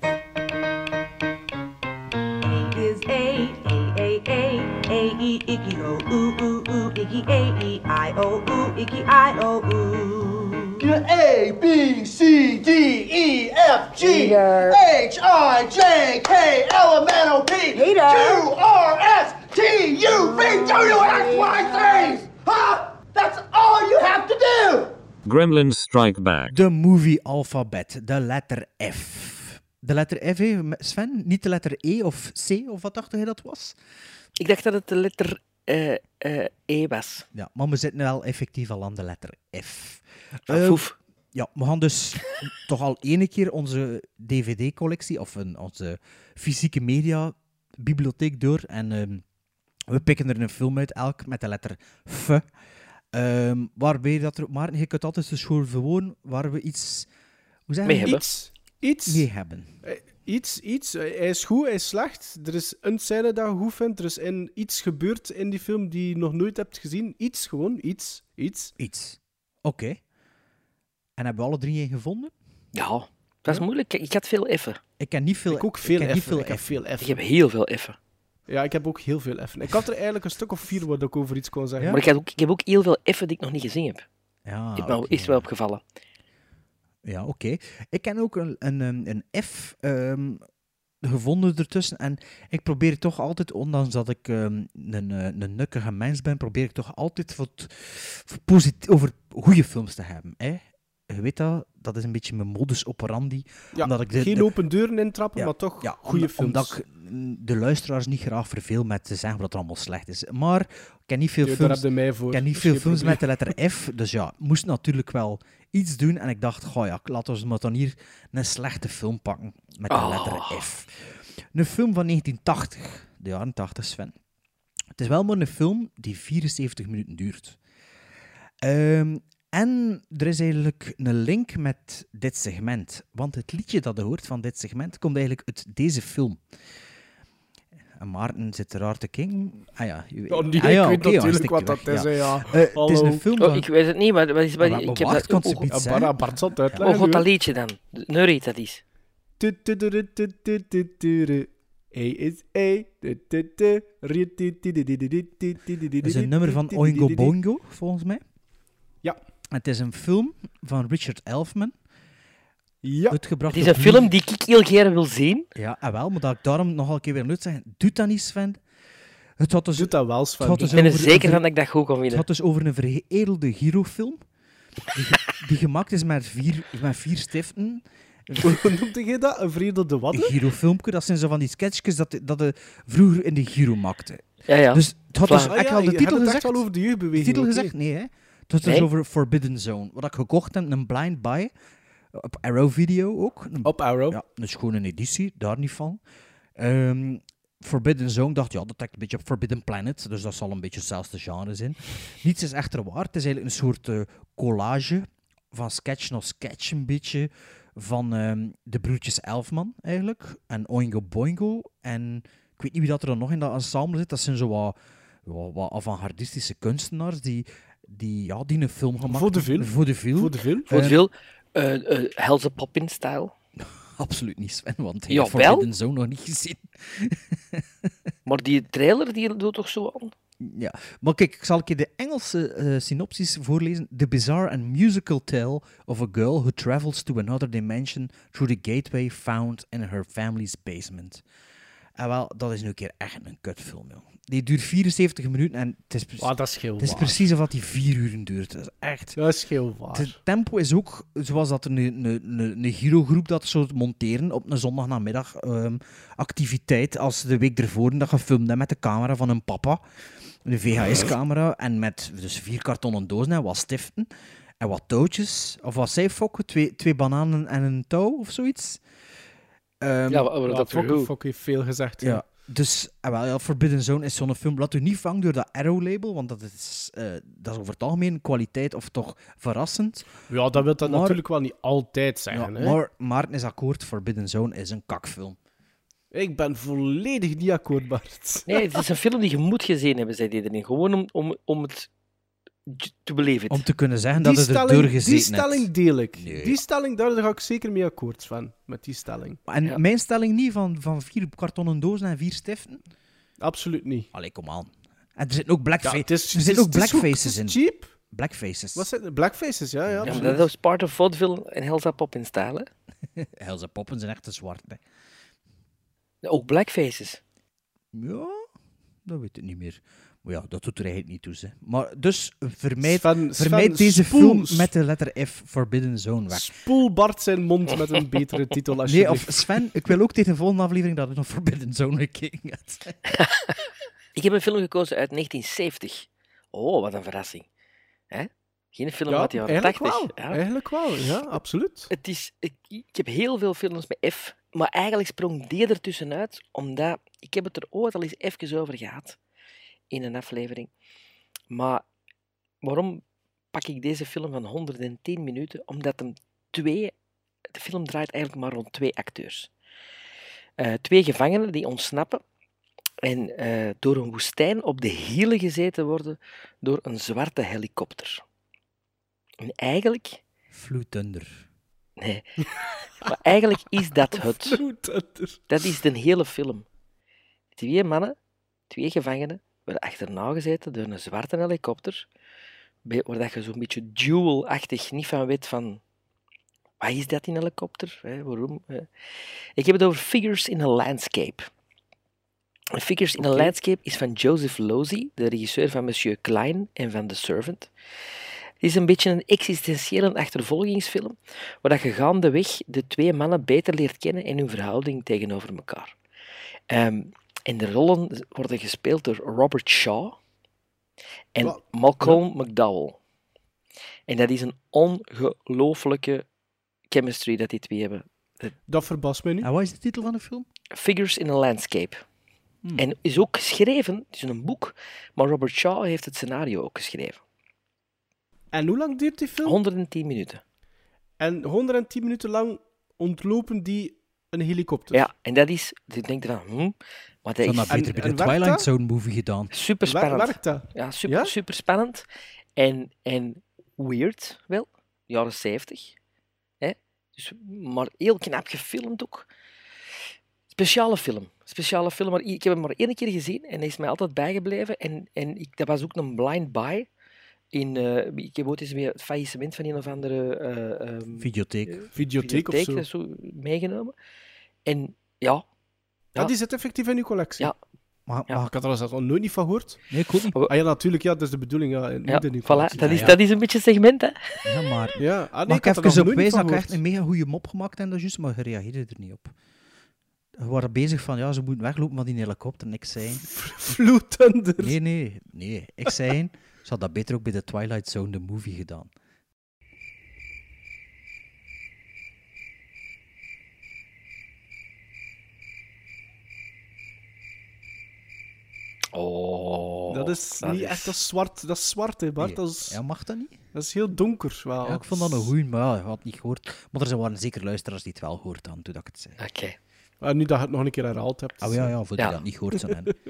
Is A, A, A, A, A, E, icky, O, ooh, ooh, ooh, icky, A, E, I, O, ooh, icky, I, O, ooh. A, B, C, D, E, F, G, H, I, J, K, L, M, N, O, P, Q, R, S, T, U, V, W, X, Y, Z! Huh? That's all you have to do! Gremlins Strike Back. De movie alfabet, de letter F. De letter F, hè, Sven? Niet de letter E of C, of wat dacht je dat was? Ik dacht dat het de letter uh, uh, E was. Ja, maar we zitten wel effectief al aan de letter F. Van Uh, Foef. Ja, we gaan dus toch al ene keer onze D V D-collectie, of een, onze fysieke media-bibliotheek door. En um, we pikken er een film uit, elk met de letter F. Um, waarbij dat er... Maar je kunt altijd dus gewoon gewoon waar we iets... Hoe zeggen we? Iets. Iets. Mee hebben. Eh, Iets, iets. Eh, Hij is goed, hij is slecht. Er is een scène dat je goed vindt. Er is in iets gebeurd in die film die je nog nooit hebt gezien. Iets, gewoon. Iets. Iets. Iets. Oké. Okay. En hebben we alle drie een gevonden? Ja, dat is Ja. moeilijk. Ik had veel F'en. Ik heb niet veel... Ik ook veel ik heb niet F'en. veel Ik heb F'en. veel Ik F'en. heb heel veel F'en. Ja, ik heb ook heel veel F'en. Ik had er eigenlijk een stuk of vier waar ik over iets kon zeggen. Maar ik heb, ook, ik heb ook heel veel F'en die ik nog niet gezien heb. Ja, Is me oké. is wel opgevallen. Ja, oké. Okay. Ik ken ook een, een, een F um, gevonden ertussen. En ik probeer toch altijd, ondanks dat ik um, een, een nukkige mens ben, probeer ik toch altijd voor het, voor posit- over goede films te hebben. Hè? Je weet dat, dat is een beetje mijn modus operandi. Ja, omdat ik de, geen de, open deuren intrappen, ja, maar toch ja, goede om, films. Omdat ik de luisteraars niet graag verveel met te zeggen dat het allemaal slecht is. Maar ik ken niet veel Ja, daar films, heb je mij voor. ik ken niet Dat is veel geen films met de probleem. letter F. Dus ja, moest natuurlijk wel iets doen. En ik dacht, goh ja, laten we maar dan hier een slechte film pakken met de Oh. letter F. Een film van negentien tachtig, de jaren tachtig, Sven. Het is wel maar een film die vierenzeventig minuten duurt. Um, en er is eigenlijk een link met dit segment. Want het liedje dat je hoort van dit segment komt eigenlijk uit deze film. En Maarten zit er raar te king. Ah ja, je, Oh, nee, ah, ja ik weet okay, ja, natuurlijk stik wat je dat weg, is, hè, ja. Uh, het is Hallo. een film Oh, van... ik weet het niet, maar wat is, wat, Maar- maar ik heb wacht, dat kan ook- ze iets Ja, zeggen? Bara, Bart zal het Oh uitleggen. god, dat nu. liedje dan. Neurie dat is. Tu, tu, tu, tu, tu, tu, tu, tu, tu. A is A. Tu, tu, tu. Ri, tu, tu, tu, tu, tu, tu, tu, tu, tu, Het is tu, een nummer van tu, tu, tu, Oingo tu, tu. Boingo, volgens mij. Ja. Het is een film van Richard Elfman. Ja. Uitgebracht Het is een op film Movie- die ik heel graag wil zien. Ja, en wel, maar dat ik daarom nog een keer weer moet zeggen. Doe dat niet, Sven. Het had dus, Doet dat wel, het Sven. had Ik dus ben er over- zeker over- van dat ik dat goed kan Het vinden. gaat dus over een veredelde Giro-film. Die, ge- die gemaakt is met vier, met vier stiften. Hoe noemde je dat? Een veredelde wat? Een Giro-filmpje, dat zijn zo van die sketchjes dat de, dat de vroeger in de Giro maakte. Ja, ja. Dus het had dus, Vlaar. heb ik al de je titel hebt het gezegd? echt wel over de De jeugdbeweging. titel oké. gezegd? Nee, hè. Het was dus Nee? over Forbidden Zone. Wat ik gekocht heb, een blind buy. Op Arrow Video ook. Een, Op Arrow. ja, een schone editie, daar niet van. Ehm, Forbidden Zone, dacht ja, dat lijkt een beetje op Forbidden Planet, dus dat zal een beetje hetzelfde genre zijn. Niets is echter waar. Het is eigenlijk een soort eh, collage van sketch naar sketch, een beetje, van ehm, de broertjes Elfman, eigenlijk. En Oingo Boingo. En ik weet niet wie dat er dan nog in dat ensemble zit. Dat zijn zo wat, wat, wat avant-gardistische kunstenaars die, die, ja, die een film gemaakt Voor de film. Voor de film. Voor de film. Voor Eh, veel uh, uh, Helse Poppin-style. Absoluut niet, Sven, want hij Jawel. heeft Forbidden Zone nog niet gezien. Maar die trailer die doet toch zo aan? Ja, maar kijk, ik zal een keer de Engelse uh, synopsis voorlezen. The bizarre and musical tale of a girl who travels to another dimension through the gateway found in her family's basement. En wel, dat is nu een keer echt een kutfilm, joh. Die duurt vierenzeventig minuten en het is, pre- Ah, dat is heel het is waar. precies of dat die vier uur duurt. Dat is echt... Dat is heel waar. Het tempo is ook zoals dat er een, een, een, een Giro-groep dat soort monteren op een zondagnamiddag um, activiteit als de week ervoor dat gefilmd hebben met de camera van een papa. Een V H S-camera en met dus vier kartonnen dozen en wat stiften en wat touwtjes. Of wat zei Fokke? Twee, twee bananen en een touw of zoiets. Um, Ja, maar Ja, dat Fok- goed. Fok heeft veel gezegd. ja, dus ah, wel, ja, Forbidden Zone is zo'n film. Laat u niet vangen door dat Arrow-label, want dat is, uh, dat is over het algemeen kwaliteit of toch verrassend. Ja, dat wil dat Maar- natuurlijk wel niet altijd Ja, zeggen. hè. maar Maarten is akkoord, Forbidden Zone is een kakfilm. Ik ben volledig niet akkoord, Bart. Nee, het is een film die je moet gezien hebben, zei die erin. Gewoon om, om, om het te beleven. Om te kunnen zeggen Die dat het er stelling, doorgezeten die stelling deel ik. Nee. Die stelling, daar ga ik zeker mee akkoord, Sven. Met die stelling. En Ja. mijn stelling niet van, van vier kartonnen dozen en vier stiften? Absoluut niet. Allee, kom aan. En er zitten ook, blackfa- Ja, het is- er het is- zitten ook het is goed, blackfaces het is in. cheap. Blackfaces. Wat zijn de blackfaces? Ja, ja, Ja, maar absoluut. dat is part of vaudeville en Helza Poppin-style. hè. Helse poppen zijn echt te zwart. Hè. Ook blackfaces. Ja, dat weet ik niet meer. Maar ja, dat doet er eigenlijk niet toe. Hè. Maar dus vermijd, Sven- vermijd Sven, deze spoel- film met de letter F, Forbidden Zone, weg. Spoel Bart zijn mond met een betere titel Nee, alsjeblieft. of Sven, ik wil ook tegen de volgende aflevering dat het nog Forbidden Zone gekeken gaat. Ik heb een film gekozen uit negentien zeventig. Oh, wat een verrassing. Hè? Geen film Ja, uit de jaren eigenlijk tachtig. wel. Ja. Eigenlijk wel, ja, absoluut. Het is, ik, ik heb heel veel films met F, maar eigenlijk sprong die er tussenuit, omdat ik heb het er ooit al eens even over gehad in een aflevering. Maar waarom pak ik deze film van honderdtien minuten? Omdat hem twee, de film draait eigenlijk maar rond twee acteurs. Uh, twee gevangenen die ontsnappen en uh, door een woestijn op de hielen gezeten worden door een zwarte helikopter. En eigenlijk... Blue Thunder. Nee. Maar eigenlijk is dat het. Dat is de hele film. Twee mannen, twee gevangenen, worden achterna gezeten door een zwarte helikopter, waar dat je zo'n beetje duel-achtig niet van weet van... Wat is dat in een helikopter? Hè, waarom? Hè? Ik heb het over Figures in a Landscape. Figures in a Oké. Landscape is van Joseph Losey, de regisseur van Monsieur Klein en van The Servant. Het is een beetje een existentiële achtervolgingsfilm, waar dat je gaandeweg de twee mannen beter leert kennen en hun verhouding tegenover elkaar. Um, en de rollen worden gespeeld door Robert Shaw en Wat? Malcolm McDowell. En dat is een ongelooflijke chemistry dat die twee hebben. Dat verbaast mij niet. En wat is de titel van de film? Figures in a Landscape. Hmm. En is ook geschreven, het is een boek, maar Robert Shaw heeft het scenario ook geschreven. En hoe lang duurt die film? honderdtien minuten. En honderdtien minuten lang ontlopen die een helikopter. Ja, en dat is... Ik denk van, hm, maar dat Zou is dat beter bij de en werkt Twilight dat? Zone movie gedaan? super spannend. Wer- werkt dat? Ja, super, Ja? super spannend. En, en weird, wel. Jaren zeventig. Hè? Dus, maar heel knap gefilmd ook. Speciale film. Speciale film. Maar ik heb hem maar één keer gezien en hij is mij altijd bijgebleven. En, en ik, dat was ook een blind buy. In, uh, ik heb ooit eens weer het faillissement van een of andere... Uh, um, Videotheek. uh, Videotheek of zo. dat zo meegenomen. En ja... Ja, die zit effectief in uw collectie. Ja. Maar, Ja. Ik had er zelfs nog nooit niet van gehoord. Nee, ik ook niet. Ah ja, natuurlijk. Ja, dat is de bedoeling. Ja, het Ja, moet in uw voilà. collectie. Dat is, ja. dat is een beetje segment, hè. Ja, maar... Ja, ah, nee, Mag ik ik had er nog even op nooit wijzen van dat ik echt gehoord. een mega goede mop gemaakt heb, dat juist, maar je reageerde er niet op. We waren bezig van, ja, ze moeten weglopen van die helikopter. En ik zei... Blue Thunder. Nee, nee, nee. Ik zei, ze had dat beter ook bij de Twilight Zone, de movie, gedaan. Oh, Dat is dat niet is- echt, dat is zwart, dat is zwart, hè, Bart. Nee. Dat is, Ja, mag dat niet? dat is heel donker. Wel. Ja, ik vond dat een goeie, maar ja, ik had het niet gehoord. Maar er waren zeker luisteraars die het wel gehoord hadden toen dat ik het zei. Oké. Ah, nu dat je het nog een keer herhaald hebt. Oh ja, ja, voor die Ja. dat niet gehoord zijn. hebben.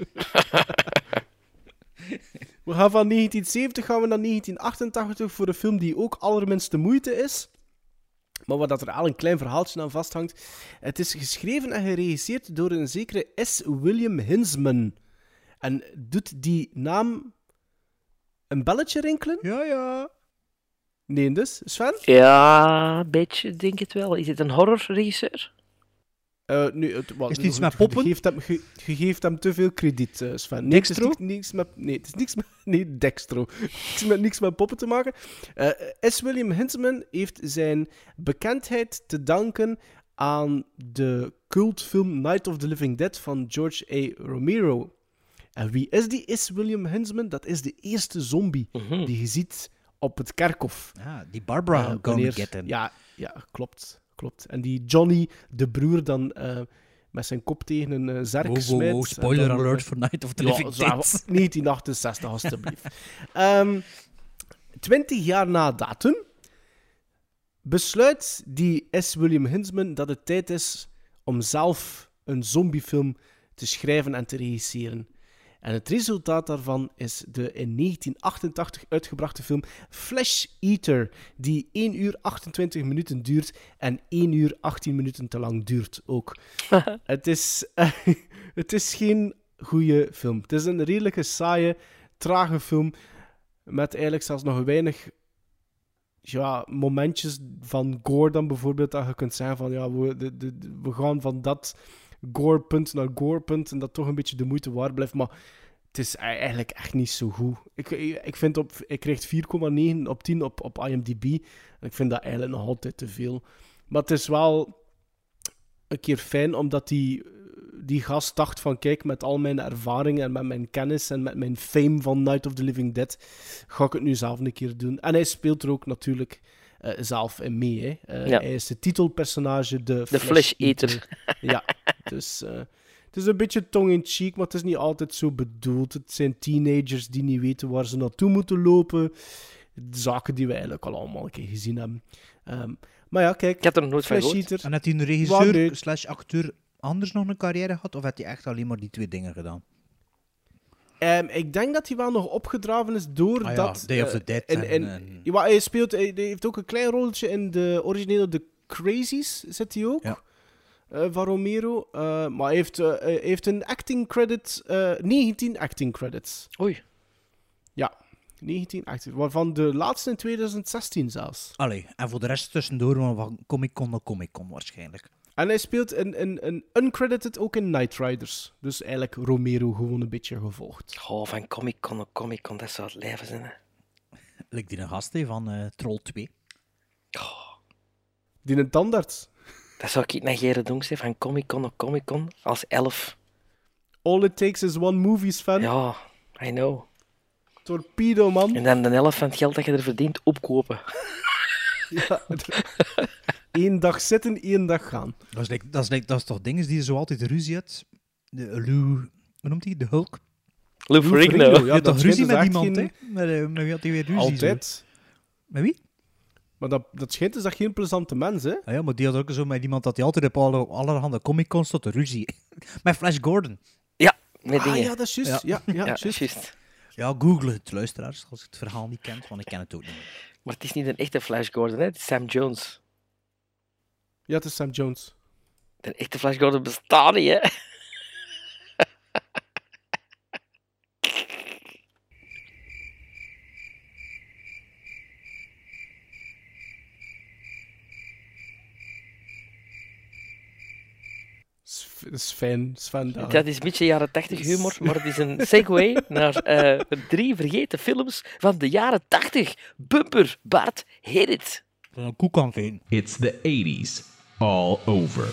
We gaan van negentien zeventig gaan we naar negentien achtentachtig voor een film die ook allerminste moeite is. Maar waar dat er al een klein verhaaltje aan vasthangt. Het is geschreven en geregisseerd door een zekere S. William Hinsman. En doet die naam een belletje rinkelen? Ja, ja. Nee, dus. Sven? Ja, een beetje, denk het wel. Is het een horrorregisseur? Uh, nu, het, wat, Is het iets je- met je poppen? geeft hem, je, je geeft hem te veel krediet, uh, Sven. Nee, Dextro? Het is niks, niks met, nee, het is niks met... Nee, Dextro. Niks met, niks met poppen te maken. Uh, S. William Hinsman heeft zijn bekendheid te danken aan de cultfilm Night of the Living Dead van George A. Romero. En wie is die S. William Hinsman? Dat is de eerste zombie Mhm. die je ziet op het kerkhof. Ja, die Barbara Uh, gonna wanneer- get him. Ja, ja, klopt. klopt. En die Johnny, de broer, dan uh, met zijn kop tegen een uh, zerk Wow, wow, smijt. wow, En spoiler dan, uh, alert voor Night of the ja, Living zo, Dead. negentien achtenzestig, alstublieft. um, Twintig jaar na datum besluit die S. William Hinsman dat het tijd is om zelf een zombiefilm te schrijven en te regisseren. En het resultaat daarvan is de in negentien achtentachtig uitgebrachte film Flesh Eater, die één uur achtentwintig minuten duurt en één uur achttien minuten te lang duurt ook. het, is, uh, het is geen goede film. Het is een redelijke saaie, trage film met eigenlijk zelfs nog weinig ja, momentjes van gore dan bijvoorbeeld, dat je kunt zeggen van ja, we, de, de, we gaan van dat gorepunt naar gorepunt en dat toch een beetje de moeite waard blijft, maar het is eigenlijk echt niet zo goed. Ik, ik vind op... Ik kreeg vier komma negen op tien op, op I M D B. En ik vind dat eigenlijk nog altijd te veel. Maar het is wel een keer fijn, omdat die, die gast dacht van... Kijk, met al mijn ervaringen en met mijn kennis en met mijn fame van Night of the Living Dead... ga ik het nu zelf een keer doen. En hij speelt er ook natuurlijk... Uh, zelf in mee. Hè. Uh, Ja. Hij is het titelpersonage, de, De Flesh Eater. Ja, dus uh, het is een beetje tong-in-cheek, maar het is niet altijd zo bedoeld. Het zijn teenagers die niet weten waar ze naartoe moeten lopen. Zaken die we eigenlijk al allemaal een keer gezien hebben. Um, maar ja, kijk. Ik heb er nog nooit van Flesh gehoord. Eater. En had hij een regisseur slash acteur anders nog een carrière gehad? Of had hij echt alleen maar die twee dingen gedaan? Um, ik denk dat hij wel nog opgedraven is door Ah ja, dat... Day of the uh, Dead in- en- in- en- Ja, hij, speelt, hij, hij heeft ook een klein rolletje in de originele The Crazies, zit hij ook. Ja. Uh, van Romero. Uh, maar hij heeft, uh, hij heeft een acting credit... Uh, negentien acting credits. Oei. Ja, negentien acting. Waarvan de laatste in twintig zestien zelfs. Allee, en voor de rest tussendoor maar van Comic-Con naar Comic-Con waarschijnlijk. En hij speelt een, een, een uncredited ook in Knight Riders. Dus eigenlijk Romero gewoon een beetje gevolgd. Oh, van Comic-Con naar Comic-Con, dat zou het leven zijn. Hè. Lijkt die een gast hè, van uh, Troll twee. Die een tandarts. Dat zou ik negeren doen, zeg, van Comic-Con naar Comic-Con als elf. All it takes is one movies fan. Ja, I know. Torpedo, man. En dan de helft van het geld dat je er verdient opkopen. Ja, Eén dag zitten, één dag gaan. Dat is, like, dat, is like, dat is toch dingen die je zo altijd ruzie hebt? De Lou... Hoe noemt hij? De Hulk? Lou Ferrigno. Ja, Je hebt dat toch ruzie schijnt met dus iemand, echt hè? Met, uh, met wie had hij weer ruzie? Altijd. Zo? Met wie? Maar dat, dat schijnt dus dat geen plezante mens, hè? Ah ja, maar die had ook zo met iemand dat hij altijd op alle, allerhande Comic-Cons tot de ruzie. Met Flash Gordon. Ja, met Ah, dingen. ja, dat is juist. Ja, ja, Ja, juist. juist. Ja, google het, luisteraars, als je het verhaal niet kent, want ik ken het ook niet meer. Maar het is niet een echte Flash Gordon, hè? Het is Sam Jones. Ja, het is Sam Jones. Een echte Flash Gordon bestaat niet, hè? S- Sven, Sven daar. Dat is een beetje jaren tachtig humor, maar het is een segue naar eh, drie vergeten films van de jaren tachtig. Bumper, Bart, hit it. Een koek aan veen. It's the eighties all over.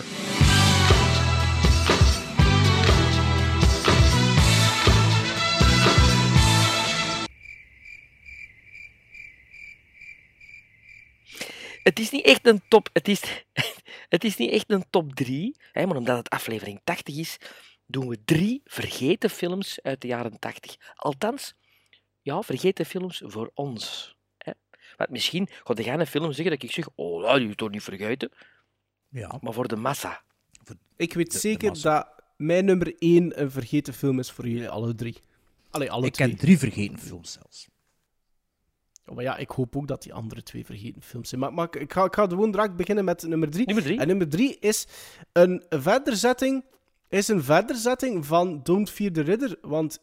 Het is niet echt een top... Het is, het is niet echt een top drie, hè, maar omdat het aflevering tachtig is, doen we drie vergeten films uit de jaren tachtig. Althans, ja, vergeten films voor ons. Hè. Want misschien gaat jij een film zeggen dat ik zeg, oh, dat is toch niet vergeten? Ja. Maar voor de massa. Ik weet de zeker massa. dat mijn nummer één een vergeten film is voor jullie alle drie. Allee, alle Ik twee. ken drie vergeten films zelfs. Oh, maar ja, ik hoop ook dat die andere twee vergeten films zijn. Maar, maar ik, ga, ik ga gewoon direct beginnen met nummer drie. Nummer drie? En nummer drie is een verderzetting, is een verderzetting van Don't Fear the Ridder. Want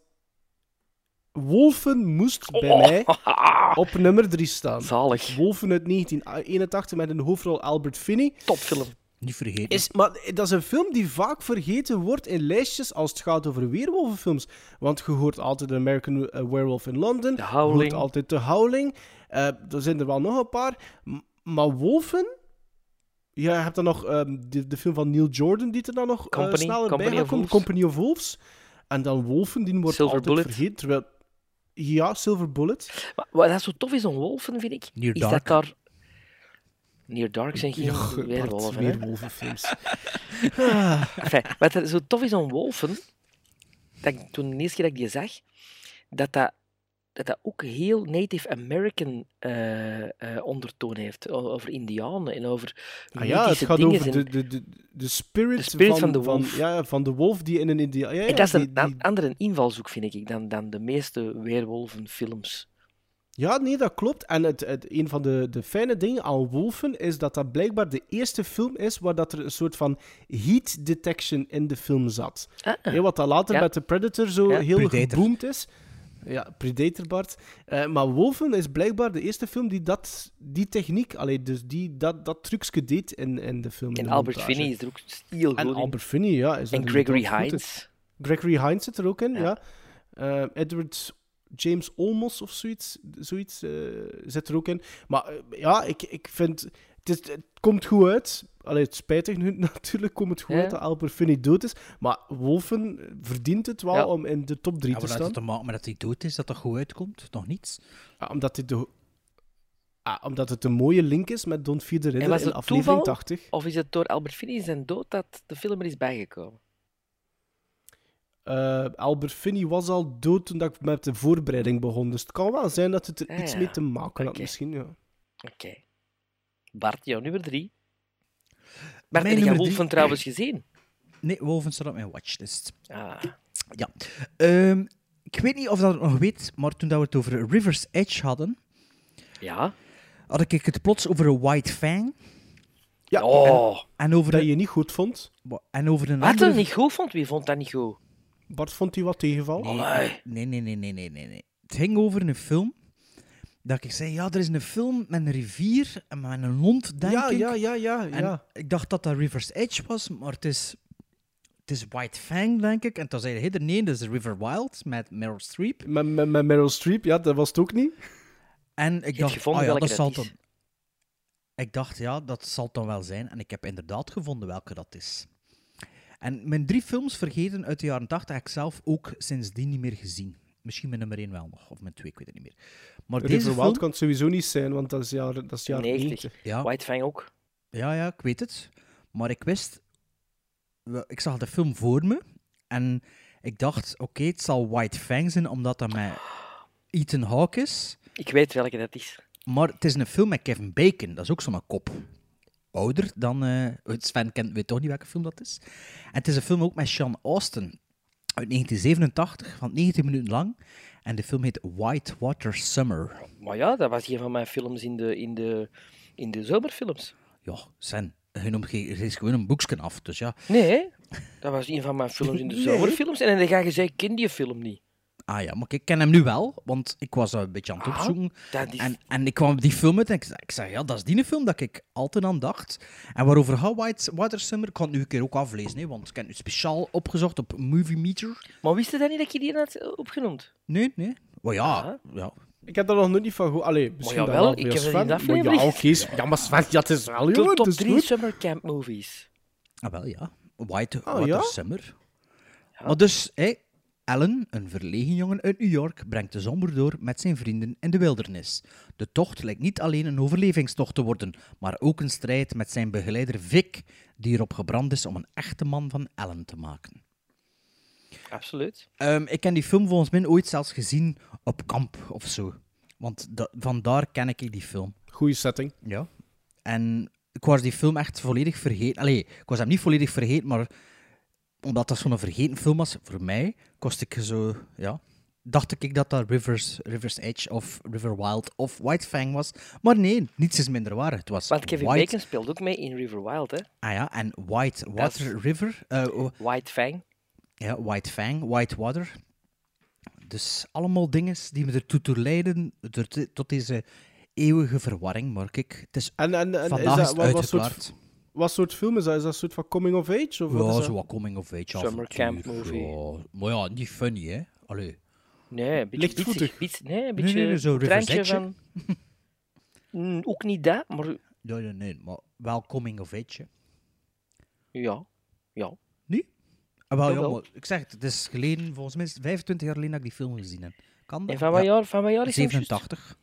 Wolfen moest bij Oh. mij op nummer drie staan. Zalig. Wolfen uit negentien eenentachtig met een hoofdrol Albert Finney. Topfilm. Niet vergeten. Is, maar dat is een film die vaak vergeten wordt in lijstjes als het gaat over weerwolvenfilms. Want je hoort altijd The American uh, Werewolf in London. The Je Howling. hoort altijd The Howling. Uh, er zijn er wel nog een paar. M- maar Wolfen... Ja, je hebt dan nog um, de, de film van Neil Jordan die er dan nog uh, Company, sneller Company bij of gaat komen. Wolves. Company of Wolves. En dan Wolfen, die wordt Silver altijd Bullet. vergeten. Terwijl... Ja, Silver Bullet. Maar wat dat zo tof is aan Wolfen, vind ik, Near is Dark. dat daar... Near Dark zijn geen Ja, weerwolven, Bart, hè? weerwolvenfilms. Enfin, wat er zo tof is aan Wolfen, dat ik, toen de eerste keer dat ik die zag, dat dat, dat, dat ook heel Native American eh, eh, ondertoon heeft. O- Over Indianen en over Ah ja, het mythische gaat dingen. over de, en- de, de, de spirit, De spirit van, van de wolf. ja, van de wolf die in een India... Ja, ja, en dat is die- een die- a- andere invalshoek, vind ik, dan, dan de meeste weerwolvenfilms. Ja, nee, dat klopt. En het, het, een van de, de fijne dingen aan Wolfen is dat dat blijkbaar de eerste film is waar dat er een soort van heat detection in de film zat. Ah, Hè, wat dat later Ja. met de Predator zo Ja. heel Predator. geboomd is. Ja, Predator, Bart. Eh, maar Wolfen is blijkbaar de eerste film die dat, die techniek, allee, dus die, dat, dat trucje deed in, in de film. in En de Albert montage. Finney is er ook heel goed En in. Albert Finney, ja. Is En er Gregory inderdaad goed in. Hines. Gregory Hines zit er ook in, ja. Ja. Uh, Edward James Olmos of zoiets, zoiets uh, zit er ook in. Maar uh, ja, ik, ik vind... Het, is, het komt goed uit. Allee, het is spijtig nu natuurlijk, komt het goed Ja. uit dat Albert Finney dood is. Maar Wolfen verdient het wel Ja. om in de top drie Ja, te maar dat staan. het te maken met dat hij dood is, dat dat goed uitkomt? Nog niets? Ja, omdat, dit de, ah, omdat het een mooie link is met Don't Fear the En Reader was in het aflevering toeval, tachtig. of is het door Albert Finney zijn dood dat de film er is bijgekomen? Uh, Albert Finney was al dood toen dat ik met de voorbereiding begon. Dus het kan wel zijn dat het er Ah, iets ja. mee te maken had Oké. misschien. Ja. Oké. Okay. Bart, jouw nummer drie. Bart, Mijn heb je nummer Wolfen drie- trouwens gezien? Nee, Wolfen staat op mijn watchlist. Ah. Ja. Um, ik weet niet of dat ik nog weet, maar toen dat we het over River's Edge hadden, ja. had ik het plots over een White Fang. Ja, oh. en, en over dat een, je niet goed vond. En over een Wat andere... er niet goed vond? Wie vond dat niet goed? Bart vond hij wat tegenval? Nee, nee, nee, nee, nee, nee, nee, nee. Het ging over een film. Dat ik zei, ja, er is een film met een rivier en met een hond, denk Ja, ik. ja, ja, ja, En ja. ik dacht dat dat River's Edge was, maar het is, het is White Fang, denk ik. En toen zei hij, nee, dat is River Wild met Meryl Streep. Met, met, met Meryl Streep, ja, dat was het ook niet. En ik je dacht, gevonden ah, ja, welke dat dat zal is? dan... Ik dacht, ja, dat zal dan wel zijn. En ik heb inderdaad gevonden welke dat is. En mijn drie films vergeten uit de jaren tachtig heb ik zelf ook sindsdien niet meer gezien. Misschien mijn nummer één wel nog, of mijn twee, ik weet het niet meer. Maar River deze Wild film... kan het sowieso niet zijn, want dat is jaar, dat is jaar negentig. negentig. Ja. White Fang ook. Ja, ja, ik weet het. Maar ik wist... wel, Ik zag de film voor me. En ik dacht, oké, okay, het zal White Fang zijn, omdat dat met Ethan Hawke is. Ik weet welke dat is. Maar het is een film met Kevin Bacon. Dat is ook zo'n kop. Ouder dan... Uh, Sven kent, weet toch niet welke film dat is. En het is een film ook met Sean Astin. Uit negentien zevenentachtig, van negentien minuten lang. En de film heet Whitewater Summer. Maar ja, dat was een van mijn films in de, in de, in de zomerfilms. Ja, Sven, je noemt ge- er is gewoon een boekje af, dus ja. Nee, dat was een van mijn films in de Nee. zomerfilms. En dan ga je zeggen, ik ken die film niet. Ah ja, maar ik ken hem nu wel, want ik was een beetje aan het Ah, opzoeken. dat is- En, en ik kwam die film uit en ik zei, ik zei, ja, dat is die film dat ik altijd aan dacht. En waarover gaat Whitewater Summer, ik kan het nu een keer ook aflezen, hè, want ik heb het nu speciaal opgezocht op Movie Meter. Maar wist je dan niet dat je die had opgenoemd? Nee, nee. Maar ja, ja. Ik heb daar nog nooit niet van gehoord. Allee, misschien jawel, dat wel ik weer heb er Sven, in de maar aflevering Ja, oké. Ja, maar Sven, ja, het is wel, De jongen. top het is drie goed. summercamp movies. Ah, wel ja. Whitewater Ah, ja? Summer. Maar dus, hé, Alan, een verlegen jongen uit New York, brengt de zomer door met zijn vrienden in de wildernis. De tocht lijkt niet alleen een overlevingstocht te worden, maar ook een strijd met zijn begeleider Vic, die erop gebrand is om een echte man van Alan te maken. Absoluut. Um, ik heb die film volgens mij ooit zelfs gezien op kamp of zo. Want da- vandaar ken ik die film. Goeie setting. Ja. En ik was die film echt volledig vergeten. Allee, ik was hem niet volledig vergeten, maar omdat dat zo'n vergeten film was, voor mij, kost ik zo, ja, dacht ik dat dat Rivers, Rivers Edge of River Wild of White Fang was. Maar nee, niets is minder waar. Het was Want Kevin White... Bacon speelt ook mee in River Wild, hè? Ah ja, en White Water Dat is- River. Uh, White Fang. Ja, White Fang, White Water. Dus allemaal dingen die me ertoe toe leiden, er te- tot deze eeuwige verwarring, maar kijk, het is En, en, en vandaag is is dat, het wat, wat, uitgeklaard. soort, wat soort film is dat? Is dat een soort van coming of age? Of wat Ja, is dat? zo wat coming of age Summer camp avontuur, movie. ja. Maar ja, niet funny, hè. Allee. Nee, een beetje Lichtvoetig. bitsig, bits- nee, een Nee, beetje nee, nee, zo een River's treintje Edge, van... Mm, ook niet dat, maar Nee, nee, nee, maar wel coming of age, hè. ja. Ja. Niet? Ah, wel, ja, Jawel. maar ik zeg het, het is geleden, volgens mij is het vijfentwintig jaar geleden dat ik die film gezien heb. Kan dat? En van wat Ja, jaar, van wat jaar is het juist? zevenentachtig.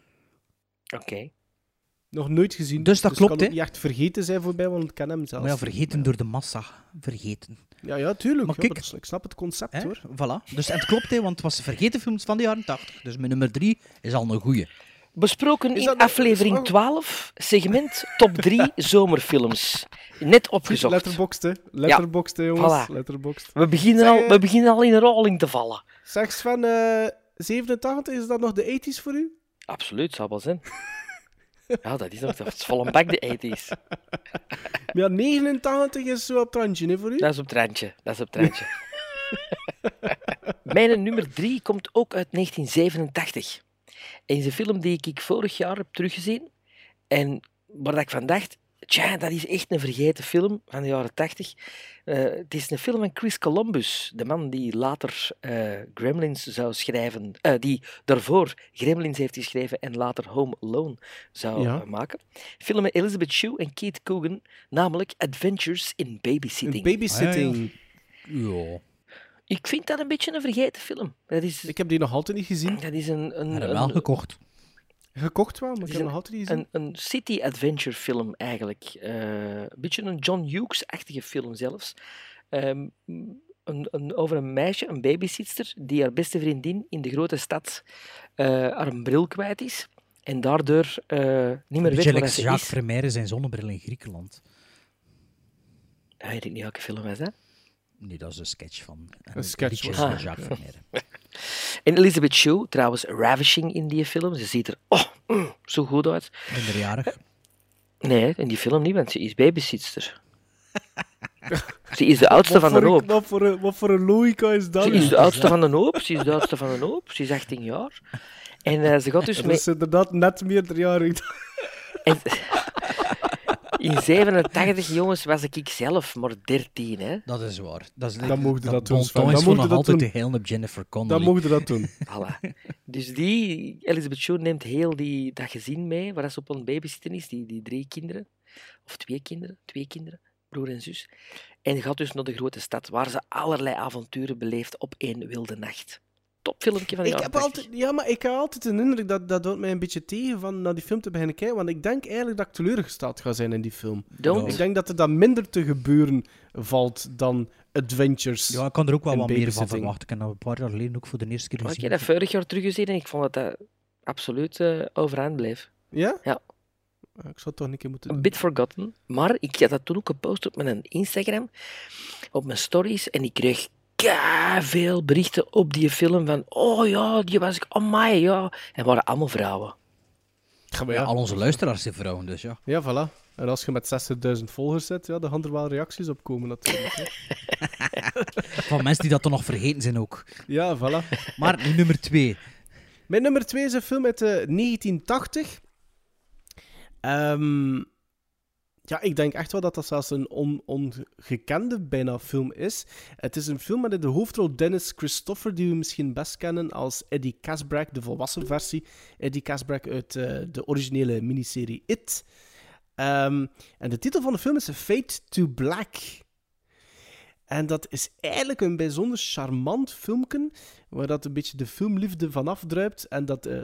Oké. Nog nooit gezien. Dus dat het klopt, kan hè? ook niet echt vergeten zijn voorbij, want ik ken hem zelfs. Maar ja, vergeten door de massa. Vergeten. Ja, ja, tuurlijk. Maar Ja, kijk- maar dat is- ik snap het concept, Hè? hoor. Voilà. Dus, en het klopt, hè, want het was vergeten films van de jaren tachtig. Dus mijn nummer drie is al een goeie. Besproken Is in dat nog- aflevering is dat- twaalf, segment top drie zomerfilms. Net opgezocht. Letterboxd, hè. Letterboxd, hè, jongens. Voilà. Letterboxd. We beginnen, Zeg, al, eh, we beginnen al in een rolling te vallen. Zeg Sven, eh zevenentachtig, is dat nog de tachtiger voor u? Absoluut, zou wel zijn. Ja, dat is nog dat is vol een bak de tachtiger. Maar ja, negenentachtig is zo op het randje, hè, voor u? Dat is op het randje. Dat is op het randje. Mijn nummer drie komt ook uit negentien zevenentachtig. En is een film die ik vorig jaar heb teruggezien. En waar dat ik van dacht, Tja, dat is echt een vergeten film van de jaren tachtig. Uh, het is een film van Chris Columbus, de man die later uh, Gremlins zou schrijven, uh, die daarvoor Gremlins heeft geschreven en later Home Alone zou Ja. uh, maken. Film met Elizabeth Shue en Keith Coogan, namelijk Adventures in Babysitting. Babysitting. Ja. Ik vind dat een beetje een vergeten film. Dat is, Ik heb die nog altijd niet gezien. dat is een... een, Had hem een wel gekocht. Gekocht wel, maar Het ik is heb nog altijd niet gezien. Een, een city adventure film eigenlijk. Eh, een beetje een John Hughes-achtige film zelfs. Ehm, een, een, over een meisje, een babysitter, die haar beste vriendin in de grote stad eh, haar een bril kwijt is. En daardoor eh, niet meer Een weet beetje wat like ze Jacques is. Vermeire zijn zonnebril in Griekenland. Dat weet ik niet welke film was dat. Nee, dat is een sketch van... Een sketch liedjes van- van Jacques Vermeire. En Elizabeth Shue, trouwens ravishing in die film. Ze ziet er oh, mm, zo goed uit. Minderjarig. Nee, in die film niet, want ze is babysitter. Ze is de oudste van Wat de voor een- hoop. Wat voor, een, wat voor een logica is dat? Ze is de oudste van de hoop. Ze is de oudste van de hoop. Ze is achttien jaar. En uh, ze gaat dus Dat mee... is inderdaad net meerderjarig. En... In zevenentachtig, jongens, was ik zelf maar dertien, hè. Dat is waar. Dat, is, Dan mocht je dat doen, bon Sven. ton Dan is mocht voor je nog dat altijd doen. de hele op Jennifer Connelly. Dan mocht je dat doen. Voilà. Dus die, Elizabeth Shue neemt heel die, dat gezin mee, waar ze op een babysitten is, die, die drie kinderen. Of twee kinderen, twee kinderen, broer en zus. En gaat dus naar de grote stad, waar ze allerlei avonturen beleeft op één wilde nacht. Topfilmpje van de Ik jaren heb tachtig. altijd, ja, maar ik heb altijd een indruk dat dat houdt mij een beetje tegen van naar die film te beginnen kijken, want ik denk eigenlijk dat ik teleurgesteld ga zijn in die film. Don't. Ik denk dat er dan minder te gebeuren valt dan Adventures. Ja, ik kan er ook wel en wat meer van babysitting. verwachten. Ik heb dat een paar jaar geleden ook voor de eerste keer Maar ik gezien. heb dat vorig jaar teruggezien en ik vond dat dat absoluut uh, overeind bleef. Ja? Ja. Ik zou het toch een keer moeten Een doen. bit forgotten. Maar ik had dat toen ook gepost op mijn Instagram, op mijn stories, en ik kreeg veel berichten op die film van oh ja, die was ik, oh my, ja. En het waren allemaal vrouwen. Ja, maar Ja, ja. al onze luisteraars zijn vrouwen, dus ja. Ja, voilà. En als je met zestigduizend volgers zit, ja, dan gaan er wel reacties op komen natuurlijk. hè. Van mensen die dat toch nog vergeten zijn ook. Ja, voilà. Maar nu nummer twee. Mijn nummer twee is een film uit uh, negentien tachtig. Ehm, ja, ik denk echt wel dat dat zelfs een on, ongekende bijna film is. Het is een film met in de hoofdrol Dennis Christopher, die we misschien best kennen als Eddie Casbrack, de volwassen versie. Eddie Casbrack uit uh, de originele miniserie It. Um, en de titel van de film is Fade to Black. En dat is eigenlijk een bijzonder charmant filmpje, waar dat een beetje de filmliefde vanaf druipt. En dat uh,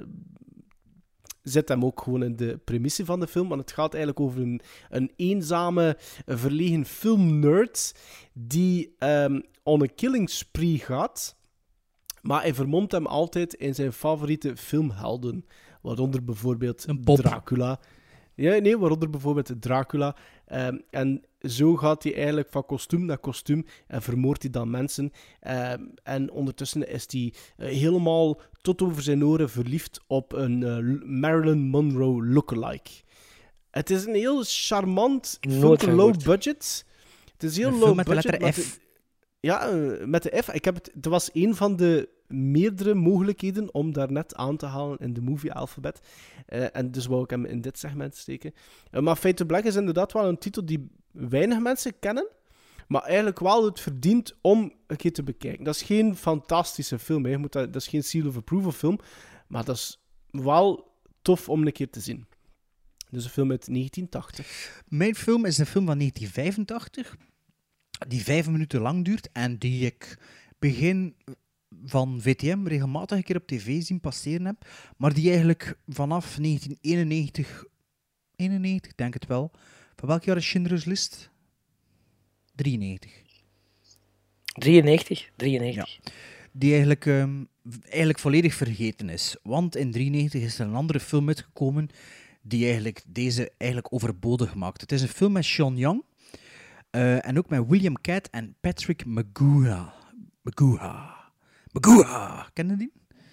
zet hem ook gewoon in de premisse van de film. Want het gaat eigenlijk over een, een eenzame, een verlegen filmnerd die um, on een killing spree gaat. Maar hij vermomt hem altijd in zijn favoriete filmhelden. Waaronder bijvoorbeeld Dracula. Ja, nee, waaronder bijvoorbeeld Dracula. Um, en zo gaat hij eigenlijk van kostuum naar kostuum en vermoordt hij dan mensen. Um, en ondertussen is hij uh, helemaal tot over zijn oren verliefd op een uh, Marilyn Monroe lookalike. Het is een heel charmant film, low budget. Het is heel een low film met de budget. letter met F. de- ja, uh, met de F. Ik heb het, het was een van de meerdere mogelijkheden om daar net aan te halen in de movie-alfabet. Uh, en dus wou ik hem in dit segment steken. Uh, maar Fade to Black is inderdaad wel een titel die weinig mensen kennen, maar eigenlijk wel het verdient om een keer te bekijken. Dat is geen fantastische film, hè. Je moet dat, dat is geen seal of approval film, maar dat is wel tof om een keer te zien. Dus een film uit negentien tachtig. Mijn film is een film van negentien vijfentachtig, die vijf minuten lang duurt en die ik begin van V T M regelmatig een keer op tv zien passeren heb, maar die eigenlijk vanaf negentien eenennegentig, eenennegentig, denk het wel. Van welk jaar is Schindler's List? drieënnegentig. drieënnegentig? drieënnegentig. Ja. Die eigenlijk, um, eigenlijk volledig vergeten is. Want in drieënnegentig is er een andere film uitgekomen die eigenlijk deze eigenlijk overbodig maakt. Het is een film met Sean Young uh, en ook met William Catt en Patrick Magooha. Magooha. Magooha. Ken je die?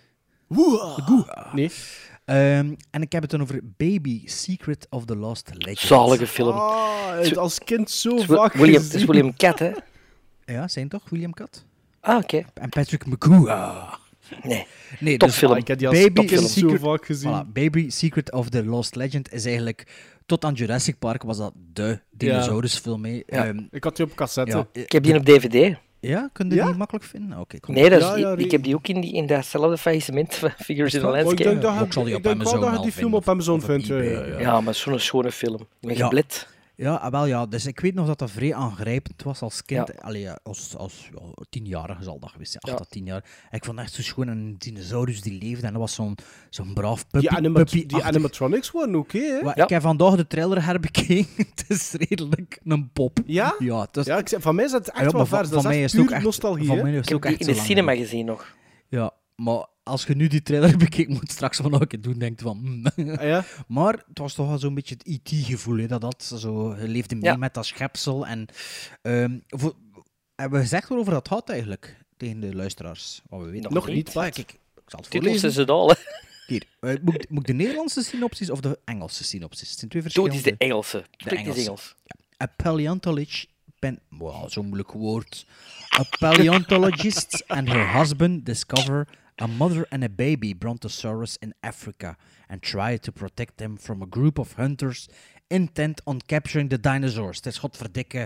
Magooha. Nee. Um, en ik heb het dan over Baby, Secret of the Lost Legend. Zalige film. Ah, het als kind zo Het is Wi- vaak William, het is gezien. William Catt, hè? Ja, zijn toch? William Catt? Ah, oké. En Patrick Magooha. Nee, nee topfilm. Dus, Ik heb die als Baby topfilm. Secret, zo vaak gezien. Voilà, Baby Secret of the Lost Legend is eigenlijk... Tot aan Jurassic Park was dat de dinosaurusfilm. Ja. Ja. Um, Ik had die op cassette. ja, Ik heb die op D V D. Ja, kun je Ja? die makkelijk vinden? Oké, kom. Nee, dat is, Ja, ja, ik, re- ik heb die ook in, die, in datzelfde faillissement van Figures in the Oh, ik Landscape. denk dat je- Ik zal die op ik denk wel Amazon dat je wel die film vinden, op Amazon of op vindt. ja, eBay, ja, ja. Ja, maar zo'n schone film. Met Ja. geblit. Ja, ah, wel ja. Dus ik weet nog dat dat vrij aangrijpend was als kind. Ja. Allee, ja, als, als ja, tienjarige zal dat geweest zijn. Ja. acht tot tien jaar. En ik vond het echt zo schoon. Een dinosaurus die leefde. En dat was zo'n zo'n braaf puppy. Die, anima- die puppy-achtig. animatronics waren oké, hè? Wa- Ja. Ik heb vandaag de trailer herbekeken. Het is redelijk een pop. Ja? Ja, het is, Ja, ik zeg, van mij is dat echt Ah, ja, wel maar van, vers. van Dat is mij echt is het ook puur echt... nostalgie, Van hè? mij is Ik het heb ook die echt in zo de lang cinema geleden. gezien nog. Ja, maar als je nu die trailer bekijkt, moet straks van nog een keer doen, denkt van... hmm. Ah, ja? Maar het was toch wel zo'n beetje het E T-gevoel, hè, dat dat zo... Je leefde mee Ja. met dat schepsel en... ehm, voor, hebben we gezegd waarover dat gaat eigenlijk, tegen de luisteraars? Wat we weten. Nog niet, Ah, wat? kijk, ik zal het Titels voorlezen. is het al, hè. Hier, eh, moet, ik- moet ik de Nederlandse synopsis of de Engelse synopsis? Het zijn twee Doe, verschillende... het is de Engelse. De Spreek eens Engelse. Engels. A paleontologist... Ben, wow, zo'n moeilijk woord. A paleontologist and her husband discover a mother and a baby brontosaurus in Africa and try to protect them from a group of hunters intent on capturing the dinosaurs. Het is godverdikke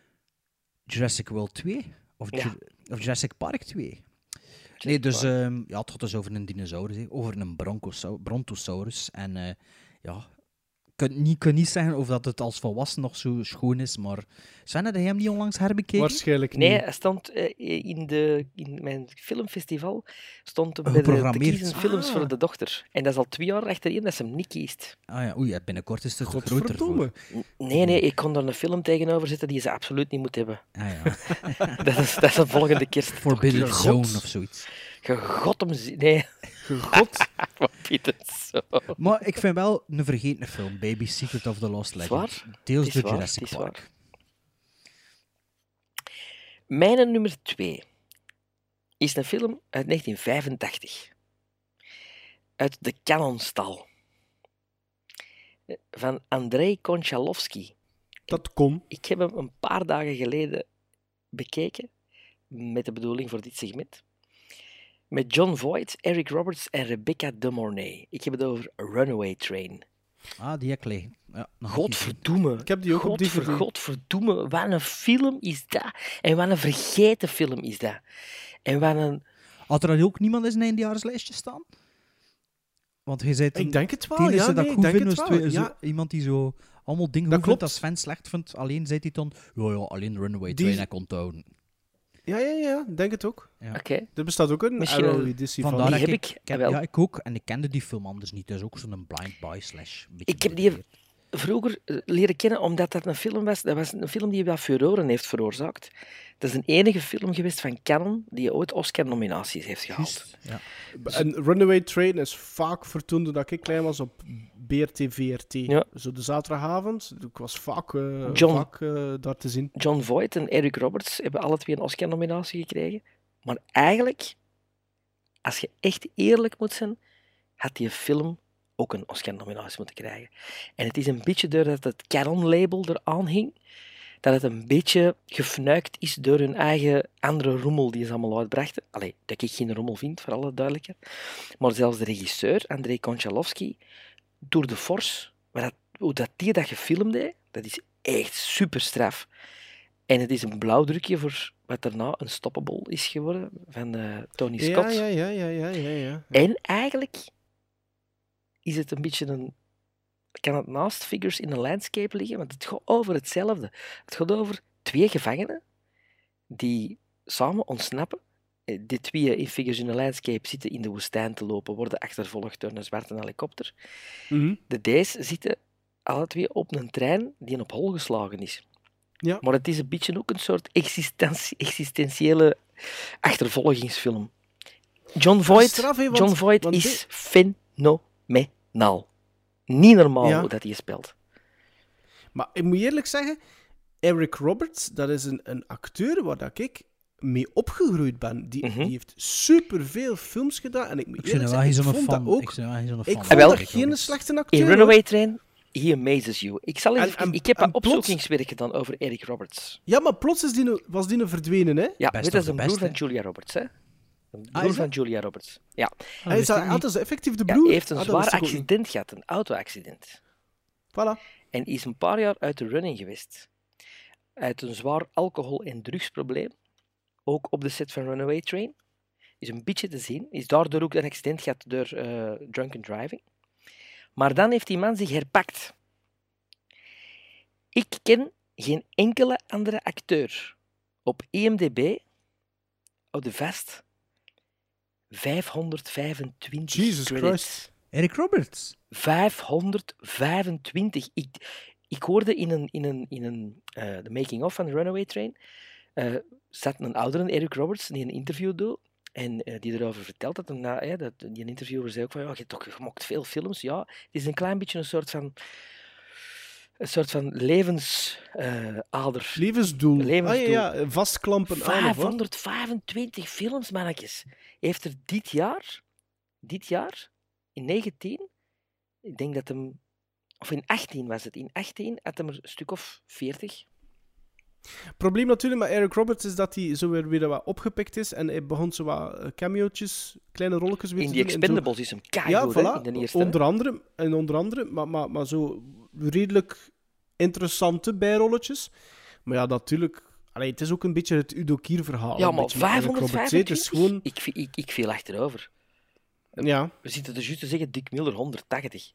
Jurassic World twee? Of, Ja. Ju- of Jurassic Park twee? Nee, dus ehm, ja, het gaat dus over een dinosaurus, hè, over een broncosau- brontosaurus. En eh, ja, ik kan niet, kan niet zeggen of dat het als volwassen nog zo schoon is, maar... Sven, heb jij hem niet onlangs herbekeken? Waarschijnlijk Nee, niet. hij stond eh, in, de, in mijn filmfestival stond hij bij de, te Geprogrammeerd. kiezen films Ah. voor de dochter. En dat is al twee jaar achtereen dat ze hem niet kiest. Ah ja, oei, ja, binnenkort is het er groter voor. Godverdomme. Nee, nee, ik kon er een film tegenover zetten die ze absoluut niet moet hebben. Ah ja, Dat is, dat is de volgende kerst. Forbidden Toch, Zone God. of zoiets. Gegot hem... zi- Nee. Gegot. Forbidden Zone. Maar ik vind wel een vergeten film, Baby Secret of the Lost Legend. waar. Deels Het is door waar, Jurassic het is Park. Mijn nummer twee is een film uit negentien vijfentachtig. Uit de Cannonstal. Van Andrei Konchalovsky. Dat kon. Ik heb hem een paar dagen geleden bekeken, met de bedoeling voor dit segment. Met John Voight, Eric Roberts en Rebecca De Mornay. Ik heb het over Runaway Train. Ah, die heb ik liggen. Ja, nog niet gezien. Godverdomme. Ik heb die ook op D V D. Godverdomme, wat een film is dat? En wat een vergeten film is dat? En wat een... Had er dan ook niemand in zijn eindejaarslijstje staan? Want je zei Ik denk het wel, Het enige ja, dat nee, ik ik goed denk vind, het was wel, twee- zo- ja. iemand die zo allemaal dingen Dat goed vindt klopt. dat Sven slecht vindt. Alleen zei hij dan, ja, ja, alleen Runaway Die- Train ik onthouden. Ja, ja, ja, ik denk het ook. Ja. Oké. Er bestaat ook een Misschien Arrow een- editie van. Vandaar Die dat heb ik, ik, heb- wel. Ja, ik ook. En ik kende die film anders niet. Dat is ook zo'n blind buy slash... beetje Ik heb die vroeger eh, leren kennen omdat dat een film was. Dat was een film die wat furoren heeft veroorzaakt. Dat is de enige film geweest van Cannon die ooit Oscar-nominaties heeft gehaald. Ja. En Runaway Train is vaak vertoond toen ik klein was op B R T, V R T. Ja. Zo de zaterdagavond. Ik was vaak, eh, John- vaak eh, daar te zien. John Voight en Eric Roberts hebben alle twee een Oscar-nominatie gekregen. Maar eigenlijk, als je echt eerlijk moet zijn, had die film ook een Oscar-nominatie moeten krijgen. En het is een beetje doordat het Cannon-label eraan hing, dat het een beetje gefnuikt is door hun eigen andere rommel die ze allemaal uitbrachten. Allee, dat ik geen rommel vind, voor alle duidelijkheid. Maar zelfs de regisseur, Andrei Konchalovsky, Tour de Force, waar dat, hoe dat die dat gefilmd heeft, dat is echt super straf. En het is een blauwdrukje voor wat daarna een Stoppable is geworden van eh, Tony Scott. Ja, ja, ja, ja, ja, ja, ja. En eigenlijk is het een beetje een... Kan het naast Figures in the Landscape liggen? Want het gaat over hetzelfde. Het gaat over twee gevangenen die samen ontsnappen. Eh, Die twee in Figures in the Landscape zitten in de woestijn te lopen, worden achtervolgd door een zwarte helikopter. Mhm. De D's zitten alle twee op een trein die op hol geslagen is. Ja. Maar het is een beetje ook een soort existentie- existentiële achtervolgingsfilm. John Voight, straf, hè, want- John Voight want is dit- fenomenaal. Niet normaal Ja. hoe dat hij speelt. Maar ik moet eerlijk zeggen, Eric Roberts, dat is een, een acteur waar dat ik mee opgegroeid ben. Die, Mhm. die heeft superveel films gedaan. En ik moet Ik ben eerlijk er wel zeggen, geen ik zo'n vond dat fan. ook... Ik ben wel geen zo'n Ik fan vond van wel, dat Eric geen Roberts. slechte acteur. In hoor. Runaway Train, he amazes you. Ik, zal even, En- en- ik heb en een plots- opzoekingswerk gedaan over Eric Roberts. Ja, maar plots is die, nu- was die nu verdwenen, hè? Ja, Best dit is of the een broer best, van hè? Julia Roberts. Hè? Een Ah, broer is van dat? Julia Roberts. Ja. Hij is, dat, ah, dat is effectief de Ja, broer? hij heeft een Ah, dat zwaar wist ik ook niet. accident gehad, een auto-accident. Voilà. En is een paar jaar uit de running geweest. Uit een zwaar alcohol- en drugsprobleem. Ook op de set van Runaway Train. Is een beetje te zien. Is daardoor ook een accident gehad door uh, drunken driving. Maar dan heeft die man zich herpakt. Ik ken geen enkele andere acteur op I M D B op de vast vijfhonderdvijfentwintig Jesus credits. Christ. Eric Roberts. vijfhonderdvijfentwintig. Ik, ik hoorde in een, in een, in een uh, de making-of van Runaway Train, uh, zat een oudere Eric Roberts die een interview doet en uh, die erover vertelt dat, hem na, eh, dat die interviewer zei ook van, ja, je hebt toch gemaakt veel films. Ja, het is een klein beetje een soort van een soort van levensader. Uh, Levensdoel. Levensdoel. Ah, ja, ja, vastklampen aan. vijfhonderdvijfentwintig films, mannetjes. Heeft er dit jaar, dit jaar, in negentien, ik denk dat hem, of in achttien was het, in achttien had hem er een stuk of veertig. Het probleem natuurlijk met Eric Roberts is dat hij zo weer, weer wat opgepikt is en hij begon zo wat cameo'tjes, kleine rolletjes weer in te die doen. Expendables zo... is hem keigoed, ja, voilà, in de eerste. Onder andere, en onder andere maar, maar, maar zo redelijk interessante bijrolletjes. Maar ja, natuurlijk... Allee, het is ook een beetje het Udo Kier-verhaal. Ja, maar vijfhonderdvijfentwintig? Het is gewoon... Ik, ik, ik viel achterover. Ja. We zitten er juist te zeggen, Dick Miller honderdtachtig.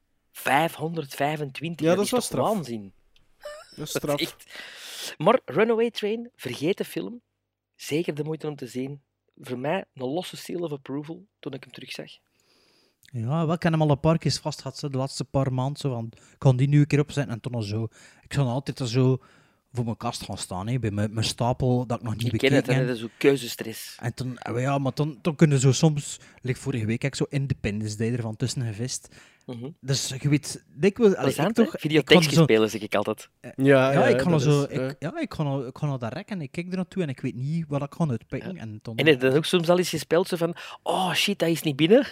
vijfhonderdvijfentwintig, ja, dat, dat is wel toch straf. waanzin? Dat is straf. Dat is echt... Maar Runaway Train, vergeet de film. Zeker de moeite om te zien. Voor mij een losse seal of approval toen ik hem terugzag. Ja, wel, ik heb hem al een paar keer vast gehad, zo, de laatste paar maanden. Zo, van, ik kan die nu een keer opzetten en toen al zo. Ik zou altijd al zo voor mijn kast gaan staan, hè, bij mijn, mijn stapel dat ik nog niet Ik ken bekeken het, heb. en dat is ook keuzestress. En toen, ja, maar dan, dan kunnen zo soms, like vorige week, heb ik zo Independence Day ervan tussen gevist. Mm-hmm. Dus je weet, dikwijls... allee, Plezant, ik toch, videotheekjes zo, spelen, zeg ik altijd. Ja, ja, ja, ik kan al dat zo, is, ik, uh... ja, ik kan al, ik kan al dat rekken en ik kijk er naartoe en ik weet niet wat ik ga uitpikken. Ja. En, dan... en heb je dan ook soms al eens gespeeld, zo van, oh shit, dat is niet binnen?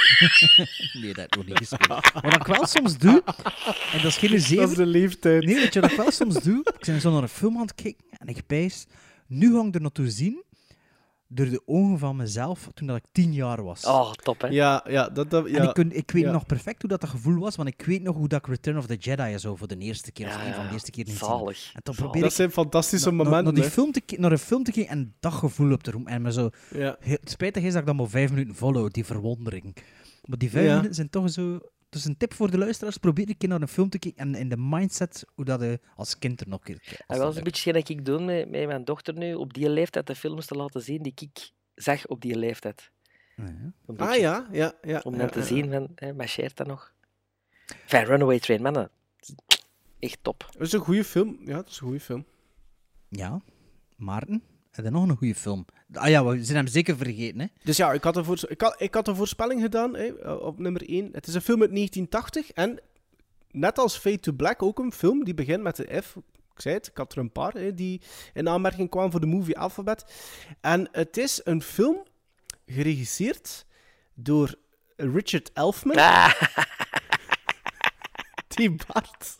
Nee, dat heb ik nog niet gespeeld. Wat ik wel soms doe, en dat is geen zeven... Dat is de leeftijd. Nee, weet je wat ik wel soms doe? Ik ben zo naar een film aan het kijken en ik pijs, nu ga ik er naartoe zien door de ogen van mezelf toen dat ik tien jaar was. Oh, top, hè? Ja, ja. Dat, dat, ja. En ik, kun, ik weet ja. nog perfect hoe dat, dat gevoel was, want ik weet nog hoe dat ik Return of the Jedi zo voor de eerste keer, Ja, of een van de eerste keer niet zalig. zien. En dan Zalig. probeer Dat ik zijn fantastische na- na- momenten. naar, die hè. film te, ki- naar een film te kijken en dat gevoel op te roepen. En me zo... Ja. Heel, het spijtig is dat ik dat maar vijf minuten follow, die verwondering. Maar die vijf Ja. minuten zijn toch zo... Dus een tip voor de luisteraars, probeer een keer naar een film te kijken en in de mindset hoe dat je als kind er nog een keer... En wel eens een beetje wat ik doe met, met mijn dochter nu, op die leeftijd de films te laten zien die ik zag op die leeftijd. Ja. Een Ah beetje, ja, ja, ja. om ja, dan te ja. zien van, hè, marcheert dat nog? Enfin, Runaway Train, mannen. Echt top. Dat is een goede film. Ja, dat is een goede film. Ja, Maarten, heb je nog een goede film? Ah ja, we zijn hem zeker vergeten, hè? Dus ja, ik had een, voors- ik had, ik had een voorspelling gedaan hè, op nummer één. Het is een film uit negentien tachtig en net als Fade to Black ook een film die begint met de F. Ik zei het, ik had er een paar hè, die in aanmerking kwamen voor de movie Alphabet. En het is een film geregisseerd door Richard Elfman. Ah. Die Bart.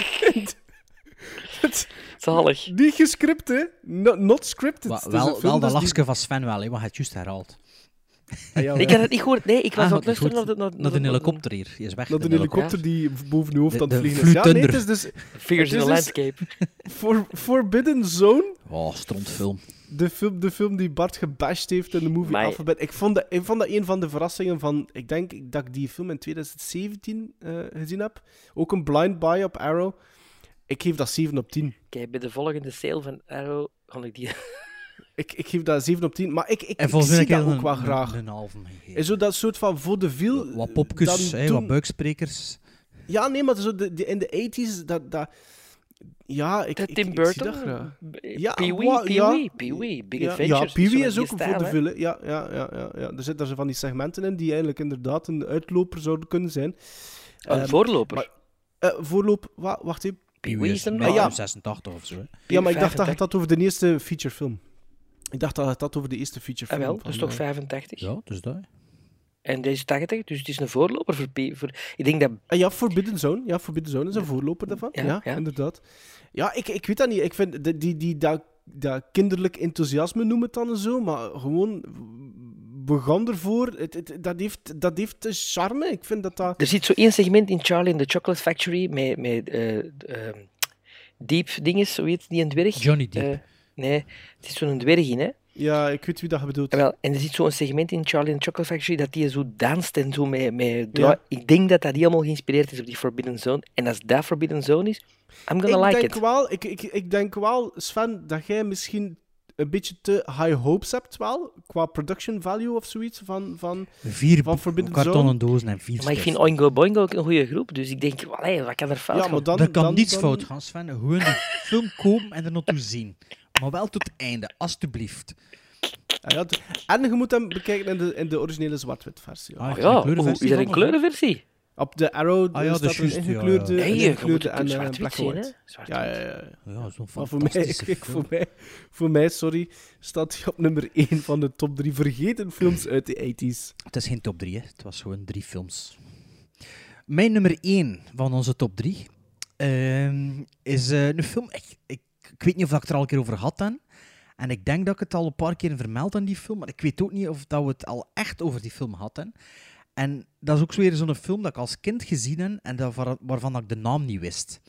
Zalig. Niet gescript, hè? No, not scripted. Wa- Het is wel een film wel dat dus die- lachje van Sven wel, hè, want hij het juist herhaald. Ah, ja, Ik had het niet gehoord. Nee, ik was Ah, aan het had het luisteren naar goed. de... Naar de helikopter hier, die is weg. Naar de de helikopter die boven je hoofd De- aan het de vliegen is. Ja, Blue nee, het Thunder. is dus... Figures in het the is dus landscape. For, Forbidden Zone, Oh, strontfilm. de film, de film die Bart gebashed heeft in de movie Maar- Alphabet. Ik vond, dat, ik vond dat een van de verrassingen van... Ik denk dat ik die film in twintig zeventien uh, gezien heb. Ook een blind buy op Arrow. Ik geef dat zeven op tien. Kijk, bij de volgende sale van Arrow ga ik die... Ik, ik geef dat zeven op tien. Maar ik, ik, En ik volgens mij zie heb dat ik ook wel een, graag. een, een halve gegeven. En zo dat soort van vaudeville... Wat popjes, dan hè, doen- wat buiksprekers. Ja, nee, maar zo de, de, in de tachtig, dat... dat ja, ik, De ik, Tim ik Burton? zie dat graag. Ja, Pee-wee, wa- ja. Pee-wee, Pee-wee, Big ja, Adventures. Ja, dus Pee-wee zo is die ook een stijl, hè. vaudeville. Ja, ja, ja, ja, ja. Er zitten er zo van die segmenten in die eigenlijk inderdaad een uitloper zouden kunnen zijn. Een Ehm, voorloper. maar- eh, voorloop... Wa, wacht even. Pee-wee is een Ah, ja. zesentachtig of zo. Hè. Ja, maar ik dacht dat vijfentachtig. het had over de eerste featurefilm. Ik dacht dat het had over de eerste Ah, featurefilm. wel, van, dat is toch eh, vijfentachtig? Ja, dus dat. En deze tachtig, dus het is een voorloper voor... P- voor ik denk dat... Ah, ja, Forbidden Zone. Ja, Forbidden Zone is een voorloper daarvan. Ja, Ja, ja. inderdaad. Ja, ik, ik weet dat niet. Ik vind die, die, die, dat, dat kinderlijk enthousiasme, noem het dan en zo, maar gewoon begon ervoor. Het, het, dat, heeft, dat heeft een charme. Ik vind dat dat... Er zit zo één segment in Charlie and the Chocolate Factory met, met uh, uh, Deep dinges, zo heet die een dwerg? Johnny Depp. Uh, nee, het is zo'n dwerg in, hè? Ja, ik weet wie dat je bedoelt. Wel, en er zit zo'n segment in Charlie and the Chocolate Factory dat die zo danst en zo met... met Ja. Ik denk dat dat helemaal geïnspireerd is op die Forbidden Zone. En als dat Forbidden Zone is, I'm gonna ik like denk it. Wel, ik, ik, ik denk wel, Sven, dat jij misschien een beetje te high hopes hebt wel, qua production value of zoiets van, van, Vier van Forbidden Zone. kartonnen dozen en vier Maar ik vind stuks. Oingo Boingo ook een goede groep, dus ik denk, allee, wat kan er fout Ja, gaan? maar dan- Er kan dan- niets dan- fout gaan, Sven. Gewoon die film kopen en er naartoe zien. Maar wel tot het einde, alstublieft. Ja, ja, t- en je moet hem bekijken in de, in de originele zwart-wit versie. Ah, Ja, een kleurenversie hoe- is er een van, kleurenversie? Op de Arrow Ah ja, staat dat is er juist, een ja, ingekleurde, ja. Nee, een je moet ingekleurde het en zwart-wit eh, black zien, and hè? white. Zwart-wit. Ja, ja, ja. Ja, zo'n Maar voor mij, fantastische kijk, film. voor, mij, voor mij, sorry, staat hij op nummer één van de top drie vergeten films uit de tachtiger. Het is geen top drie, hè. Het was gewoon drie films. Mijn nummer één van onze top drie ehm, is eh, een film... Ik, ik, ik weet niet of ik het er al een keer over had dan. En ik denk dat ik het al een paar keer vermeld aan die film, maar ik weet ook niet of dat we het al echt over die film hadden. En dat is ook zo weer zo'n film dat ik als kind gezien heb en dat, waar- waarvan ik de naam niet wist.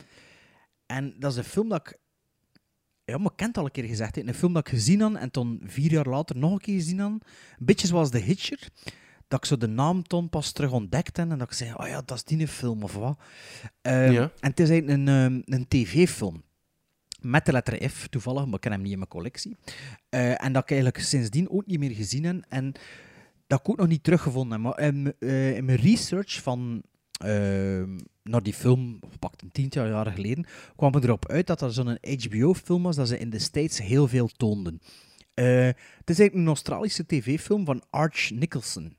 En dat is een film dat ik... Ja, maar ik ken het al een keer gezegd. Hè. Een film dat ik gezien had en toen vier jaar later nog een keer gezien had. Een beetje zoals The Hitcher. Dat ik zo de naam toen pas terug ontdekte en dat ik zei, oh ja, dat is die film of wat. Ehm, Ja. En het is eigenlijk een, ehm, een tv-film. Met de letter F, toevallig, maar ik ken hem niet in mijn collectie. Eh, en dat ik eigenlijk sindsdien ook niet meer gezien heb. En dat ik ook nog niet teruggevonden heb. Maar in, eh, in mijn research van, eh, naar die film, pakt een tiental jaar geleden, kwam er erop uit dat dat zo'n H B O-film was dat ze in de States heel veel toonden. Eh, het is eigenlijk een Australische tv-film van Arch Nicholson.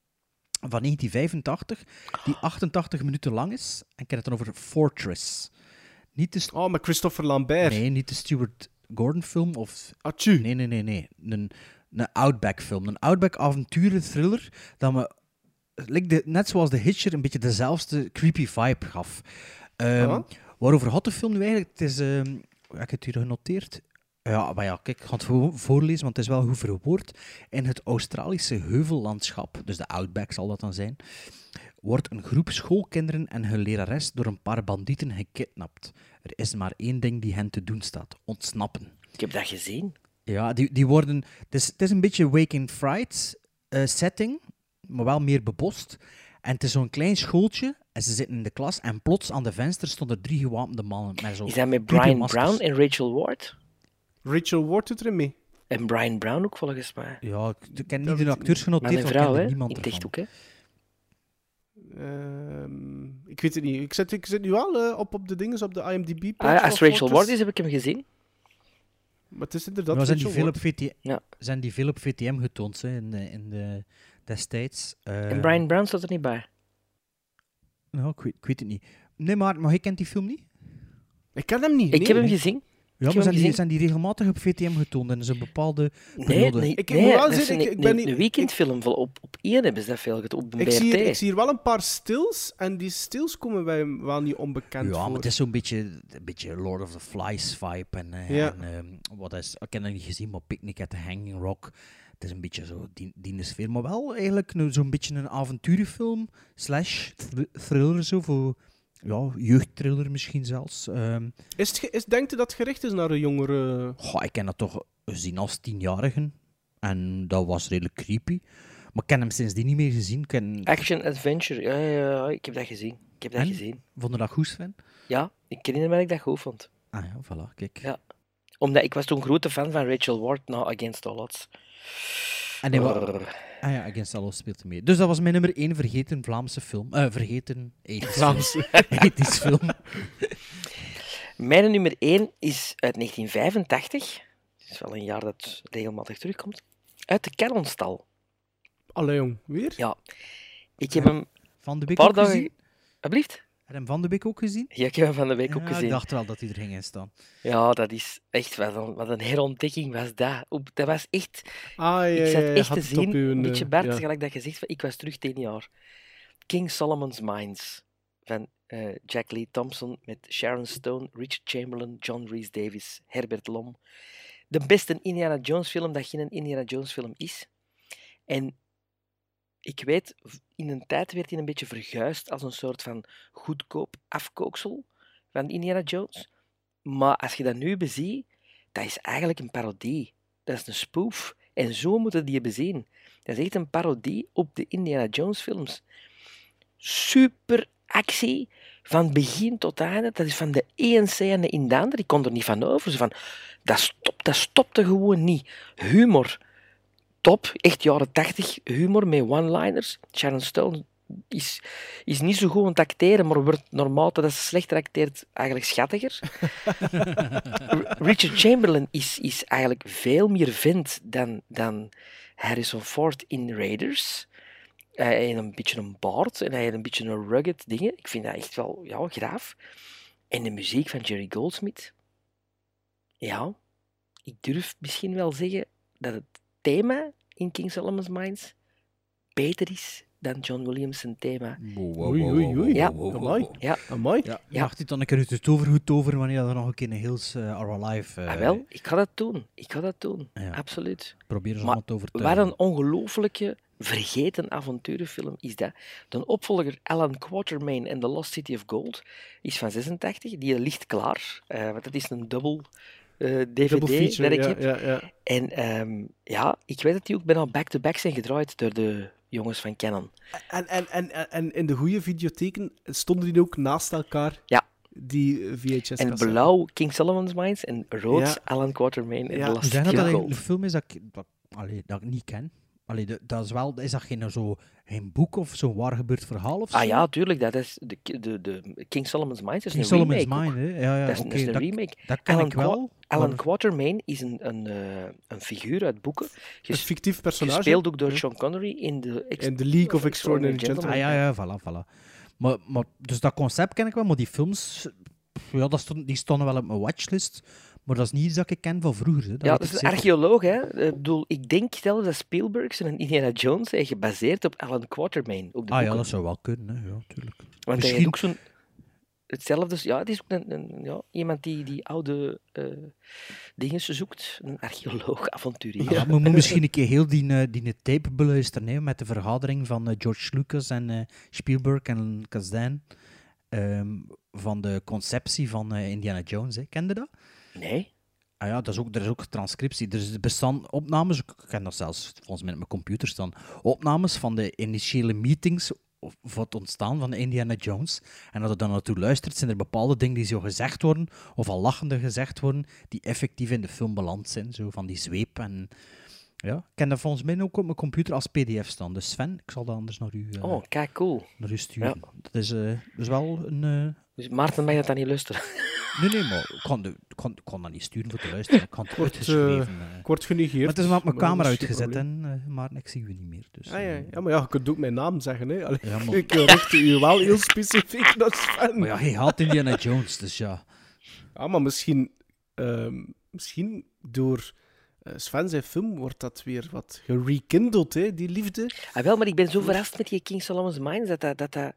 Van negentien vijfentachtig, die achtentachtig minuten lang is. En ik heb het dan over Fortress. Niet de Oh, met Christopher Lambert. Nee, niet de Stuart Gordon film of... Atju. Nee, nee, nee, nee. Een, een Outback film. Een Outback avonturen thriller dat me, like de, net zoals The Hitcher, een beetje dezelfde creepy vibe gaf. Um, Ah. Waarover had de film nu eigenlijk? Het is... Um, heb ik het hier genoteerd? Ja, maar ja, kijk, ik ga het voor- voorlezen, want het is wel goed verwoord. In het Australische heuvellandschap, dus de Outback zal dat dan zijn, wordt een groep schoolkinderen en hun lerares door een paar bandieten gekidnapt. Er is maar één ding die hen te doen staat: ontsnappen. Ik heb dat gezien. Ja, die, die worden... Het is, het is een beetje Wake in Fright eh, setting, maar wel meer bebost. En het is zo'n klein schooltje en ze zitten in de klas en plots aan de venster stonden drie gewapende mannen. Met zo Is dat met creepy Brian maskers. Brown en Rachel Ward? Rachel Ward doet erin mee. En Brian Brown ook, volgens mij. Ja, ik, ik ken Dat niet de weet acteurs Man genoteerd, en want vrouw, ik ken hè? er niemand In ervan. het echt ook, hè? Ehm, ik weet het niet. Ik zit, ik zit nu al eh, op, op de dingen, op de I M D B. Ah, als Rachel Ward is, heb ik hem gezien. Maar het is inderdaad Ja, zijn, die Rachel veel op Ward. V T... Ja. zijn die veel op V T M getoond hè, in, de, in de destijds. Eh, En Brian Brown staat er niet bij. Nou, ik weet, ik weet het niet. Nee, maar, maar jij kent die film niet? Ik ken hem niet. Ik nee. heb hem gezien. Ja, Ik maar heb zijn hem die, gezien. zijn die regelmatig op V T M getoond in zo'n bepaalde Nee, periode? nee, Ik- ik nee, moet wel dat is zeggen, een, ik- ik ben een, niet- een weekendfilm. Vol op, op één hebben ze dat veel gedaan, op de Ik B R T. zie, hier, ik zie hier wel een paar stils en die stils komen wij wel niet onbekend Ja, voor. maar het is zo'n beetje, een beetje Lord of the Flies vibe. En, eh, Ja. en ehm, wat is, ik heb het niet gezien, maar Picnic at the Hanging Rock. Het is een beetje zo die, die sfeer, maar wel eigenlijk nu zo'n beetje een avonturenfilm slash thr- thriller zo voor ja, jeugdthriller misschien zelfs. Ehm, Is het, ge- is, denkt u dat het gericht is naar een jongere... goh, ik ken dat toch gezien als tienjarigen en dat was redelijk creepy. Maar ik heb hem sindsdien niet meer gezien. Ik ken... Action Adventure, ja, ja, ja, ik heb dat gezien. Ik heb dat En? gezien. Vond je dat goed, Sven? Ja, ik herinner me dat ik dat goed vond. Ah ja, voilà, kijk. Ja. Omdat ik was toen grote fan van Rachel Ward na Against All Odds. En hij wa- Brrr. Ah ja, Against All Odds speelt hij mee. Dus dat was mijn nummer één vergeten Vlaamse film. Eh, vergeten ethisch Vlaamse. film. ethisch film. Mijn nummer één is uit negentien vijfentachtig. Het is wel een jaar dat het regelmatig terugkomt. Uit de Cannonstal. Allee, jong. Weer? Ja. Ik heb hem Van de Beek een paar ook dagen... gezien? Alsjeblieft? Heb je hem Van de Beek ook gezien? Ja, ik heb hem van de week ook Ja, gezien. ik dacht wel dat hij er ging in staan. Ja, dat is echt wat een, wat een herontdekking was dat. Op- Dat was echt... Ah, ja, ik ja, zat ja, echt had te het op zien, uw, een beetje eh, Bart, ja. gelijk dat je zegt, van, ik was terug tien jaar. King Solomon's Mines van eh, Jack Lee Thompson met Sharon Stone, Richard Chamberlain, John Rhys Davies, Herbert Lom. De beste Indiana Jones film dat geen Indiana Jones film is. En ik weet, in een tijd werd hij een beetje verguisd als een soort van goedkoop afkooksel van Indiana Jones. Maar als je dat nu beziet, dat is eigenlijk een parodie. Dat is een spoof. En zo moeten die bezien. Dat is echt een parodie op de Indiana Jones films. Super actie, van begin tot einde. Dat is van de één scène in de andere. Ik kon er niet van over. Zo van, dat, stopt, dat stopte gewoon niet. Humor, top. Echt jaren tachtig humor met one-liners. Sharon Stone is, is niet zo goed aan het acteren, maar wordt normaal, dat ze slechter acteert, eigenlijk schattiger. Richard Chamberlain is, is eigenlijk veel meer vent dan, dan Harrison Ford in Raiders. Hij heeft een beetje een baard en hij heeft een beetje een rugged dingen. Ik vind dat echt wel ja, graaf. En de muziek van Jerry Goldsmith. Ja, ik durf misschien wel zeggen dat het thema in King Solomon's Mines beter is dan John Williams' thema. Oei, oei, oei. Ja. Amai. Ja. Amai. Ja, Ja. Mag dit dan een keer uit het overhoed over wanneer er nog een keer een Hills uh, Are Alive... Uh, Ah, wel, ik ga dat doen. Ik ga dat doen. Ja. Absoluut. Probeer ze Maar allemaal te wat overtuigen. een ongelooflijke, vergeten avonturenfilm is dat. De opvolger Alan Quatermain en The Lost City of Gold is van zesentachtig. Die ligt klaar. Uh, want dat is een dubbel uh, D V D Double feature, dat ik ja, heb. ja, ja. En um, ja, ik weet dat die ook bijna back-to-back zijn gedraaid door de jongens van Canon. En, en, en, en in de goede videotheken stonden die ook naast elkaar, Ja. die V H S En blauw King Solomon's Mines en rood Ja. Alan Quatermain en Ja. The Lost Ik denk City dat of dat Gold. een film is dat ik, dat, allee, dat ik niet ken. Allee, de- dat is, wel, is dat geen, zo, geen boek of zo'n waar gebeurd verhaal of zo? Ah ja, tuurlijk. Dat is de, de, de King Solomon's Mines is King een Solomon's remake. ook. Mine, hè? Ja, ja, dat is, oké, dat is een dat- remake. dat ken Alan ik wel, Qua- Alan maar- Quatermain is een, een, eh, een figuur uit boeken. Een fictief personage. Gespeeld ook door Sean Connery in de... Ex- In The League of Extraordinary Gentlemen. Ah ja, ja, voilà, voilà. Maar, maar, dus dat concept ken ik wel, maar die films, ja, dat stond, die stonden wel op mijn watchlist, maar dat is niet iets dat ik ken van vroeger. Hè. Ja, weet dat ik is een zeker. archeoloog. Hè. Ik bedoel, ik denk zelfs dat Spielberg zijn Indiana Jones is gebaseerd op Alan Quatermain. Op de Ah ja, boeken. dat zou wel kunnen, hè. Ja, tuurlijk. Want hij Misschien- heeft ook zo'n... Hetzelfde, ja, het is ook een, een, ja, iemand die, die oude eh dingen zoekt. Een archeoloog, avonturier. Ja, we moeten misschien een keer heel die, eh, die tape beluisteren, hè, met de vergadering van eh, George Lucas en eh, Spielberg en Kazan ehm, van de conceptie van eh, Indiana Jones. Hè. Kende dat? Nee. Ah ja, dat is ook, er is ook transcriptie. Er is bestaan opnames, ik ken dat zelfs volgens mij op mijn computer staan, opnames van de initiële meetings of voor het ontstaan van Indiana Jones. En als je dan naartoe luistert, zijn er bepaalde dingen die zo gezegd worden, of al lachende gezegd worden, die effectief in de film beland zijn. Zo van die zweep en... Ja, ik ken dat volgens mij ook op mijn computer als P D F staan. Dus Sven, ik zal dat anders naar u, uh, Oh, kijk, cool. naar u sturen. Ja. Dat, is, uh, dat is wel een... Uh... Dus Maarten mag dat dan niet luisteren. Nee, nee, maar ik kan, de, ik, kan, ik kan dat niet sturen voor te luisteren. Ik kan het Wordt, uitgeschreven. eh, uh. ik word genegeerd. Maar het is maar op mijn Maar dat camera is geen uitgezet, probleem. en, uh, maar ik zie u niet meer. Dus, Ah, ja, uh, ja, maar ja, je kunt ook mijn naam zeggen. Hè. Allee, Ja, maar- ik richtte u wel heel specifiek naar Sven. Maar ja, hij haat Indiana Jones, dus ja. Ja, maar misschien, ehm, misschien door eh, Sven zijn film wordt dat weer wat gerekindeld, hè, die liefde. Ah, wel, maar ik ben zo verrast met die King Solomon's Mines dat dat, dat, dat,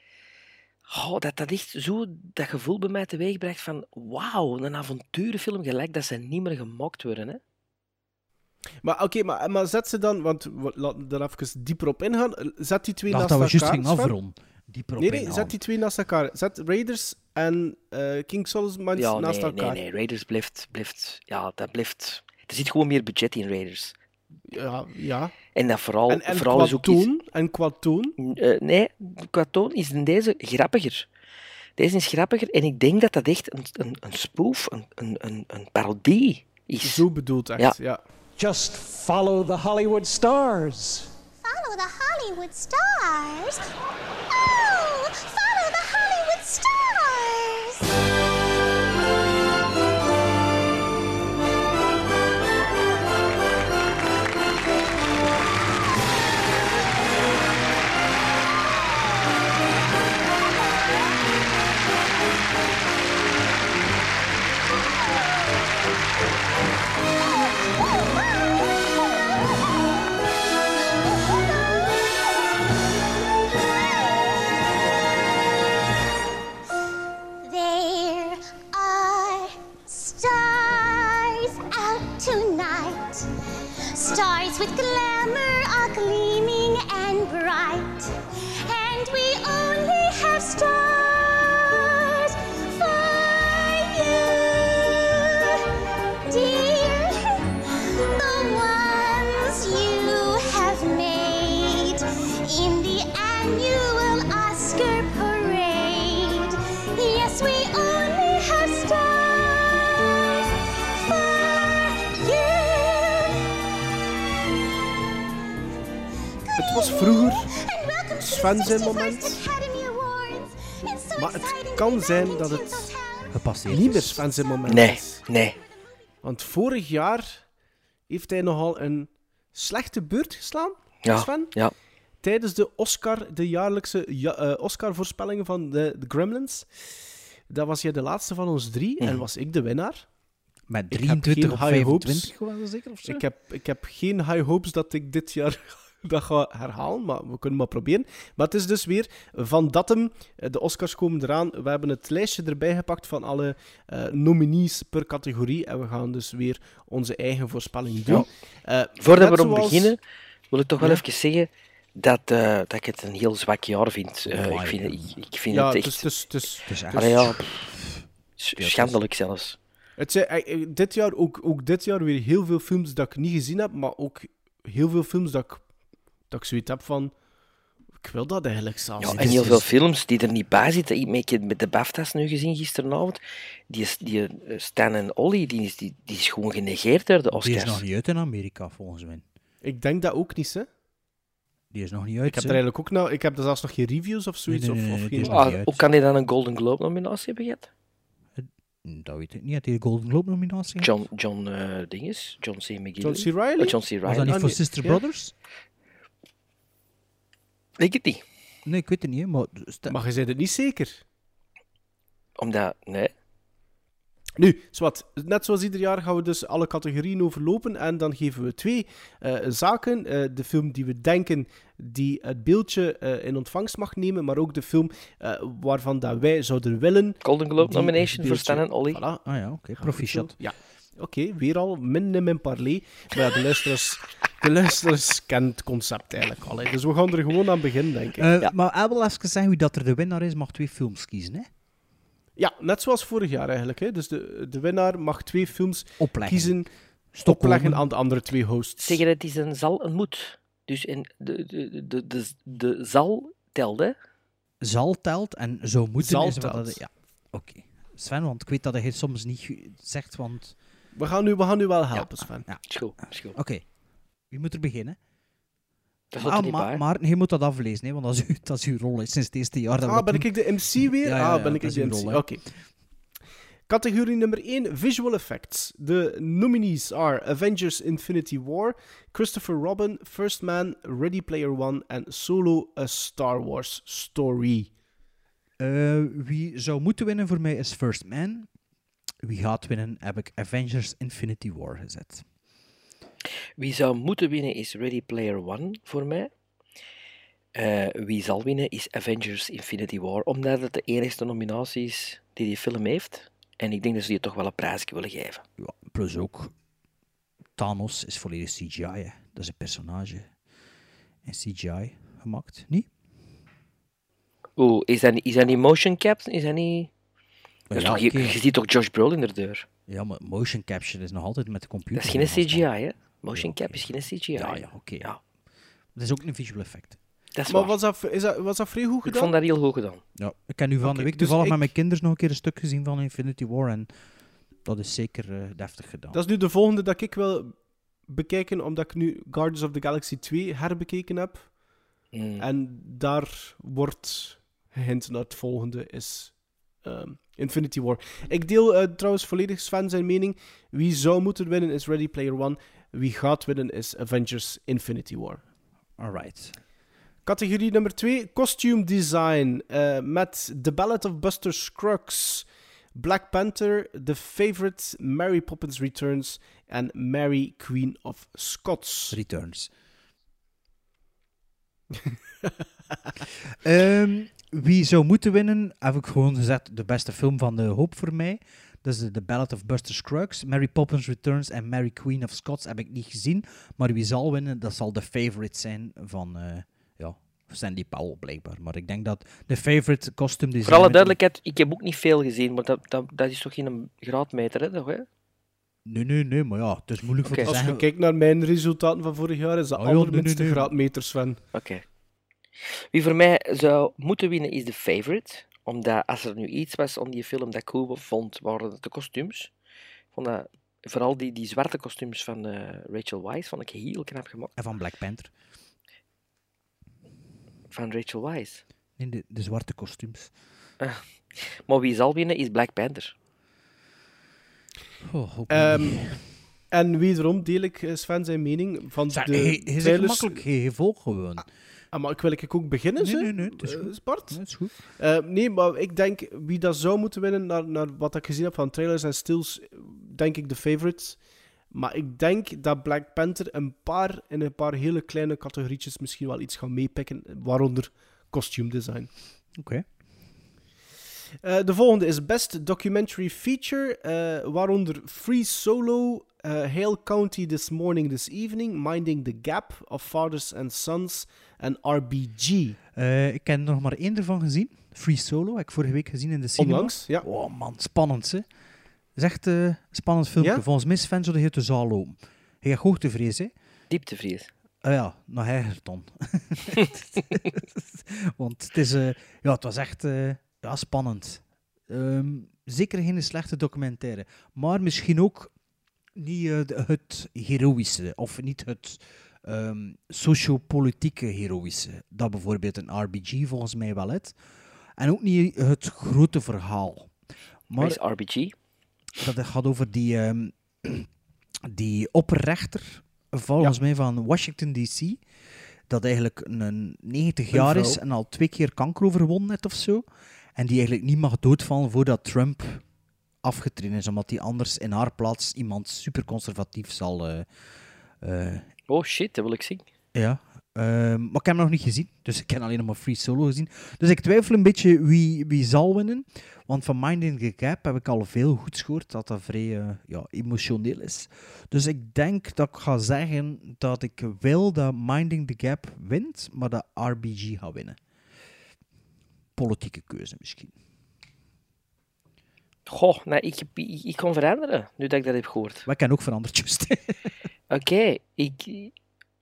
oh, dat, dat echt zo dat gevoel bij mij teweegbrengt van wauw, een avonturenfilm gelijk dat ze niet meer gemokt worden. Hè? Maar oké, maar, maar zet ze dan, want we laten er even dieper op ingaan. Zet die twee Ik dacht naast dat we elkaar. juist gingen Sven. afronden. Dieper op Nee, nee, ingaan. zet die twee naast elkaar. Zet Raiders en eh, King Solomon's Mines Ja, naast nee, elkaar. nee, nee, Raiders blijft, blijft, ja, dat blijft... Er zit gewoon meer budget in Raiders. Ja, ja. En dat vooral, En, en vooral qua is ook iets- toon? En qua toon? Eh, nee, qua toon is in deze grappiger. Deze is grappiger en ik denk dat dat echt een, een, een spoof, een, een, een, een parodie is. Zo bedoeld echt, Ja. ja. Just follow the Hollywood stars. Follow the Hollywood stars. Oh, follow the Hollywood stars. There are stars out tonight. Stars with glamour are gleaming and bright, and we only have stars for you, dear. The ones you have made in the annual Oscar parade. Yes, we only have stars for you. Het was vroeger Sven zijn moment. Maar het kan zijn dat het Gepasseerd niet meer is. Sven zijn moment Nee, is. nee. Want vorig jaar heeft hij nogal een slechte beurt geslaan, Ja, Sven. ja. Tijdens de Oscar, de jaarlijkse ja, eh, Oscar-voorspellingen van de, de Gremlins. Dat was jij de laatste van ons drie en was ik de winnaar. Met Ik heb drieëntwintig geen of high vijfentwintig hopes. was dat zeker, of zo? Ik heb, ik heb geen high hopes dat ik dit jaar dat ga herhalen, maar we kunnen maar proberen. Maar het is dus weer van datum. De Oscars komen eraan. We hebben het lijstje erbij gepakt van alle uh, nominees per categorie. En we gaan dus weer onze eigen voorspelling doen. Ja. Uh, Voordat net we erop zoals- beginnen, wil ik toch wel Ja. even zeggen dat, uh, dat ik het een heel zwak jaar vind. Uh, Amai, ik vind, het- ik, ik vind Ja, het het echt... is, het is, het is, Het is echt... Allee, ja, pff, sch- schandelijk zelfs. Het zijn, eh, eh, dit jaar ook, ook dit jaar weer heel veel films dat ik niet gezien heb, maar ook heel veel films dat ik, dat ik zoiets heb van... Ik wil dat eigenlijk zelfs Ja, niet. en heel veel films die er niet bij zitten. Ik ik heb met de BAFTA's nu gezien gisteravond. Die, is- die uh, Stan en Ollie, die is, die, die is gewoon genegeerd door de Die is Oscars. nog niet uit in Amerika, volgens mij. Ik denk dat ook niet, hè. Die is nog niet uit, Ik heb hè. er eigenlijk ook nou, ik heb er zelfs nog geen reviews of zoiets. Nee, nee, nee, of, of nee, geen... die is nog niet Ah, uit. hoe kan hij dan een Golden Globe nominatie hebben gehad? Dat weet ik niet. Had hij de Golden Globe nominatie? John, John uh, dinges, John C. McGillen. John C. Reilly? Oh, John C. Reilly. Was dat niet Ah, voor nee. Sister Ja. Brothers? Ik het niet. Nee, ik weet het niet, hè, maar... sta- Maar je zei het niet zeker. Omdat, nee. Nu, zwart, net zoals ieder jaar gaan we dus alle categorieën overlopen en dan geven we twee uh, zaken. Uh, de film die we denken die het beeldje uh, in ontvangst mag nemen, maar ook de film uh, waarvan dat wij zouden willen. Golden Globe die nomination voor beeldje- Stan en Ollie. Voilà. Ah ja, oké. Proficiat. Ja, oké, weer al min in parley. Maar ja, de luisteraars, de luisteraars kennen het concept eigenlijk al. Hè. Dus we gaan er gewoon aan beginnen, denk ik. Eh, ja. Maar hij wil even zeggen wie dat er de winnaar is, mag twee films kiezen, hè? ja, net zoals vorig jaar eigenlijk. Hè. Dus de, de winnaar mag twee films Opleggen. kiezen, Stockholm. opleggen aan de andere twee hosts. Zeggen het is een zal, een moet. Dus en de, de, de, de, de zal telt, hè? Zal telt en zo moeten Zal is wat telt. dat... Ja, oké. Sven, want ik weet dat hij soms niet gu- zegt, want... We gaan nu, we gaan nu wel helpen, Sven. Ja. Is goed, is goed. Oké. Wie moet er beginnen? Dat staat er Ah, niet Ma- bij. Maarten, je moet dat aflezen, hè, want dat is, uw, dat is uw rol hè, sinds het eerste jaar. Dat we Ah, dat ben doen. ik de M C weer? Ja, ja, ah, ja, ben ik dat is de uw M C. rol, hè. Oké. Categorie nummer één, visual effects. De nominees are Avengers Infinity War, Christopher Robin, First Man, Ready Player One en Solo, A Star Wars Story. Eh, wie zou moeten winnen voor mij is First Man. Wie gaat winnen heb ik Avengers Infinity War gezet. Wie zou moeten winnen is Ready Player One voor mij. Uh, wie zal winnen is Avengers Infinity War, omdat het de enigste nominatie is die die film heeft. En ik denk dat ze die toch wel een prijsje willen geven. Ja, plus ook, Thanos is volledig C G I. Hè. Dat is een personage in C G I gemaakt, niet? Oeh, is dat, niet- is dat niet motion cap? Is dat niet... Dat is Ja, toch, je, oké. je ziet toch Josh Brolin er deur? Ja, maar motion capture is nog altijd met de computer. Dat is geen C G I, Ja, hè? Motion cap is geen C G I. Ja, ja, oké. Ja. Dat is ook een visual effect. Dat is Maar waar. was dat, is dat, was dat vrij goed Ik gedaan? vond dat heel goed gedaan. Ja, ik heb nu van Oké, de week dus toevallig ik- met mijn kinderen nog een keer een stuk gezien van Infinity War en dat is zeker eh, deftig gedaan. Dat is nu de volgende dat ik wil bekijken, omdat ik nu Guardians of the Galaxy twee herbekeken heb. Mm. En daar wordt gehint naar het volgende, is ehm, Infinity War. Ik deel eh, trouwens volledig Sven zijn mening. Wie zou moeten winnen is Ready Player One. Wie gaat winnen is Avengers Infinity War. Alright. Categorie nummer twee, costume design. eh, met The Ballad of Buster Scruggs, Black Panther, The Favourite, Mary Poppins Returns en Mary Queen of Scots. Returns. Ehm, wie zou moeten winnen, heb ik gewoon gezet de beste film van de hoop voor mij. Dat is The Ballad of Buster Scruggs, Mary Poppins Returns en Mary Queen of Scots heb ik niet gezien. Maar wie zal winnen, dat zal The Favourite zijn van, eh, ja, Sandy Powell, blijkbaar. Maar ik denk dat de favorite costume design... Voor alle duidelijkheid, ik heb ook niet veel gezien, maar dat, dat, dat is toch geen graadmeter, hè? Toch, hè? Nee, nee, nee, maar ja, het is moeilijk Oké. voor te Als zeggen. je kijkt naar mijn resultaten van vorig jaar, is dat Oh, ja, nee, allerminste nee, nee. graadmeters, Sven. Oké. Wie voor mij zou moeten winnen is de favorite. Omdat als er nu iets was om die film dat ik cool vond, waren het de kostuums. Ik vond dat, vooral die, die zwarte kostuums van eh, Rachel Weisz vond ik heel knap gemaakt. En van Black Panther. Van Rachel Weisz. Nee, de, de zwarte kostuums. Ah. Maar wie zal winnen is Black Panther. Oh, hoop Ehm, niet. en wederom deel ik eh, Sven zijn mening van Zeg, de hij, hij is trailers. gemakkelijk, hij heeft volg gewoon. Ah, maar ik wil ik ook beginnen, Nee, zo? nee, nee, het is Eh, goed. Bart? Ja, het is goed. Eh, nee, maar ik denk wie dat zou moeten winnen, naar, naar wat ik gezien heb van trailers en stills, denk ik de favorites. Maar ik denk dat Black Panther een paar, in een paar hele kleine categorietjes misschien wel iets gaan meepikken, waaronder costume design. Oké. Eh, de volgende is Best Documentary Feature, eh, waaronder Free Solo, eh, Hale County This Morning, This Evening, Minding the Gap, Of Fathers and Sons en R B G. Eh, ik heb er nog maar één ervan gezien. Free Solo, heb ik vorige week gezien in de cinema. Onlangs, ja. Oh man, spannend, hè. Het is echt eh, een spannend filmpje. Ja? Volgens mij is Sven zo de hele zaal lopen. Je hebt hoogtevrees, hè. Dieptevrees. Ah ja, nog erger dan. Want het, is, eh, ja, het was echt eh, ja, spannend. Ehm, zeker geen slechte documentaire. Maar misschien ook niet eh, de- het heroïsche. Of niet het ehm sociopolitieke heroïsche. Dat bijvoorbeeld een R B G volgens mij wel het. En ook niet het grote verhaal. Wat is R B G? Dat gaat over die, ehm, die opperrechter, volgens mij van Washington D C, dat eigenlijk een negentig jaar is vrouw. en al twee keer kanker overwonnen heeft of zo. En die eigenlijk niet mag doodvallen voordat Trump afgetreden is, omdat hij anders in haar plaats iemand superconservatief zal... eh, eh, Oh shit, dat wil ik zien. ja, ehm, maar ik heb hem nog niet gezien, dus ik heb alleen nog maar Free Solo gezien. Dus ik twijfel een beetje wie, wie zal winnen, want van Minding the Gap heb ik al veel goeds gehoord, dat dat vrij eh, ja, emotioneel is. Dus ik denk dat ik ga zeggen dat ik wil dat Minding the Gap wint, maar dat R B G gaat winnen. Politieke keuze misschien. Goh, nou, ik, heb- ik, ik kon veranderen, nu dat ik dat heb gehoord. Maar ik kan ook veranderd, juist. Oké, ik...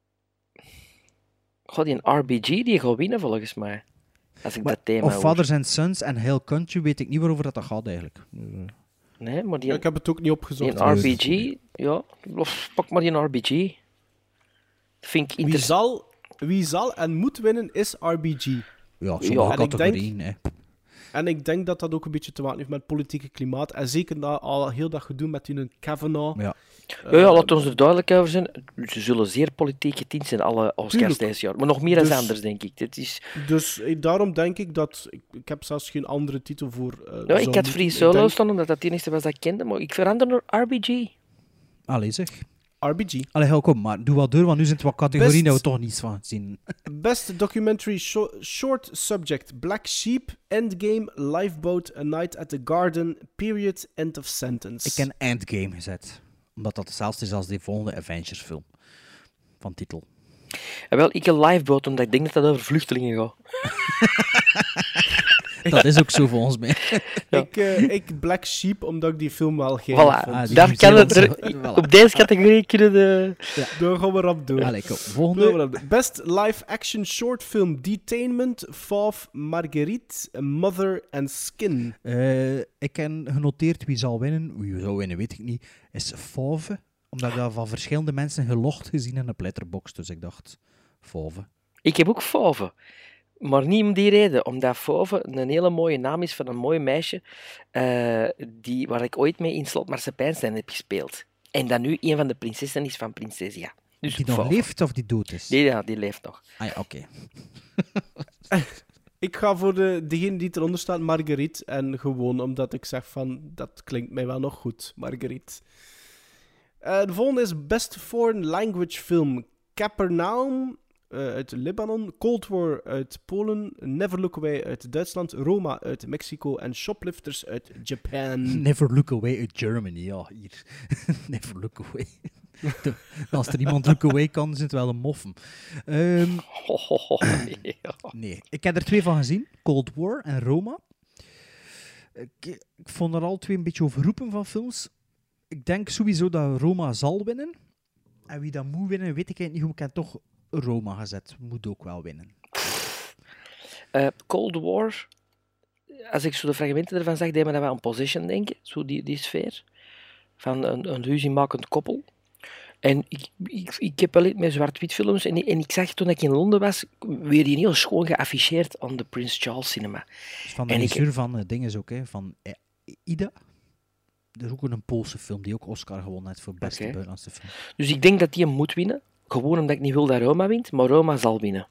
Goh, die R B G die gaat winnen volgens mij. Als ik dat thema Of hoor. Fathers and Sons en Hale Country weet ik niet waarover dat, dat gaat eigenlijk. Nee, maar die... Ja, ik heb het ook niet opgezocht. Die R B G, ja, of pak maar die R B G. Dat vind ik Wie interessant. zal, wie zal en moet winnen is R B G. Ja, en sommige ik categorieën, denk, hè. En ik denk dat dat ook een beetje te maken heeft met het politieke klimaat. En zeker na al heel dat gedoe met die Kavanaugh. Ja. Ja, ja, laten we er duidelijk over zijn. Ze zullen zeer politiek getint zijn, alle Oscars Tuurlijk. deze jaar. Maar nog meer dan Dus- anders, denk ik. Dit is... Dus eh, daarom denk ik dat... Ik, ik heb zelfs geen andere titel voor... eh, Ja, zou ik had moeten- Free ik Solo denk staan, omdat dat het enige was dat ik kende. Maar ik verander naar R B G. Allee zeg. R B G. Allee, hou, kom, maar doe wat door, want nu zijn het wat categorieën Best- dat we toch niets van zien. Best Documentary sho- Short Subject. Black Sheep, Endgame, Lifeboat, A Night at the Garden, Period, End of Sentence. Ik ken Endgame gezet. Omdat dat hetzelfde is als die volgende Avengers film. Van titel. En wel, ik een Lifeboat, omdat ik denk dat dat over vluchtelingen gaat. Dat is ook zo volgens mij. Ik, eh, ik Black Sheep, omdat ik die film wel geen Voilà, vond. daar kan het er, op deze categorie kunnen de... Daar gaan we rap door. Allee, kom, volgende. Daar gaan we rap door. Best Live Action Short Film Detainment, Fauve, Marguerite, Mother and Skin. Eh, ik heb genoteerd wie zal winnen. Wie zou winnen, weet ik niet. Is Fauve. Omdat ik dat van verschillende mensen gelogd gezien in een letterbox. Dus ik dacht, Fauve. Ik heb ook Fauve. Maar niet om die reden. Omdat Fauve een hele mooie naam is van een mooi meisje eh, die, waar ik ooit mee in Slot Marsepeinstein heb gespeeld. En dat nu een van de prinsessen is van Prinsesia. Dus Die nog Fauve. leeft of die dood is? Die, ja, die leeft nog. Ah ja, oké. Ik ga voor de, degene die eronder staat, Marguerite. En gewoon omdat ik zeg van, dat klinkt mij wel nog goed, Marguerite. Eh, de volgende is Best Foreign Language Film. Capernaum eh, uit Libanon, Cold War uit Polen, Never Look Away uit Duitsland, Roma uit Mexico en Shoplifters uit Japan. Never Look Away uit Germany. Ja, hier. Never Look Away. De- als er iemand look away kan, is het wel een moffen. Ehm, nee, ik heb er twee van gezien. Cold War en Roma. Ik, ik vond er al twee een beetje overroepen van films. Ik denk sowieso dat Roma zal winnen. En wie dat moet winnen, weet ik eigenlijk niet hoe. Ik heb toch Roma gezet. Moet ook wel winnen. Uh, Cold War, als ik zo de fragmenten ervan zag, deed me dat wel aan Possession denken. Zo die, die sfeer. Van een, een ruziemakend koppel. En ik, ik, ik heb wel iets met zwart-wit films. En, en ik zag toen ik in Londen was, weer die heel schoon geafficheerd aan de Prince Charles Cinema. Dus van de En ik- regisseur van uh, dingen is ook, hè, van eh, Ida. Er is ook een Poolse film die ook Oscar gewonnen heeft voor beste Oké. buitenlandse film. Dus ik denk dat die hem moet winnen. Gewoon omdat ik niet wil dat Roma wint. Maar Roma zal winnen.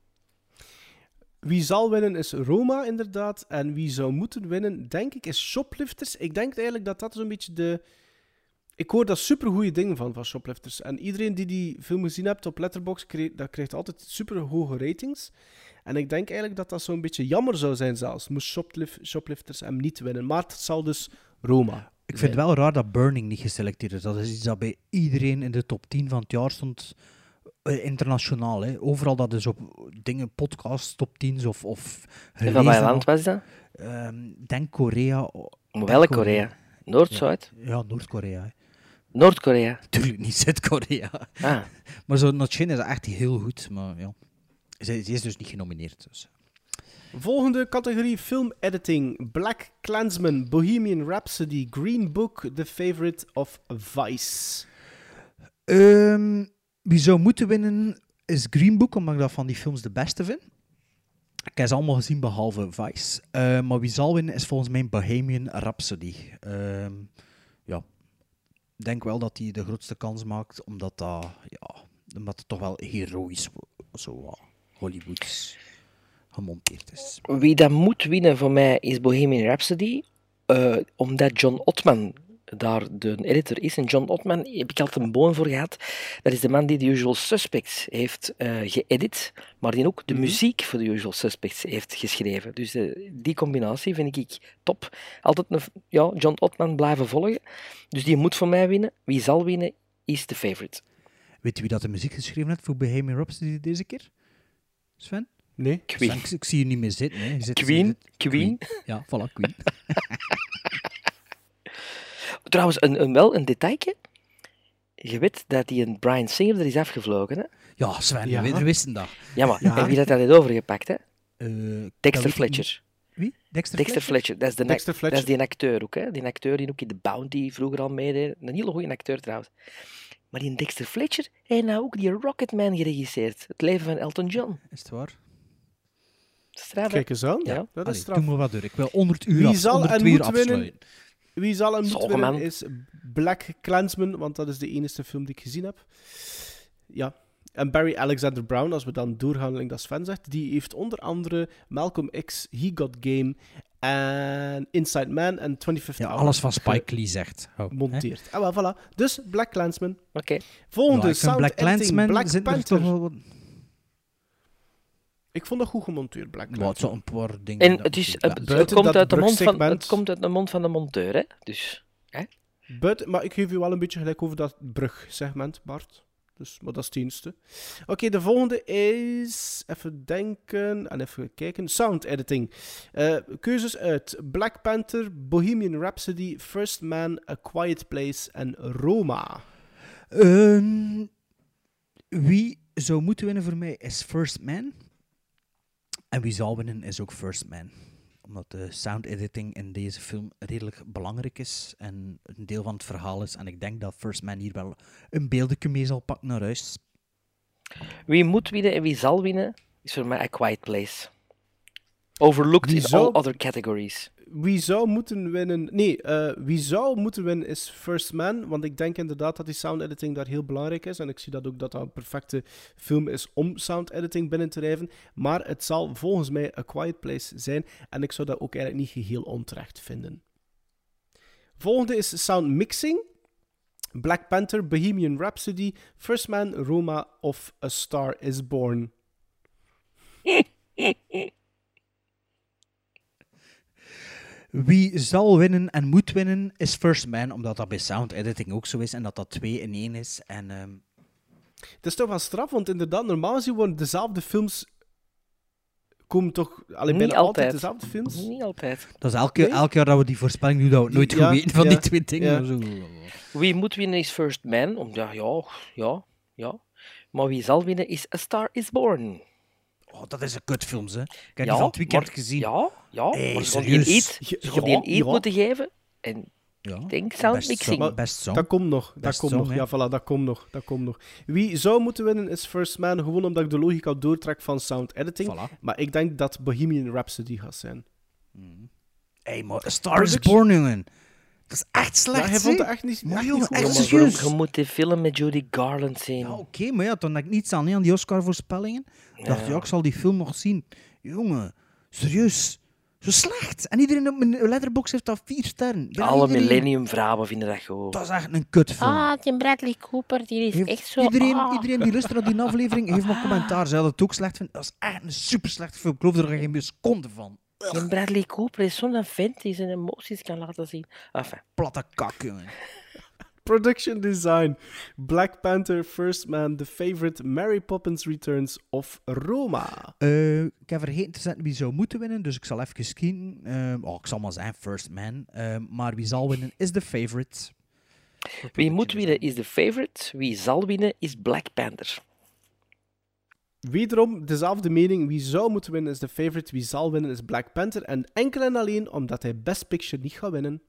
Wie zal winnen is Roma, inderdaad. En wie zou moeten winnen, denk ik, is Shoplifters. Ik denk eigenlijk dat dat zo'n beetje de... Ik hoor daar supergoeie dingen van, van Shoplifters. En iedereen die die film gezien hebt op Letterboxd, kreeg, dat krijgt altijd superhoge ratings. En ik denk eigenlijk dat dat zo'n beetje jammer zou zijn zelfs. Moest Shoplif- Shoplifters hem niet winnen. Maar het zal dus Roma Ik vind het wel raar dat Burning niet geselecteerd is. Dat is iets dat bij iedereen in de top tien van het jaar stond. eh, internationaal, hè. Overal dat is op dingen, podcasts, top tien's of... of En van welk land was dat? Ehm, denk Korea. o- Maar denk welk Korea? Noord, Ja. Zuid? Ja, Noord-Korea. hè. Noord-Korea. Tuurlijk niet Zuid-Korea. Ah. Maar zo Notchin is echt heel goed. Maar ja, ze, ze is dus niet genomineerd. Dus. Volgende categorie film editing. Black Klansman, Bohemian Rhapsody, Green Book, The Favorite of Vice. Ehm, wie zou moeten winnen is Green Book, omdat ik dat van die films de beste vind. Ik heb ze allemaal gezien behalve Vice. Eh, maar wie zal winnen is volgens mij Bohemian Rhapsody. Ehm, ja, ik denk wel dat hij de grootste kans maakt, omdat dat, ja, omdat het toch wel heroïs, zo wat Hollywoods gemonteerd is. Wie dat moet winnen voor mij is Bohemian Rhapsody. eh, omdat John Ottman daar de editor is. En John Ottman heb ik altijd een boon voor gehad. Dat is de man die The Usual Suspects heeft eh, geëdit, maar die ook de Mhm. muziek voor The Usual Suspects heeft geschreven. Dus eh, die combinatie vind ik top. Altijd een, ja, John Ottman blijven volgen. Dus die moet voor mij winnen. Wie zal winnen is de favorite. Weet je wie dat de muziek geschreven heeft voor Bohemian Rhapsody deze keer? Sven? Nee. Queen. Sven, ik, ik zie je niet meer zitten. Hè. Je zit, Queen? je zit- Queen? Ja, voilà, Queen. Trouwens, een, een, wel een detailje. Je weet dat die een Bryan Singer er is afgevlogen, hè? Ja, Sven, Ja. we wisten dat. Ja, maar Ja. en wie dat dat heeft overgepakt, hè? Eh, dat Dexter weet ik Fletcher. niet. Wie? Dexter, Dexter Fletcher, dat is, de Dexter dat Fletcher. is die acteur ook, hè? Die acteur die ook in The Bounty vroeger al meedeed. Een hele goede acteur trouwens. Maar die Dexter Fletcher heeft nou ook die Rocketman geregisseerd. Het leven van Elton John. Is het waar? Straf, hè? Kijk eens aan. Ja. Dat is Allee, straf. doe maar wat door. Ik wil honderd uur, Wie af, zal honderd en uur moet winnen? afsluiten. Wie zal en moet Zorgen, winnen man. is Black Klansman, want dat is de enige film die ik gezien heb. Ja. En Barry Alexander Brown, als we dan doorgaan, like dat Sven zegt, die heeft onder andere Malcolm X, He Got Game en Inside Man en twenty-fifth Ja, Hour alles van Spike Lee zegt. Oh, hè? gemonteerd. Ah, wel, voilà. Dus Black Klansman. Oké. Volgende, Ja, ik vind sound Black editing, Klansman Black zit er Panther. toch wel wat... Ik vond dat goed gemonteerd, Black Ja, het Klansman. zijn een paar dingen... En dat het, is, misschien- het, ja. het komt dat uit de mond van, brugsegment. het komt uit de mond van de monteur, hè? Dus, hè? Buiten, maar ik geef je wel een beetje gelijk over dat brugsegment, Bart. Dus, maar dat is het dienste. Oké, de volgende is... Even denken en even kijken. Sound editing. Eh, keuzes uit Black Panther, Bohemian Rhapsody, First Man, A Quiet Place en Roma. Ehm, wie zou moeten winnen voor mij is First Man. En wie zal winnen is ook First Man. Omdat de sound editing in deze film redelijk belangrijk is en een deel van het verhaal is. En ik denk dat First Man hier wel een beeldje mee zal pakken naar huis. Wie moet winnen en wie zal winnen, is voor mij A Quiet Place. Overlooked Wie in zou- all other categories. Wie zou moeten winnen... Nee, eh, wie zou moeten winnen is First Man. Want ik denk inderdaad dat die sound editing daar heel belangrijk is. En ik zie dat ook dat dat een perfecte film is om sound editing binnen te drijven. Maar het zal volgens mij A Quiet Place zijn. En ik zou dat ook eigenlijk niet geheel onterecht vinden. Volgende is sound mixing. Black Panther, Bohemian Rhapsody, First Man, Roma of A Star Is Born. Wie zal winnen en moet winnen is First Man, omdat dat bij sound editing ook zo is en dat dat twee in één is. En, um... Het is toch wel straf, want inderdaad, normaal gezien worden dezelfde films... Komen toch alleen bijna altijd. altijd dezelfde films? Niet altijd. Dat is elke, nee? elk jaar dat we die voorspelling doen, dat we het nooit ja, goed weten van ja, die twee dingen. Ja. Zo. Wie moet winnen is First Man. Om, ja, ja, ja, ja. Maar wie zal winnen is A Star is Born. Oh, dat is een kutfilm, hè. Ik heb ja, die van het weekend maar, gezien. Ja, ja. Hey, maar ze gaan die een eet, ze gaan die een eet ja. moeten geven. En ja. ik denk sound best mixing. Song, best song. Dat komt nog. Dat Best komt song, nog. hè. Ja, voilà, dat komt nog. Dat komt nog. Wie zou moeten winnen is First Man, gewoon omdat ik de logica doortrek van sound editing. Voilà. Maar ik denk dat Bohemian Rhapsody gaat zijn. Mm. Hey, maar A Star is Born, jongen. Dat is echt slecht, ja, hij vond het echt niet, maar echt jongen, niet goed. echt Ja, maar serieus. je moet die film met Judy Garland zien. Ja, oké, okay, maar ja, toen had ik niets aan, hè, aan die Oscar-voorspellingen. Ik dacht, ja. ja, ik zal die film nog zien. Jongen, serieus. Zo slecht. En iedereen op mijn Letterboxd heeft dat vier sterren. Bijna Alle iedereen. millennium-vrouwen vinden dat goed. Dat is echt een kutfilm. Ah, die Bradley Cooper, die is Heeft echt zo... Iedereen, ah. iedereen die luistert naar die aflevering, heeft maar commentaar. Zij dat het ook slecht vindt. Dat is echt een super slechte film. Ik geloof er geen seconde van. Die Bradley Cooper is zo'n vent die zijn emoties kan laten zien. Enfin. Platte kak, jongen. Production design. Black Panther, First Man, The Favorite, Mary Poppins Returns of Roma. Uh, ik heb vergeten te zetten wie zou moeten winnen, dus ik zal even kijken. Uh, oh, ik zal maar zijn First Man. Uh, maar wie zal winnen is The Favorite. Wie moet winnen is The Favorite. Wie zal winnen is Black Panther. Wederom dezelfde mening. Wie zou moeten winnen is The Favorite. Wie zal winnen is Black Panther. En enkel en alleen omdat hij Best Picture niet gaat winnen.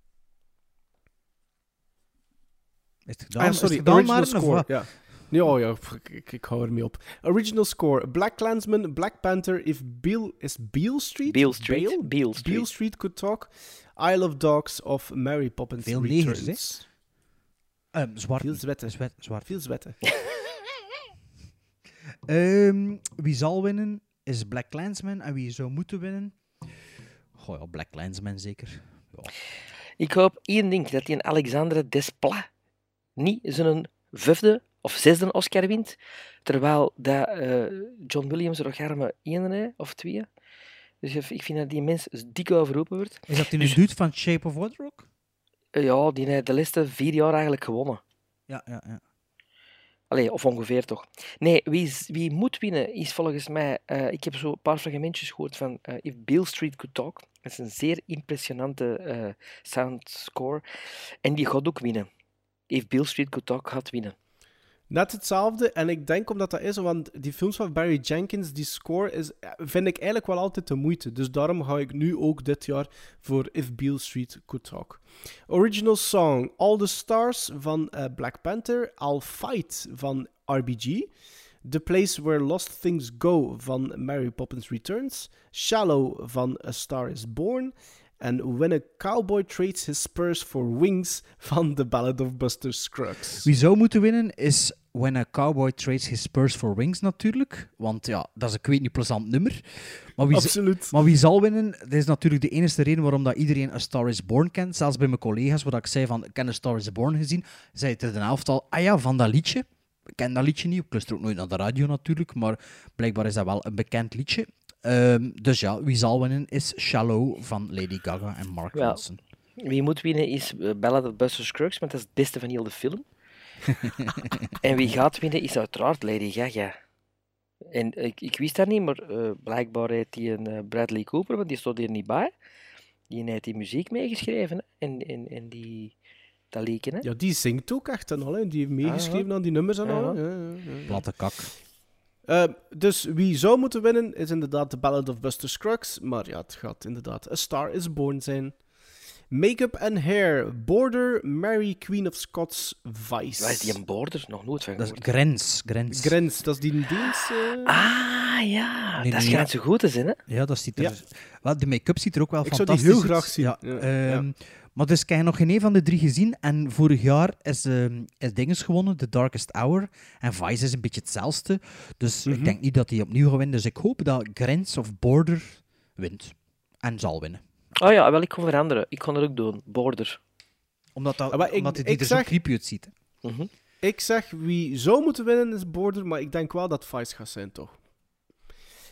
Is het gedaan? Ah, sorry, is het gedaan, original maar, score. Ja. Ja, oh, ja, ik, ik, ik hou ermee op. Original score. Black Klansman, Black Panther, If Beale... Is Beale Street? Beale Street. Beale? Beale Street. Beale Street Could Talk. Isle of Dogs of Mary Poppins Veel Returns. negers, hè? Um, zwart. Veel zwetten. Zwet, zwart. Veel zwetten. um, wie zal winnen is Black Klansman. En wie zou moeten winnen? Goh ja, Black Klansman zeker. Ja. Ik hoop één ding, dat die een Alexandre Desplat niet zijn vijfde of zesde Oscar wint, terwijl dat, uh, John Williams er nog maar één heeft, of twee. Dus ik vind dat die mens dik overroepen wordt. Is dat die dus, een dude van Shape of Water ook? Uh, ja, die heeft de laatste vier jaar eigenlijk gewonnen. Ja, ja, ja. Allee, of ongeveer toch. Nee, wie, wie moet winnen is volgens mij... Uh, ik heb zo een paar fragmentjes gehoord van uh, If Beale Street Could Talk. Dat is een zeer impressionante uh, soundscore. En die gaat ook winnen. If Beale Street Could Talk gaat winnen. Net hetzelfde, en ik denk omdat dat is, want die films van Barry Jenkins, die score is, vind ik eigenlijk wel altijd de moeite. Dus daarom ga ik nu ook dit jaar voor If Beale Street Could Talk. Original song, All the Stars van uh, Black Panther, I'll Fight van R B G, The Place Where Lost Things Go van Mary Poppins Returns, Shallow van A Star is Born, en When a Cowboy Trades His Spurs for Wings van The Ballad of Buster Scruggs. Wie zou moeten winnen is When a Cowboy Trades His Spurs for Wings natuurlijk. Want ja, dat is een, ik weet niet, plezant nummer. Maar wie, Absoluut. Maar wie zal winnen, dat is natuurlijk de enige reden waarom dat iedereen A Star is Born kent. Zelfs bij mijn collega's, waar ik zei van, ik ken A Star is Born gezien, zei het er de helft al, ah ja, van dat liedje. Ik ken dat liedje niet, ik luister ook nooit naar de radio natuurlijk, maar blijkbaar is dat wel een bekend liedje. Um, dus ja, wie zal winnen is Shallow van Lady Gaga en Mark Wel, Wilson. Wie moet winnen is uh, Ballad of Buster Scruggs, want dat is het beste van heel de film. En wie gaat winnen is uiteraard Lady Gaga. En ik, ik wist dat niet, maar uh, blijkbaar heeft die een uh, Bradley Cooper, want die stond hier niet bij. Die heeft die muziek meegeschreven, hè? En, en, en die... Dat liedje, hè? Ja, die zingt ook echt en al, hè. Die heeft meegeschreven ah, ja. aan die nummers en ja. al. Ja, ja, ja. Platte kak. Uh, dus wie zou moeten winnen is inderdaad The Ballad of Buster Scruggs. Maar ja, het gaat inderdaad A Star is Born zijn. Make-up and hair. Border, Mary, Queen of Scots, Vice. Waar is die een Border? Nog nooit van Dat is gehoord. Grens. Grens. Grens, dat is die Deense... Ah, ja. Nee, dat nee, schijnt ja. zo goed te zijn, hè? Ja, dat ziet er... Ja. Wel, de make-up ziet er ook wel Ik zou die fantastisch heel uit. graag zien. Ja, Ja, ehm, ja. Maar dus ik heb nog geen een van de drie gezien. En vorig jaar is, um, is Dinges gewonnen, The Darkest Hour. En Vice is een beetje hetzelfde. Dus Mhm. ik denk niet dat hij opnieuw gaat winnen. Dus ik hoop dat Grens of Border wint. En zal winnen. Oh ja, wel, ik kon veranderen. Ik kon dat ook doen. Border. Omdat, dat, Ah, maar ik- omdat hij die ik er zo zeg- creepy uitziet. Mhm. Ik zeg wie zou moeten winnen is Border, maar ik denk wel dat Vice gaat zijn, toch?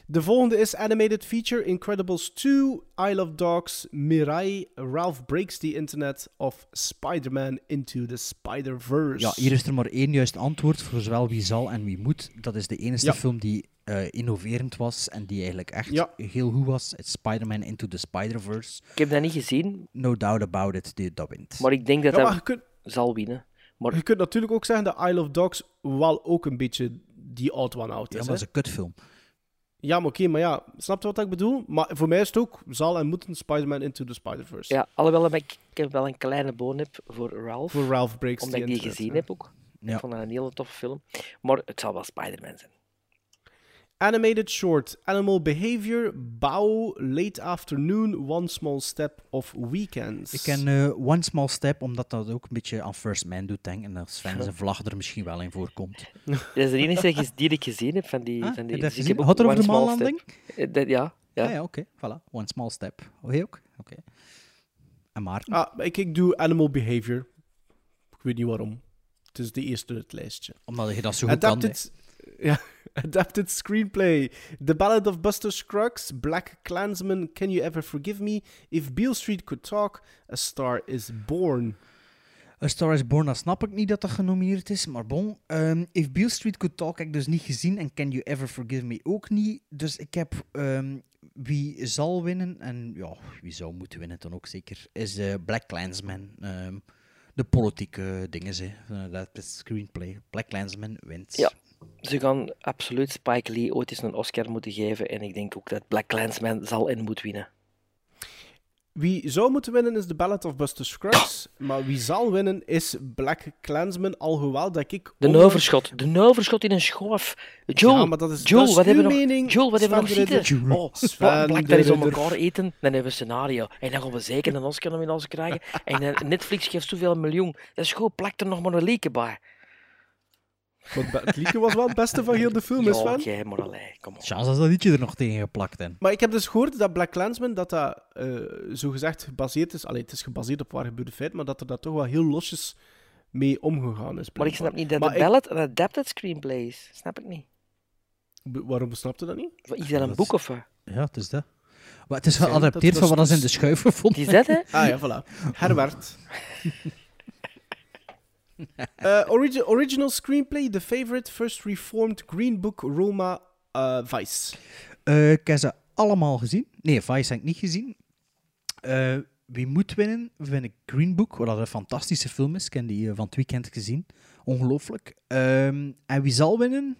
De volgende is Animated Feature, Incredibles two, I Love Dogs, Mirai, Ralph Breaks the Internet of Spider-Man Into the Spider-Verse. Ja, hier is er maar één juist antwoord voor zowel wie zal en wie moet. Dat is de enige Ja. film die uh, innoverend was en die eigenlijk echt Ja. heel goed was. Het Spider-Man Into the Spider-Verse. Ik heb dat niet gezien, No doubt about it, die, dat wint. maar ik denk dat Ja, maar dat je kunt, zal winnen. Maar je kunt natuurlijk ook zeggen dat I Love Dogs wel ook een beetje die odd one out is. Ja, maar hè? dat is een kutfilm. Ja, maar oké, maar ja, snap je wat ik bedoel? Maar voor mij is het ook, zal en moet een Spider-Man Into the Spider-Verse. ja, alhoewel ik, ik heb wel een kleine boon heb voor Ralph. Voor Ralph Breaks Omdat the ik die Internet, gezien ja. heb ook. Ja. Ik vond dat een hele toffe film. Maar het zal wel Spider-Man zijn. Animated Short, Animal Behavior, Bow, Late Afternoon, One Small Step of Weekends. Ik ken uh, One Small Step, omdat dat ook een beetje aan First Man doet, denk ik. En dat Sven zijn vlag er misschien wel in voorkomt. Dat is de enige die ik gezien heb van die... Ah, van heb die je dat dus ik gezien? heb ook Had er over One de Small maanlanding? Step. Eh, dat- Ja, ja. Ja, ja, oké. Voilà. One Small Step. Oh, je ook? Oké. En Maarten? Ah, ik, ik doe Animal Behavior. Ik weet niet waarom. Het is de eerste uit het lijstje. Omdat je dat zo goed kan, Adapted, ja, adapted Screenplay. The Ballad of Buster Scruggs, Black Klansman, Can You Ever Forgive Me, If Beale Street Could Talk, A Star Is Born. A Star is Born, dat snap ik niet dat dat genomineerd is, maar bon. Um, If Beale Street Could Talk heb ik dus niet gezien en Can You Ever Forgive Me ook niet. Dus ik heb um, wie zal winnen, en ja, wie zou moeten winnen dan ook zeker, is uh, Black Klansman. Um, de politieke dingen, hè. Uh, dat is screenplay. Black Klansman wint. Ja, ze gaan absoluut Spike Lee ooit eens een Oscar moeten geven. En ik denk ook dat Black Klansman zal en moet winnen. Wie zou moeten winnen is The Ballad of Buster Scruggs, maar wie zal winnen is Black Klansman, alhoewel dat ik... De ondanks- overschot. De overschot in een schoof. Joel, Ja, maar dat is- Joel, dat is wat hebben we uw nog, mening, Joel, wat hebben we nog Sven de zitten? Ridder. Oh, Sven Black de daar is om Ridder. elkaar eten, dan hebben we een scenario. En dan gaan we zeker een Oscar-nominatie krijgen. En eh, Netflix geeft zoveel miljoen. Dat is goed, plak er nog maar een leek bij. Want be- het liedje was wel het beste van heel de film, is Ja, Sven? oké, maar allee, kom op. Chance als dat liedje er nog tegen geplakt heeft. Maar ik heb dus gehoord dat Black Klansman, dat dat uh, zogezegd gebaseerd is... Allee, het is gebaseerd op waar gebeurde feit, maar dat er daar toch wel heel losjes mee omgegaan is. Maar ik snap niet dat Maar de ik- Ballad een adapted screenplay is. Snap ik niet. B- waarom snapte dat niet? Is dat een Dat boek is- of wat? Ja, het is dat. Maar het is Zijn- geadapteerd dat- van dat wat is- ze in de schuif gevonden. Is dat, hè? Ah ja, voilà. Herwerkt. Uh, origi- original screenplay, The Favorite, First Reformed, Green Book, Roma, uh, Vice. Uh, ik heb ze allemaal gezien. Nee, Vice heb ik niet gezien. Uh, wie moet winnen, vind ik Green Book, wat een fantastische film is. Ik heb die uh, van het weekend gezien. Ongelooflijk. Um, en wie zal winnen?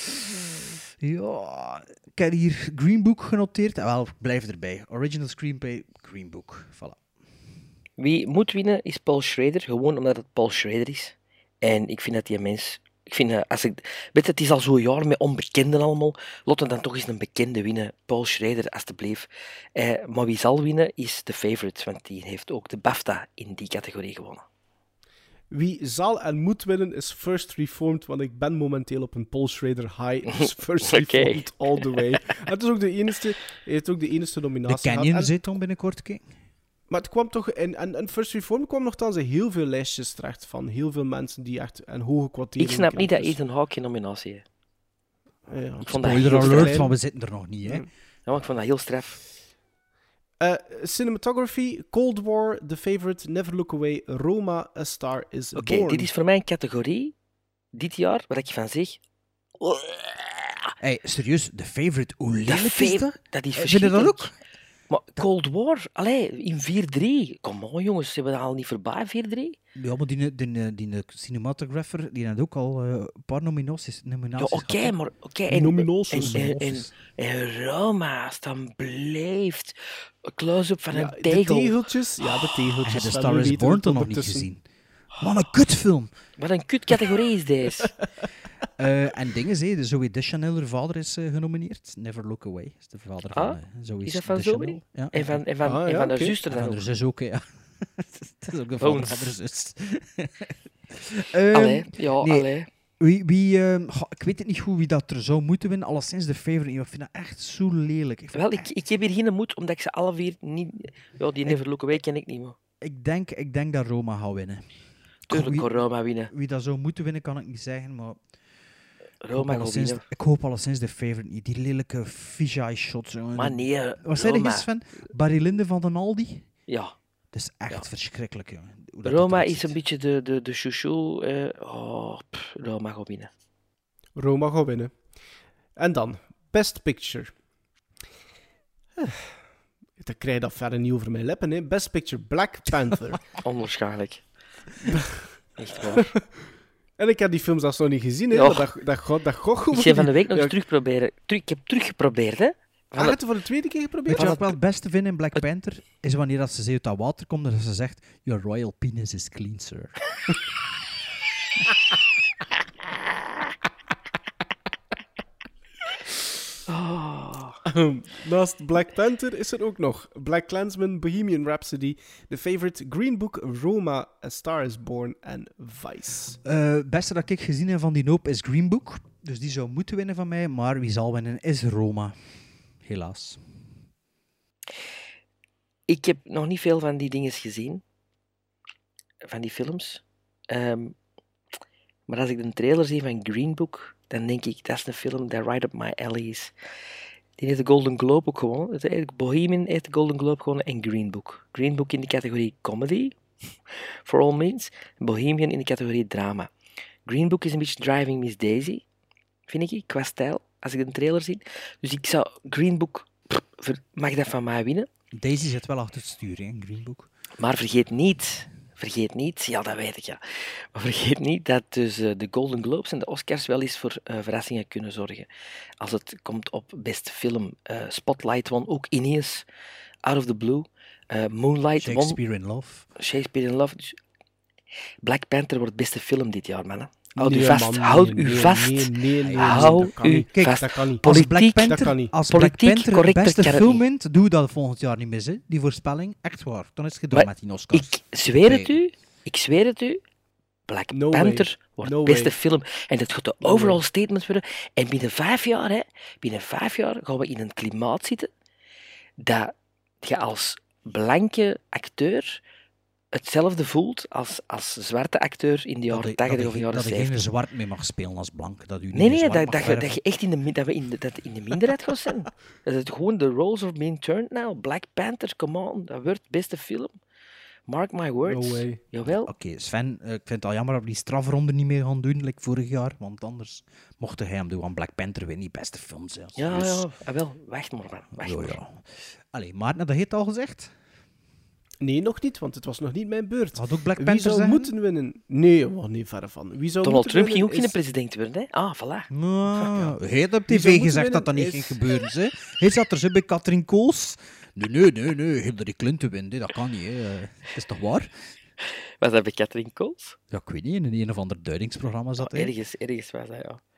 Ja, ik heb hier Green Book genoteerd. En wel, ik blijf erbij. Original screenplay, Green Book. Voilà. Wie moet winnen is Paul Schrader, gewoon omdat het Paul Schrader is. En ik vind dat die mens... Ik vind, dat als ik, weet je, het is al zo'n jaar met onbekenden allemaal. Laat hem dan toch eens een bekende winnen. Paul Schrader, alstublieft. Eh, maar wie zal winnen is The Favorite, want die heeft ook de BAFTA in die categorie gewonnen. Wie zal en moet winnen is First Reformed, want ik ben momenteel op een Paul Schrader high. Dus First Oké. Reformed all the way. En het is ook de enige, hij heeft ook de enige De nominatie Canyon gehad. En- zit dan binnenkort, kijk. Maar het kwam toch... En, en, en First Reformed kwam nogthans in heel veel lijstjes terecht van heel veel mensen die echt een hoge kwartier. Ik snap niet dat Ethan Hawke geen nominatie heeft. Ja, Ik vond dat Spoiler heel alert, straf. want we zitten er nog niet, hè. Ja, maar ik vond dat heel straf. Uh, cinematography, Cold War, The Favorite, Never Look Away, Roma, A Star Is Oké, Born. dit is voor mij een categorie, dit jaar, waar ik van zeg... Hey, serieus, The Favorite, hoe De lelijk is Fav- dat? dat is Eh, vind je dat verschrikkelijk. ook? Maar Cold War, allee, in vier drie. Kom on, jongens, hebben we dat al niet voorbij, vier drie? Ja, maar die, die, die, die cinematographer, die had ook al uh, een paar nominaties, Ja, nominaties oké, gehad, hè. maar... oké en, Nominaties. En, en, en, en Roma, als dan blijft... Een close-up van Ja, een de tegel. tegeltjes. Ja, de tegeltjes. Hij had Sven, The Star we is weten Born het toch nog niet ondertussen. gezien. Wat een kutfilm. Wat een kutcategorie is deze. Uh, en dingen, hè, de Zoe Deschanel, haar vader, is uh, genomineerd. Never Look Away is de vader Ah, van uh, Zoe is dat van Deschanel. Zoe? Ja. En van, en van, Ah, en ja, van haar oké. zuster En dan van ook. haar zus ook, hè, ja. Dat is ook de Oh, vader een- van haar zus. um, Allee, ja, nee, allee. Wie, wie, uh, goh, ik weet het niet goed wie dat er zou moeten winnen. Alleszins de Favorite. Ik vind dat echt zo lelijk. Ik, vind Wel, dat ik, ik heb hier geen moed, omdat ik ze alle vier niet... Ja, die Never Look Away ken ik niet, maar... ik, denk, ik denk dat Roma gaat winnen. Tuurlijk Wie- kan Roma winnen. Wie dat zou moeten winnen, kan ik niet zeggen, maar... Ik hoop Roma alleszins- Gobine. Ik hoop alleszins de favorite niet. Die lelijke fisheye shots. jongen. Maar nee, Wat zei je Roma. eens van? Barry Linde van den Aldi? Ja. Dat is echt Ja. verschrikkelijk, jongen. Hoe dat Roma eruit is een beetje de, de, de chouchou. eh oh, pff, Roma gaat winnen. Roma gaat winnen. En dan, Best Picture. Eh, Dat krijg je dat verder niet over mijn lippen. Hè. Best Picture, Black Panther. Onwaarschijnlijk. Echt waar. En ik heb die film zelfs nog niet gezien. Hè. Ja. Dat, dat, dat, dat goh gewoon Ik zei van de niet. week nog Ja, eens terugproberen. Terug, ik heb teruggeprobeerd, hè. Ah, heb je het voor de tweede keer geprobeerd? Weet je wat ik wel het beste vind in Black Panther? Is wanneer dat ze ze uit dat water komt en dat ze zegt: Your royal penis is clean, sir. Ehm, Naast Black Panther is er ook nog Black Klansman, Bohemian Rhapsody, The Favorite, Green Book, Roma, A Star is Born en Vice. Eh, Het beste dat ik gezien heb van die Nope is Green Book. Dus die zou moeten winnen van mij. Maar wie zal winnen is Roma. Helaas. Ik heb nog niet veel van die dingen gezien. Van die films. Ehm, maar als ik de trailer zie van Green Book, dan denk ik, dat is een film that right up my alley is. Die heeft de Golden Globe ook gewonnen. Het is eigenlijk Bohemian heeft de Golden Globe gewonnen en Green Book. Green Book in de categorie comedy, for all means. Bohemian in de categorie drama. Green Book is een beetje Driving Miss Daisy, vind ik, qua stijl, als ik de trailer zie. Dus ik zou Green Book, pff, ver- mag dat van mij winnen. Daisy zit wel achter het stuur, hè, Green Book. Maar vergeet niet, vergeet niet, ja dat weet ik ja, maar vergeet niet dat dus eh, de Golden Globes en de Oscars wel eens voor eh, verrassingen kunnen zorgen. Als het komt op beste film, eh, Spotlight won ook ineens, Out of the Blue, eh, Moonlight won. Shakespeare in Love. Shakespeare in Love. Dus Black Panther wordt beste film dit jaar, mannen. Houd Nee, u vast, man, houd nee, u nee, vast. nee, nee, nee, Hou dat kan u niet. Kijk, vast. dat kan niet. Als Politiek, Black dat Panther, kan niet. als Black Politiek Panther correcter beste kan het film niet. wint, doe dat volgend jaar niet mis, hè. Die voorspelling. Echt waar. Dan is het gedaan Maar met die Oscars. Ik zweer het Nee. u, ik zweer het u, Black No Panther way. wordt No beste way. film. En dat gaat de No overall way. statement worden. En binnen vijf jaar, hè, binnen vijf jaar gaan we in een klimaat zitten dat je als blanke acteur hetzelfde voelt als, als zwarte acteur in de jaren dat, tachtig je- of jaren dat je geen zeventig. zwart meer mag spelen als blank. Dat u niet Nee, meer nee, zwart dat, mag dat, je, verven. dat je echt in de, mi- dat we in de, dat in de minderheid gaan zijn. Dat het gewoon de roles are being turned now. Black Panther, come on, dat wordt beste film. Mark my words. No way. Jawel. Oké, Sven, eh, ik vind het al jammer dat we die strafronde niet meer gaan doen, like vorig jaar. Want anders mocht hij hem doen aan Black Panther winnen, die beste film zelfs. Ja, Dus- ja, ah, wel. Wacht maar, man. Wacht Ja, maar. ja. Allee, Maarten, had je het al gezegd? Nee, nog niet, want het was nog niet mijn beurt. Had ook Black Wie Panther zou zeggen? moeten winnen? Nee, oh, nee, verre van. Wie zou Donald moeten Trump ging ook winnen geen is- president worden, hè? Ah, voilà. Nou, hij had op Wie tv zou moeten gezegd dat dat niet winnen ging is- gebeuren. Hè. Hij zat er zo bij Catherine Coles. Nee, nee, nee, nee, Hillary Clinton wint, hè. Dat kan niet. Hè. Eh, Het is toch waar? Was dat bij Catherine Coles? Ja, ik weet niet, in een of ander duidingsprogramma zat Oh, hij. ergens, ergens was dat, ja.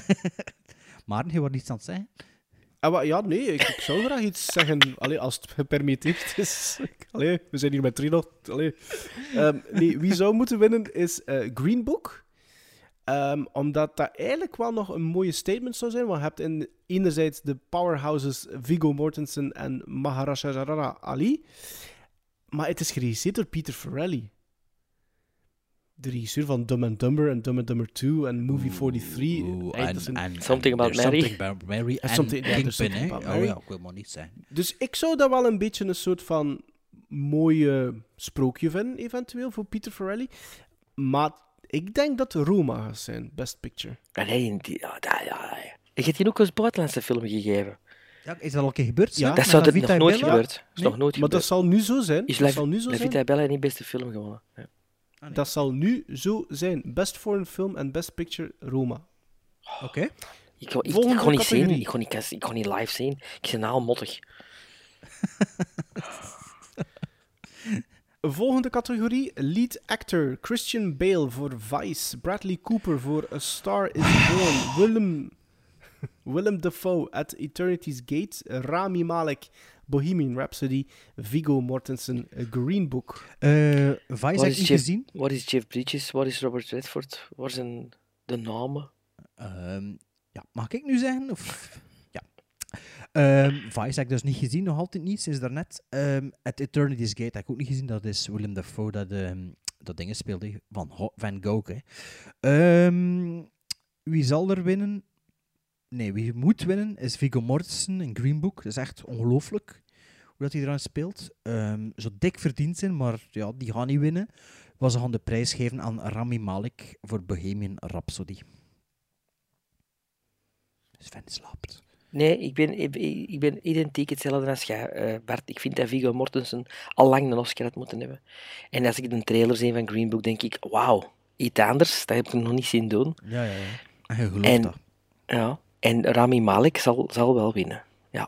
Maarten, je wordt iets aan het zeggen? Ah, wa- ja, nee, ik, ik zou graag iets zeggen, allee, als het gepermitteerd is. Allee, we zijn hier met Trino. Allee. Ehm, nee, wie zou moeten winnen is eh, Green Book. Ehm, omdat dat eigenlijk wel nog een mooie statement zou zijn. Want je hebt in, enerzijds de powerhouses Viggo Mortensen en Mahershala Ali. Maar het is geregisseerd door Peter Farrelly. De regisseur van Dumb and Dumber en Dumb and Dumber two en Movie forty-three. Oeh, Hey, en- dat zijn- en- Something en About There's Mary. Something About Mary en Something- ja, There's Kingpin, Something hè. About Oh Mary. ja, ik wil maar niet zeggen. Dus ik zou dat wel een beetje een soort van mooie sprookje vinden, eventueel, voor Peter Farrelly. Maar ik denk dat Roma gaat zijn, Best Picture. Ah, nee, die, ja, ja, ja. Je hebt hier ook eens buitenlandse film gegeven. Ja, is dat al een keer gebeurd? Ja, Sven? Dat Met zou La er Vita nog nooit Bella? gebeurd. Is Nee? nog nooit Maar dat gebeurd. zal nu zo zijn. Is Dat La, zal nu zo La zijn. Vita Bella niet beste film gewonnen. Ja. Dat zal nu zo zijn. Best Foreign Film en Best Picture, Roma. Oké. Ik, ik, ik, Volgende kon niet zien, categorie. ik kon niet, ik kon niet live zien. Ik ben al mottig. Volgende categorie, lead actor Christian Bale voor Vice, Bradley Cooper voor A Star is Born, Willem, Willem Dafoe at Eternity's Gate, Rami Malek, Bohemian Rhapsody, Viggo Mortensen, A Green Book. Eh, Vice Wat heb ik is, niet Jeff, gezien. wat is Jeff Bridges? Wat is Robert Redford? Wat zijn de namen? Ehm, ja, mag ik nu zeggen? Of... Ja. Ehm, Vice heb ik dus niet gezien, nog altijd niet, sinds daarnet. Um, At Eternity's Gate heb ik ook niet gezien. Dat is Willem Dafoe dat, um, dat dingen speelde van Ho- Van Gogh. Hè. Ehm, wie zal er winnen? Nee, wie moet winnen is Viggo Mortensen in Green Book. Dat is echt ongelooflijk hoe dat hij eraan speelt. Um, zo dik verdiend zijn, maar ja, die gaan niet winnen. Was ze gaan de prijs geven aan Rami Malek voor Bohemian Rhapsody. Sven slaapt. Nee, ik ben, ik, ik ben identiek hetzelfde als jij, uh, Bart. Ik vind dat Viggo Mortensen al lang een Oscar had moeten hebben. En als ik de trailer zie van Green Book, denk ik, wauw, iets anders. Dat heb ik nog niet zien doen. Ja, ja, ja. En je gelooft en, dat. Ja, en Rami Malek zal, zal wel winnen. Ja.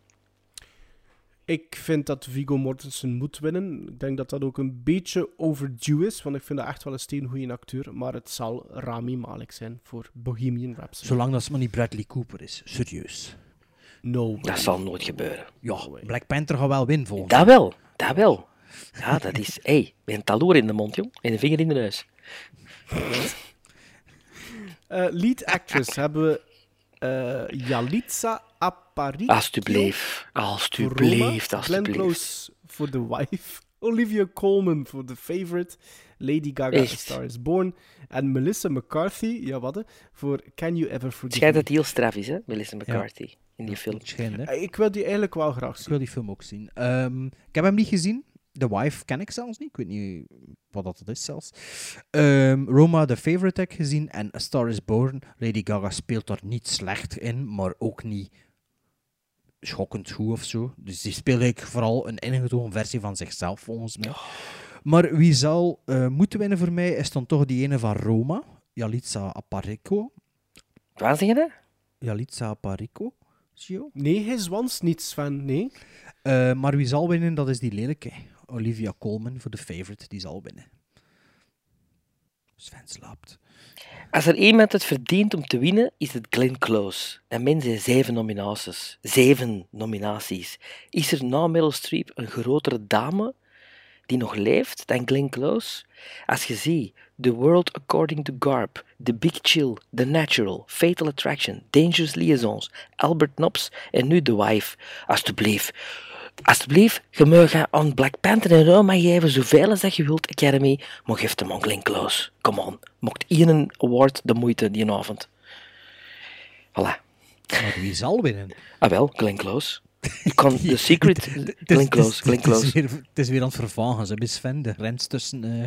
Ik vind dat Viggo Mortensen moet winnen. Ik denk dat dat ook een beetje overdue is, want ik vind dat echt wel een steengoeie acteur. Maar het zal Rami Malek zijn voor Bohemian Rhapsody. Zolang dat het maar niet Bradley Cooper is. Serieus. No. Dat zal nooit gebeuren. Ja, Black Panther gaat wel winnen volgens Dat wel, dat wel. Ja, dat is... Hé, hey, met een taloer in de mond, jong. En een vinger in de neus. uh, lead actress hebben we uh, Yalitza Aparicio. Alsjeblieft. Alsjeblieft, alsjeblieft. Glenn Close voor The Wife. Olivia Colman voor The Favourite. Lady Gaga, A Star is Born. En Melissa McCarthy, ja wat, voor Can You Ever Forgive Me. Het schijnt dat het heel straf is, hè, Melissa McCarthy, ja. in die film. Schijnt, hè? Ik wil die eigenlijk wel graag zien. Ik wil die film ook zien. Um, ik heb hem niet gezien. The Wife ken ik zelfs niet. Ik weet niet wat dat is zelfs. Um, Roma, The Favourite heb ik gezien. En A Star is Born. Lady Gaga speelt daar niet slecht in, maar ook niet schokkend goed of zo. Dus die speelt ik vooral een ingetogen versie van zichzelf, volgens mij. Maar wie zal uh, moeten winnen voor mij, is dan toch die ene van Roma. Yalitza Aparicio. Waar zeg je dat? Yalitza Aparicio. Nee, hij zwans niets van, nee. Uh, maar wie zal winnen, dat is die lelijke. Olivia Colman voor The Favourite, die zal winnen. Sven slaapt. Als er iemand het verdient om te winnen, is het Glenn Close. En mensen zeven nominaties. Zeven nominaties. Is er na Meryl Streep een grotere dame die nog leeft dan Glenn Close? Als je ziet The World According to Garp, The Big Chill, The Natural, Fatal Attraction, Dangerous Liaisons, Albert Nobbs en nu The Wife. Alsjeblieft. Alsjeblieft, je mag aan Black Panther en Roma geven zoveel als dat je wilt, Academy, maar geef hem aan Glenn Close. Come on. Mocht één award de moeite die avond. Voilà. Maar wie zal winnen? Ah wel, Glenn Close. Ik kan The Secret... Glenn Close, Glenn Close. Het is, weer, het is weer aan het vervagen, ze hebben Sven, de grens tussen... Uh...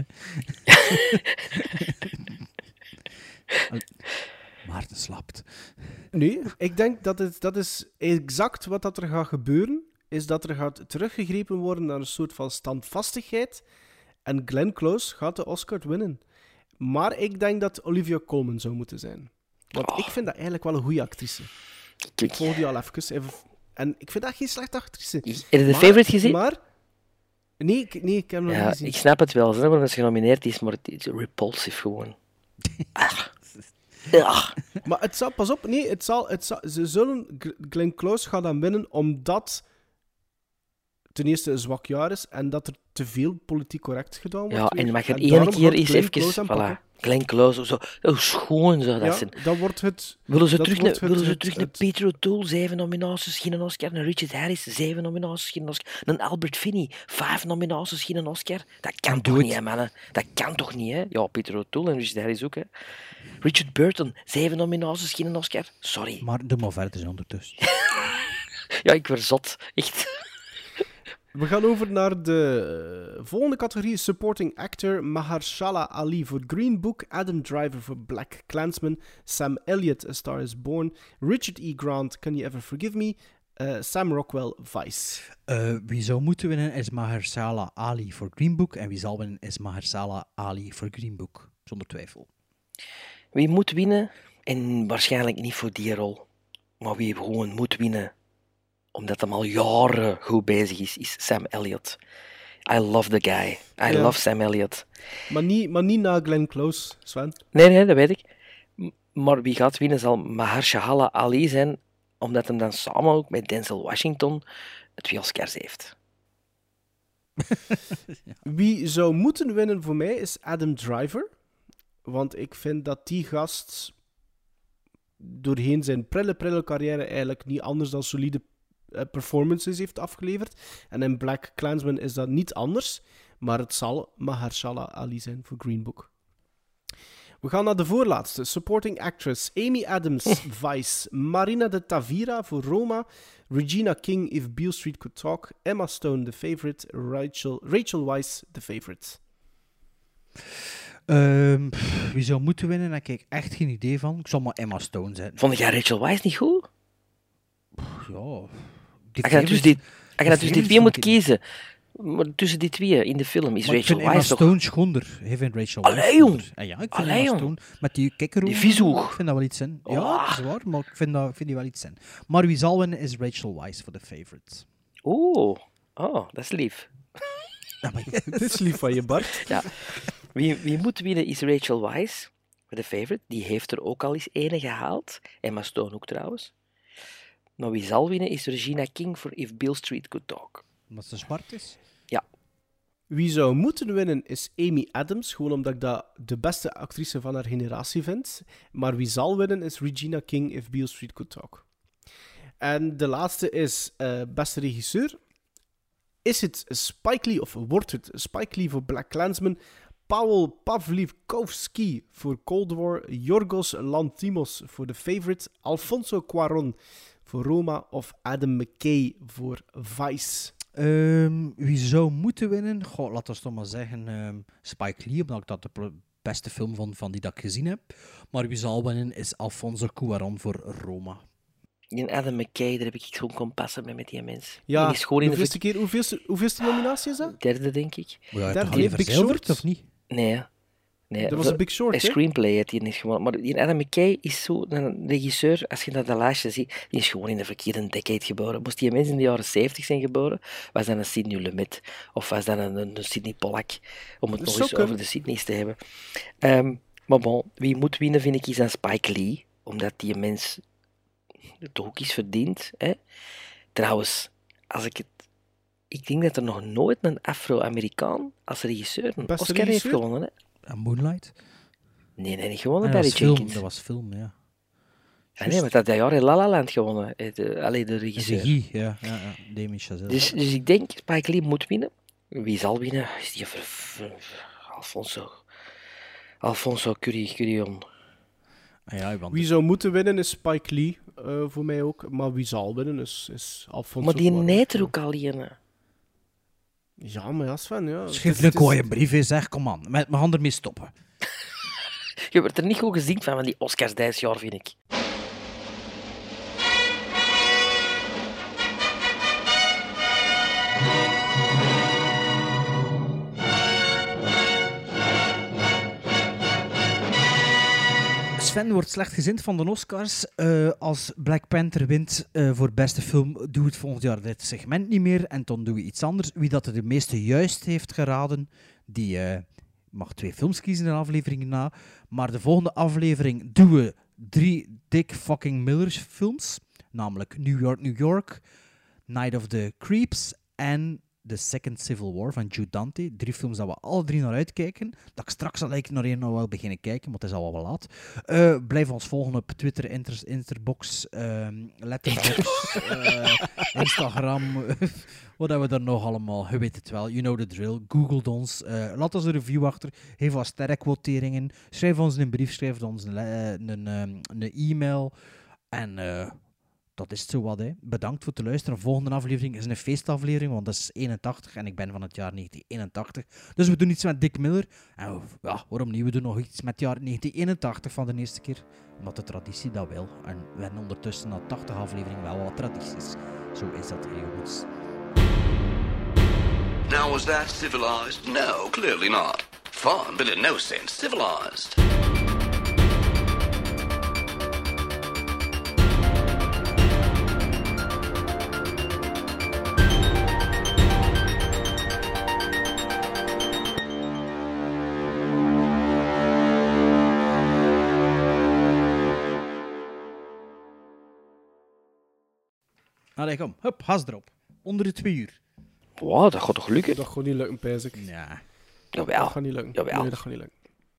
Maarten slaapt. Nee, ik denk dat het, dat is exact wat dat er gaat gebeuren, is dat er gaat teruggegrepen worden naar een soort van standvastigheid en Glenn Close gaat de Oscar winnen. Maar ik denk dat Olivia Colman zou moeten zijn. Want oh. ik vind dat eigenlijk wel een goede actrice. Ik volg die al even. even en ik vind dat geen slechte actrice. Heb je de Favourite gezien? Maar... Nee, ik, nee, ik heb hem nog ja, niet gezien. Ik snap het wel, waarom dat ze genomineerd is, maar het is repulsive gewoon. Ach. Ach. Maar het zal, pas op, nee, het zal, het zal, ze zullen, Glenn Close gaat dan winnen omdat ten eerste een zwak jaar is en dat er te veel politiek correct gedaan wordt. Ja, en mag er en één keer eens Glenn even... Close Voilà, Glenn Close, zo, hoe schoon zou dat ja, zijn. Dat wordt het... Willen ze dat terug, wordt ne, het, willen ze het, terug het, naar Peter O'Toole, zeven nominaties, geen Oscar. Naar Richard Harris, zeven nominaties, geen Oscar. Naar Albert Finney, vijf nominaties, geen Oscar. Dat kan toch niet, hè, mannen? Dat kan toch niet, hè? Ja, Peter O'Toole en Richard Harris ook, hè. Richard Burton, zeven nominaties, geen Oscar. Sorry. Maar doe maar verder ondertussen. Ja, ik word zot. Echt. We gaan over naar de volgende categorie. Supporting Actor. Mahershala Ali voor Green Book. Adam Driver voor Black Klansman. Sam Elliott, A Star is Born. Richard E. Grant, Can You Ever Forgive Me? Uh, Sam Rockwell, Vice. Uh, wie zou moeten winnen is Mahershala Ali voor Green Book. En wie zal winnen is Mahershala Ali voor Green Book. Zonder twijfel. Wie moet winnen? En waarschijnlijk niet voor die rol. Maar wie gewoon moet winnen, omdat hij al jaren goed bezig is, is Sam Elliott. I love the guy. I ja. love Sam Elliott. Maar niet, maar niet na Glenn Close, Sven. Nee, nee, dat weet ik. Maar wie gaat winnen zal Mahershala Ali zijn, omdat hij dan samen ook met Denzel Washington het twee Oscars heeft. ja. Wie zou moeten winnen voor mij is Adam Driver. Want ik vind dat die gast doorheen zijn prille, prille carrière eigenlijk niet anders dan solide performances heeft afgeleverd. En in Black Klansman is dat niet anders. Maar het zal Mahershala Ali zijn voor Green Book. We gaan naar de voorlaatste. Supporting actress Amy Adams, Vice. Marina de Tavira voor Roma. Regina King, If Beale Street Could Talk. Emma Stone, The Favorite. Rachel, Rachel Weisz, The Favorite. Um, pff, wie zou moeten winnen? Daar heb ik echt geen idee van. Ik zal maar Emma Stone zijn. Vond jij Rachel Weisz niet goed? Pff, ja. Als je dat dus die, als je dat dus die twee moet kiezen, maar tussen die twee in de film is maar Rachel ik vind Weisz Emma toch... Stone schonder. Ik vind Rachel Weisz Allee, jong. schonder. En ja, ik vind Allee, Emma jong. Stone met die kikker. Die vieshoog. Ik vind dat wel iets in. Ja, Oh. dat is waar, maar ik vind, dat, ik vind die wel iets in. Maar wie zal winnen is Rachel Weisz voor de Favorite. Oeh, oh, dat is lief. Ja, maar Dit is lief van je, Bart. Ja. Wie, wie moet winnen is Rachel Weisz, de favorite. Die heeft er ook al eens ene gehaald. Emma Stone ook trouwens. Maar wie zal winnen is Regina King voor If Beale Street Could Talk. Omdat ze zwart is? Ja. Wie zou moeten winnen is Amy Adams, gewoon omdat ik dat de beste actrice van haar generatie vind. Maar wie zal winnen is Regina King, If Beale Street Could Talk. En de laatste is uh, beste regisseur. Is het Spike Lee, of wordt het Spike Lee voor Black Klansman, Paweł Pawlikowski voor Cold War, Yorgos Lanthimos voor The Favorite, Alfonso Cuarón voor Roma of Adam McKay voor Vice? Um, wie zou moeten winnen? Goh, laten we toch maar zeggen um, Spike Lee, omdat ik dat de pro- beste film vond van die dat ik gezien heb. Maar wie zal winnen is Alfonso Cuarón voor Roma. En Adam McKay, daar heb ik zo'n kompassen mee met die mens. Ja, die is gewoon in de hoeveelste keer, hoeveelste, hoeveelste nominatie is dat? derde, denk ik. Maar ja, Derde, toch niet Big verzilverd, Short? of niet? Nee, nee. Dat was een Big Short, Een hè? screenplay heeft hij niet gewonnen. Maar die Adam McKay is zo een regisseur, als je dat de lijstje ziet, die is gewoon in de verkeerde decade geboren. Moest die mensen in de jaren zeventig zijn geboren, was dat een Sidney Lumet of was dat een, een Sidney Pollack, om het Dat nog zou eens over kunnen. de Sydney's te hebben. Um, maar bon, wie moet winnen vind ik is aan Spike Lee, omdat die mens het ook is verdiend. Hè? Trouwens, als ik het... Ik denk dat er nog nooit een Afro-Amerikaan als regisseur een Beste Oscar heeft regisseur? gewonnen. Hè? En Moonlight? Nee, nee, niet gewonnen. Ah, dat, Barry was film, Jenkins. dat was film, ja. Ah, nee, maar dat dat jaar in La La Land gewonnen. eh, De, allee, de regisseur. Regie, ja, ja, ja. Damien Chazelle. Dus, dus ik denk, Spike Lee moet winnen. Wie zal winnen? Is die ver, ver- ver- Alfonso. Alfonso Curry, Curion. Ah, ja, want Wie zou moeten winnen is Spike Lee, uh, voor mij ook. Maar wie zal winnen is, is Alfonso Maar die Cuarón. neemt er ook al in. Ja, maar ja, Sven, ja. Schrijf Het een is- kooi een brief in, zeg, kom aan. We gaan ermee stoppen. Je wordt er niet goed gezien van, van die Oscars dit jaar, vind ik. Sven wordt slechtgezind van de Oscars. Uh, als Black Panther wint uh, voor beste film, doe het volgend jaar dit segment niet meer. En dan doen we iets anders. Wie dat er de meeste juist heeft geraden, die uh, mag twee films kiezen in de aflevering na. Maar de volgende aflevering doen we drie Dick fucking Millers films. Namelijk New York, New York, Night of the Creeps en The Second Civil War van Jude Dante. Drie films dat we alle drie naar uitkijken. Dat ik straks al like, naar één nog wel beginnen kijken, want het is al wel laat. Uh, blijf ons volgen op Twitter, Inter, Interbox, uh, Letterboxd, uh, Instagram. Wat hebben we er nog allemaal? Je weet het wel. You know the drill. Google ons. Uh, laat ons een review achter. Geef wat sterrenquoteringen. Schrijf ons een brief. Schrijf ons een, een, een, een e-mail. En... Uh, dat is het zo wat, hè. Bedankt voor het luisteren. De volgende aflevering is een feestaflevering, want dat is eenentachtig en ik ben van het jaar negentien eenentachtig. Dus we doen iets met Dick Miller. En ja, waarom niet? We doen nog iets met het jaar negentien eenentachtig van de eerste keer. Omdat de traditie dat wil. En we hebben ondertussen na tachtig afleveringen wel wat tradities. Zo is dat, hè, jongens. Now, was that civilized? No, clearly not. Fun, but in no sense civilized. Allee, kom. Hup, has erop. Onder de twee uur. Wow, dat gaat toch lukken? Dat gaat niet lukken, pijs ik. Ja. Jawel. Dat gaat niet lukken. Jawel. Nee, dat gaat niet lukken.